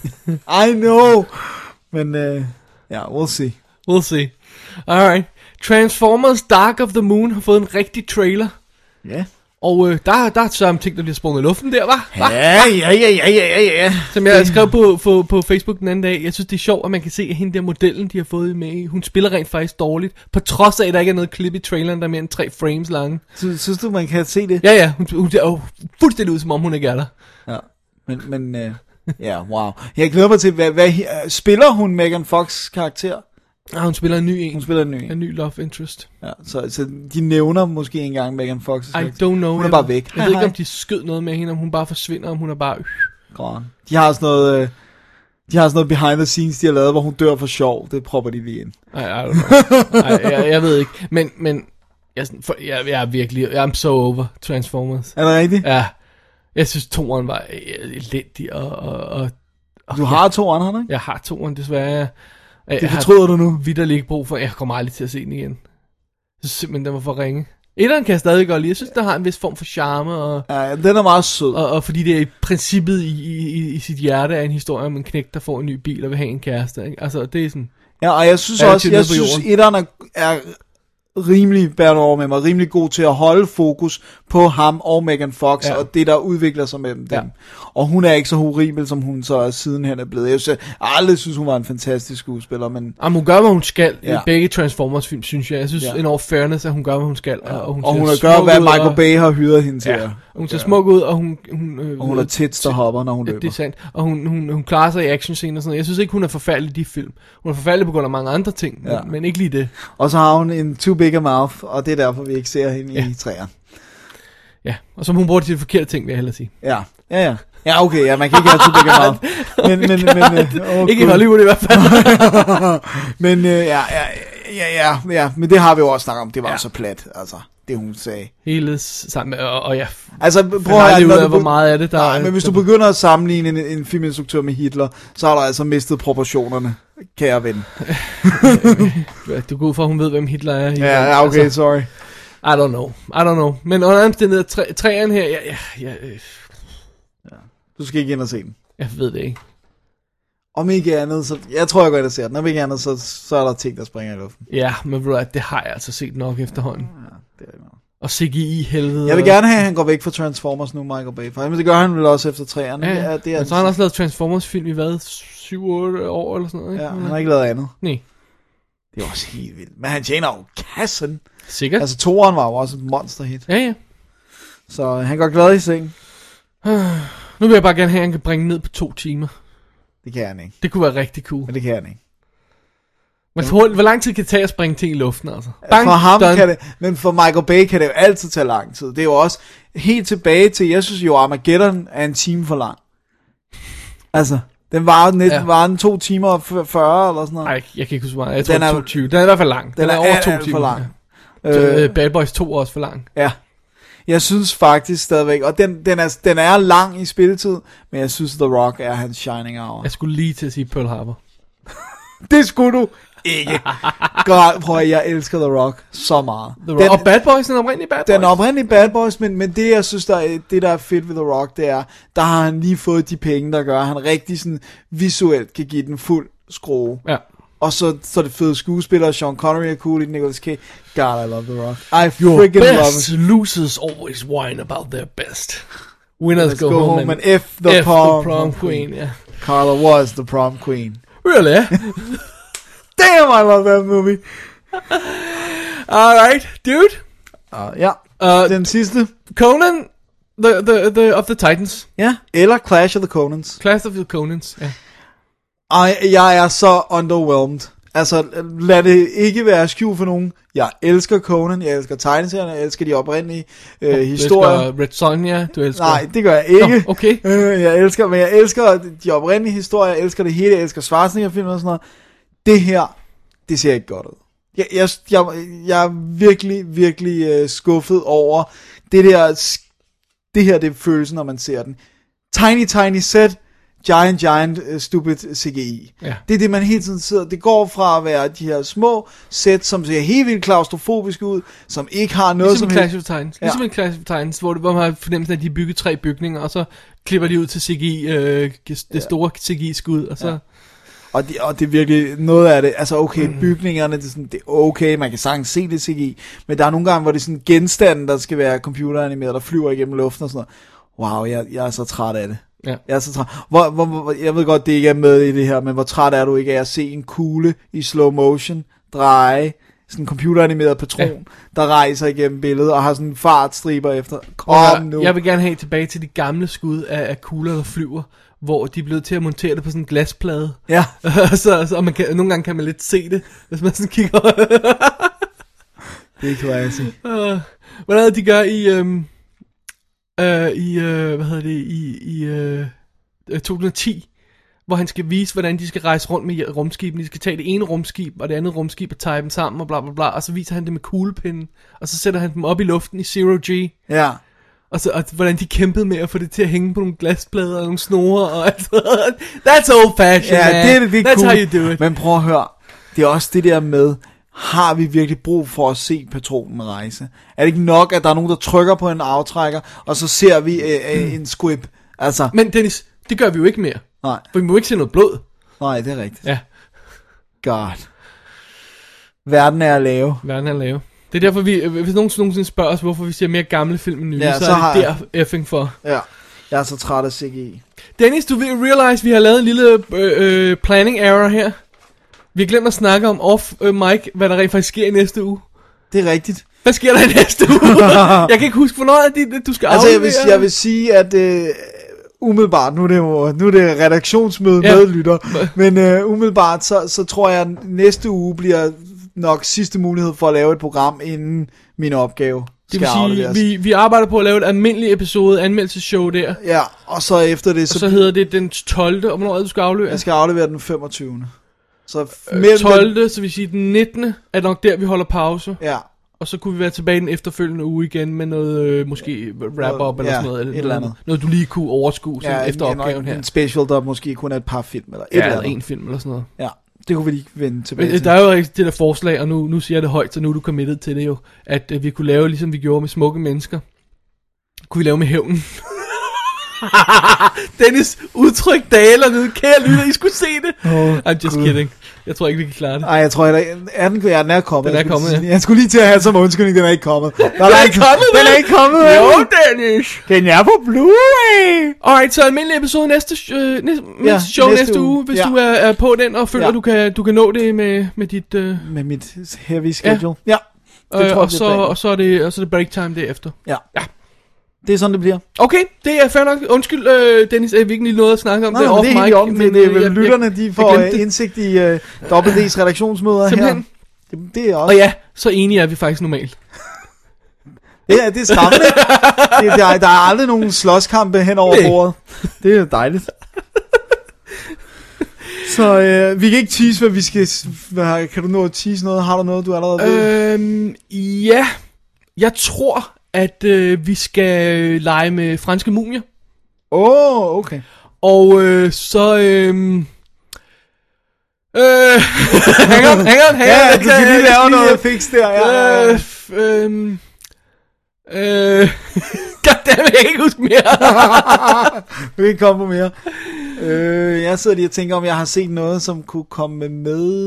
I know! Men, øh, ja, we'll see. We'll see. Alright. Transformers Dark of the Moon har fået en rigtig trailer. Ja. Yeah. Og øh, der, der er så ting, der bliver sprunget i luften der, hva? Ja, ja, ja, ja, ja, ja. Som jeg skrev på, på, på Facebook den anden dag. Jeg synes, det er sjovt, at man kan se, at hende der modellen, de har fået med i, hun spiller rent faktisk dårligt. På trods af, at der ikke er noget klip i traileren, der er mere end tre frames lange. Så, synes du, man kan se det? Ja, ja. Hun, hun ser jo fuldstændig ud, som om hun ikke er der. Ja, men, men øh, ja, wow. Jeg glæder mig til, hvad, hvad, spiller hun Megan Fox karakter? Ja, hun spiller en ny en. Hun spiller en ny en. ny love interest. Ja, så, så de nævner måske engang Megan Fox. I don't know. Hun er bare væk. Jeg ved ikke, om de skød noget med hende, om hun bare forsvinder, om hun er bare... Græn. De har sådan noget... Øh, de har sådan noget behind the scenes, de har lavet, hvor hun dør for sjov. Det propper de lige ind. Ej, I don't know. Ej, jeg, jeg ved ikke. Men, men jeg, for, jeg, jeg er virkelig... Jeg er so over Transformers. Er det rigtigt? Ja. Jeg synes, toeren var elendig, og... og, og, og du har toeren, han, ikke? Jeg har toeren, desværre. Jeg, det fortryder du nu? Vitterligt ikke brug for. Jeg kommer aldrig til at se den igen. Jeg synes simpelthen, den var for ringe. Etteren kan jeg stadig godt lide. Jeg synes, der har en vis form for charme. Og, ja, den er meget sød. Og, og fordi det er i princippet i, i, i sit hjerte af en historie om en knægt, der får en ny bil og vil have en kæreste. Ikke? Altså, det er sådan... Ja, og jeg synes også, jeg synes, etteren er, er rimelig, bærer over med mig, rimelig god til at holde fokus på ham og Megan Fox, ja. Og det, der udvikler sig mellem dem. Ja. Og hun er ikke så horribel, som hun så sidenhen er blevet. Jeg synes, jeg aldrig synes, hun var en fantastisk skuespiller, men... Jamen, hun gør, hvad hun skal ja. I begge Transformers-film, synes jeg. Jeg synes, ja. en over fairness, at hun gør, hvad hun skal. Ja. Og hun, og hun har gør, hvad Michael og... Bay har hyret hende til. Ja. Hun ser ja. smuk ud, og hun... hun øh, og hun har tits, der hopper, når hun løber. Det er sandt. Og hun, hun, hun klarer sig i actionscener og sådan noget. Jeg synes ikke, hun er forfærdelig i de film. Hun er forfærdelig på grund af mange andre ting, ja. men, men ikke lige det. Og så har hun en too big a mouth, og det er derfor, vi ikke ser hende ja. i træerne. Ja, og som hun bruger det til de forkerte ting, vil jeg hellere sige. Ja, ja, ja. Ja, okay, ja, man kan ikke have too big a mouth. Men, men, men, oh, ikke i Hollywood i hvert fald. men øh, ja, ja, ja, ja, ja, men det har vi jo også snakket om. Det var ja. så plat, altså, det hun sagde. Hele sammen, og, og ja. Altså, prøv at høre, ud af, hvor meget er det der. Nej, men hvis du begynder at sammenligne en, en filminstruktør med Hitler, så har du altså mistet proportionerne, kære ven. Du går ud fra, hun ved, hvem Hitler er. Ja, ja, okay, altså, sorry. I don't know, I don't know. Men under omstændighed, træ, træerne her, ja, ja, ja, øh. ja. Du skal ikke ind og se den. Jeg ved det ikke. Om ikke andet, så... Jeg tror, jeg går ind og ser den. Om ikke andet, så, så er der ting, der springer i luften. Ja, men bro, det har jeg altså set nok efterhånden. Ja, det er det. Og C G I helvede. Jeg vil gerne have, at han går væk fra Transformers nu, Michael Bay. For det gør han vel også efter træerne. Ja, ja, det er men så har han også lavet Transformers-film i hvad? syv otte år eller sådan noget, ikke? Ja, han har ikke lavet andet. Nej. Det er også helt vildt. Men han tjener jo kassen. Sikkert. Altså, toeren var jo også et monsterhit. Ja, ja. Så han går glad i seng. Nu vil jeg bare gerne have, at han kan bringe ned på to timer. Det kan han ikke. Det kunne være rigtig cool. Men det kan han ikke. Men for, hvor lang tid kan det tage at springe ting i luften, altså? Bang, for ham done. kan det, men for Michael Bay kan det jo altid tage lang tid. Det er jo også helt tilbage til, jeg synes jo, Armageddon er en time for lang. Altså, den var næsten ja. var den to timer og fyrre eller sådan noget. Nej, jeg kan ikke huske meget. Jeg tror, den er toogtyve. Den er i hvert fald lang. Den, den er, er over to timer. For lang. Ja. Øh, Bad Boys to er også for lang. Ja. Jeg synes faktisk stadigvæk, og den, den, er, den er lang i spilletid, men jeg synes The Rock er hans shining hour. Jeg skulle lige til at sige Pearl Harbor. Det skulle du ikke. God, prøv at jeg elsker The Rock så meget. The Rock. Den, og Bad Boys, den oprindelige Bad Boys. Den oprindelige Bad Boys, men, men det jeg synes, der er, det der er fedt ved The Rock, det er, der har han lige fået de penge, der gør, at han rigtig sådan visuelt kan give den fuld skrue. Ja. Og så, så er det fede skuespillere, Sean Connery er cool i Nicolas Cage. God, I love The Rock. I Your freaking love best losers always whine about their best. Winners go, go home, home and, and F the F prom, the prom queen. queen. Yeah. Carla was the prom queen. Really? Damn, I love that movie. Alright, dude. Uh, ja, Uh, den sidste. Conan, the, the, the, of the Titans. Ja, eller Clash of the Conans. Clash of the Conans, ja. Ej, jeg er så underwhelmed. Altså, lad det ikke være skjult for nogen. Jeg elsker Conan, jeg elsker tegneserierne, jeg elsker de oprindelige øh, historier. Du elsker Red Sonja, du elsker... Nej, det gør jeg ikke. Nå, okay. Øh, jeg elsker, men jeg elsker de oprindelige historier, jeg elsker det hele, jeg elsker Schwarzenegger-film og sådan noget. Det her, det ser ikke godt ud. Jeg, jeg, jeg, jeg er virkelig, virkelig øh, skuffet over det der, det her, det er følelsen, når man ser den. Tiny, tiny set, giant, giant, uh, stupid C G I. Ja. Det er det, man hele tiden sidder. Det går fra at være de her små sæt, som ser helt vildt klaustrofobiske ud, som ikke har noget ligesom som Clash helst. of Titans. Ja. Ligesom en Clash of Titans, hvor, det, hvor man har fornemmelsen af, at de har bygget tre bygninger, og så klipper de ud til C G I, øh, det Ja. store C G I-skud, og så... Ja. Og det, og det er virkelig noget af det. Altså okay, mm. bygningerne, det er, sådan, det er okay, man kan sagtens se det C G I, men der er nogle gange, hvor det er sådan genstande, der skal være computeranimeret, der flyver igennem luften og sådan noget. Wow, jeg, jeg er så træt af det. Ja. Jeg er så træt. Hvor, hvor, hvor, jeg ved godt, det ikke er med i det her, men hvor træt er du ikke af at se en kugle i slow motion dreje, sådan en computeranimeret patron, ja. der rejser igennem billedet og har sådan fartstriber efter. Kom jeg, nu. jeg vil gerne have tilbage til de gamle skud af, af kugler, der flyver, hvor de er blevet til at montere det på sådan en glasplade. Ja. så, så og man kan, nogle gange kan man lidt se det, hvis man sådan kigger. Det er classy. Uh, hvad er det, de gør i, um, uh, i uh, hvad hedder det, i, i uh, to tusind og ti, hvor han skal vise, hvordan de skal rejse rundt med rumskibene. De skal tage det ene rumskib, og det andet rumskib og tage dem sammen, og bla bla bla, og så viser han det med kuglepinden, og så sætter han dem op i luften i Zero G. Ja. Og, så, og hvordan de kæmpede med at få det til at hænge på nogle glasplader og nogle snore og alt. That's old fashion, Ja, man. det er det, det er That's cool. how you do it. Men prøv at høre, det er også det der med, har vi virkelig brug for at se patronen rejse? Er det ikke nok, at der er nogen, der trykker på en aftrækker, og så ser vi øh, øh, en squib? Altså, Men Dennis, det gør vi jo ikke mere. nej, For vi må ikke se noget blod. nej, det er rigtigt. Ja, God. Verden er at lave. verden er lave. Det er derfor, vi, hvis nogen nogensinde spørger os, hvorfor vi ser mere gamle film end nye, Ja, ja, så, så så er har det jeg- der effing for. Ja, jeg er så træt af C G I. Dennis, du vil realize, at vi har lavet en lille øh, øh, planning error her. Vi har glemt at snakke om off øh, mic, hvad der rent faktisk sker i næste uge. Det er rigtigt. Hvad sker der i næste uge? Jeg kan ikke huske, hvornår er det, du skal Altså, jeg vil, aflevere. jeg vil sige, at øh, umiddelbart, nu er det jo nu er det redaktionsmøde Ja. med lytter, men øh, umiddelbart, så, så tror jeg, at næste uge bliver nok sidste mulighed for at lave et program, inden min opgave Det skal vil sige, afleveres. vi, vi arbejder på at lave et almindeligt episode, anmeldelsesshow der. Ja, og så efter det, Og så, så hedder det den tolvte Og hvornår er det, du skal aflevere? jeg skal aflevere den femogtyvende Så mellem tolvte Så vil sige den nittende er nok der, vi holder pause. Ja, Og så kunne vi være tilbage den efterfølgende uge igen med noget, øh, måske wrap-up eller Ja, sådan noget. et noget, eller andet. Noget, du lige kunne overskue sådan ja efter en, opgaven en, her. en special, der måske kun er et par film, eller et Ja, eller eller andet. en film eller sådan noget. Ja, det kunne vi lige vende tilbage Men, til. der er jo rigtig det der forslag, og nu, nu siger jeg det højt, så nu er du committed til det jo, at øh, vi kunne lave, ligesom vi gjorde med Smukke Mennesker, kunne vi lave med hævnen. Dennis udtryk daler ned. Kære lytter, I skulle se det. Oh, I'm just Gud. kidding. Jeg tror ikke, vi kan klare det. Ej, jeg tror heller ikke. Er den, ja, den er kommet. Den er Jeg skulle kommet, sige- ja. Jeg skulle lige til at have som undskyldning, den er ikke kommet. Den er ikke kommet, Den er vel? ikke kommet, Jo, vel? Dennis. Den er på Blu-ray. Alright, så almindelig episode næste, øh, næste, Ja, næste show næste næste uge, uge. hvis Ja. du er, er på den, og føler, Ja. du, kan, du kan nå det med, med dit... Øh, Med mit heavy schedule. Ja. ja. Det øh, tror og, jeg, så, det er planen. og, så er det, og så er det break time derefter. Ja. Ja. Det er sådan, det bliver. Okay, det er fair nok. Undskyld, øh, Dennis, at vi ikke lige nåede at snakke om Nej, det men off det er mic. helt om, men det er øh, vel jeg- lytterne, de jeg får glemte øh, det. indsigt i uh, W D's redaktionsmøder Simpelthen. her. Det, det er også. Og ja, så enige er vi faktisk normalt. Ja, det er skræmmende. det, der, er, der er aldrig nogen slåskampe hen over Nej. bordet. Det er dejligt. Så øh, vi kan ikke tease, hvad vi skal... Hvad, kan du nå at tease noget? Har du noget, du allerede ved? Øhm, ja, jeg tror, at øh, vi skal lege med franske mumier. Åh, oh, okay. Og øh, så... Øh, Øh, hang on, hang on, hang on. Ja, du skal lige lave noget fix der. Ja. Øh, øh, øh, goddammit, jeg kan ikke huske mere. Du kan ikke komme på mere. Øh, jeg sidder lige og tænker, om jeg har set noget, som kunne komme med.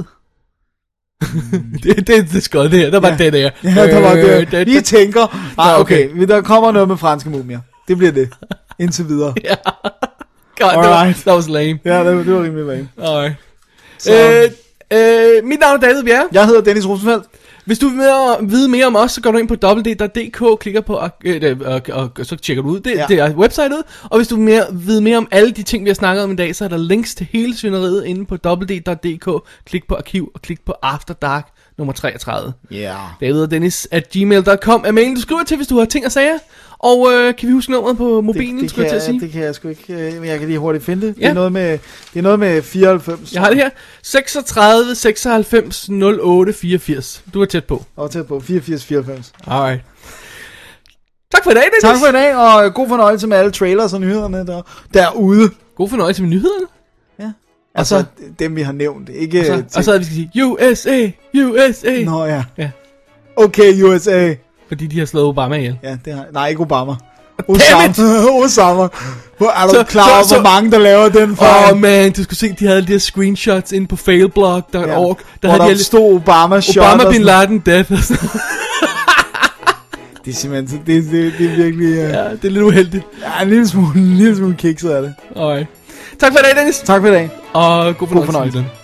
det, det, det skal det her, der var ja. det der. Ja, der var det. Øh, det Vi det. tænker, ah, okay, okay, der kommer noget med franske mumier. Det bliver det, indtil videre. Ja. God, that was, that was lame. Ja, det, det var rimelig lame. Alright. Øh, øh, mit navn er David Bjerre. Jeg hedder Dennis Rosenfeldt. Hvis du vil mere, vide mere om os, så går du ind på w w w punktum d k, klikker på, øh, og, og, og så tjekker du ud. Det, ja. det er websitet. Og hvis du vil mere, vide mere om alle de ting, vi har snakket om i dag, så er der links til hele svineriet inde på w w w punktum d k. Klik på arkiv og klik på After Dark nummer treogtredive. Ja. Yeah. David og Dennis at gmail punktum com er mailen, du skriver til, hvis du har ting at sige. Og øh, kan vi huske nummeret på mobilen, det, det skulle jeg til at sige? Det kan jeg sgu ikke, men jeg kan lige hurtigt finde det. Ja. Det er noget med, det er noget med fireoghalvfems. Jeg har det her. seksogtredive seksoghalvfems nul otte fireogfirs. Du er tæt på. Og tæt på. fireogfirs fireoghalvfems. Alright. Tak for i dag, Dennis. Tak for i dag, og god fornøjelse med alle trailers og nyhederne der, derude. God fornøjelse med nyhederne. Ja. Altså, dem vi har nævnt. Ikke Og så, og så vi skal sige, U S A, U S A. Nå ja. Ja. Okay, U S A. Fordi de har slået Obama ihjel. Ja, det har... Nej, ikke Obama. Osama. Osama. Hvor er du så, klar over, hvor mange der laver den fejl? Åh oh, man, du skulle se, de havde de her screenshots inde på Failblog, der ja. er ork. Der hvor der stod Obama shot. Obama bin Laden death. Og sådan. Det er simpelthen, det, det, det er virkelig... Uh... Ja, det er lidt uheldigt. Ja, en lille smule, en lille smule kikset af det. Alright. Tak for i dag, Dennis. Tak for i dag. Og god fornøjelse. God fornøjelse.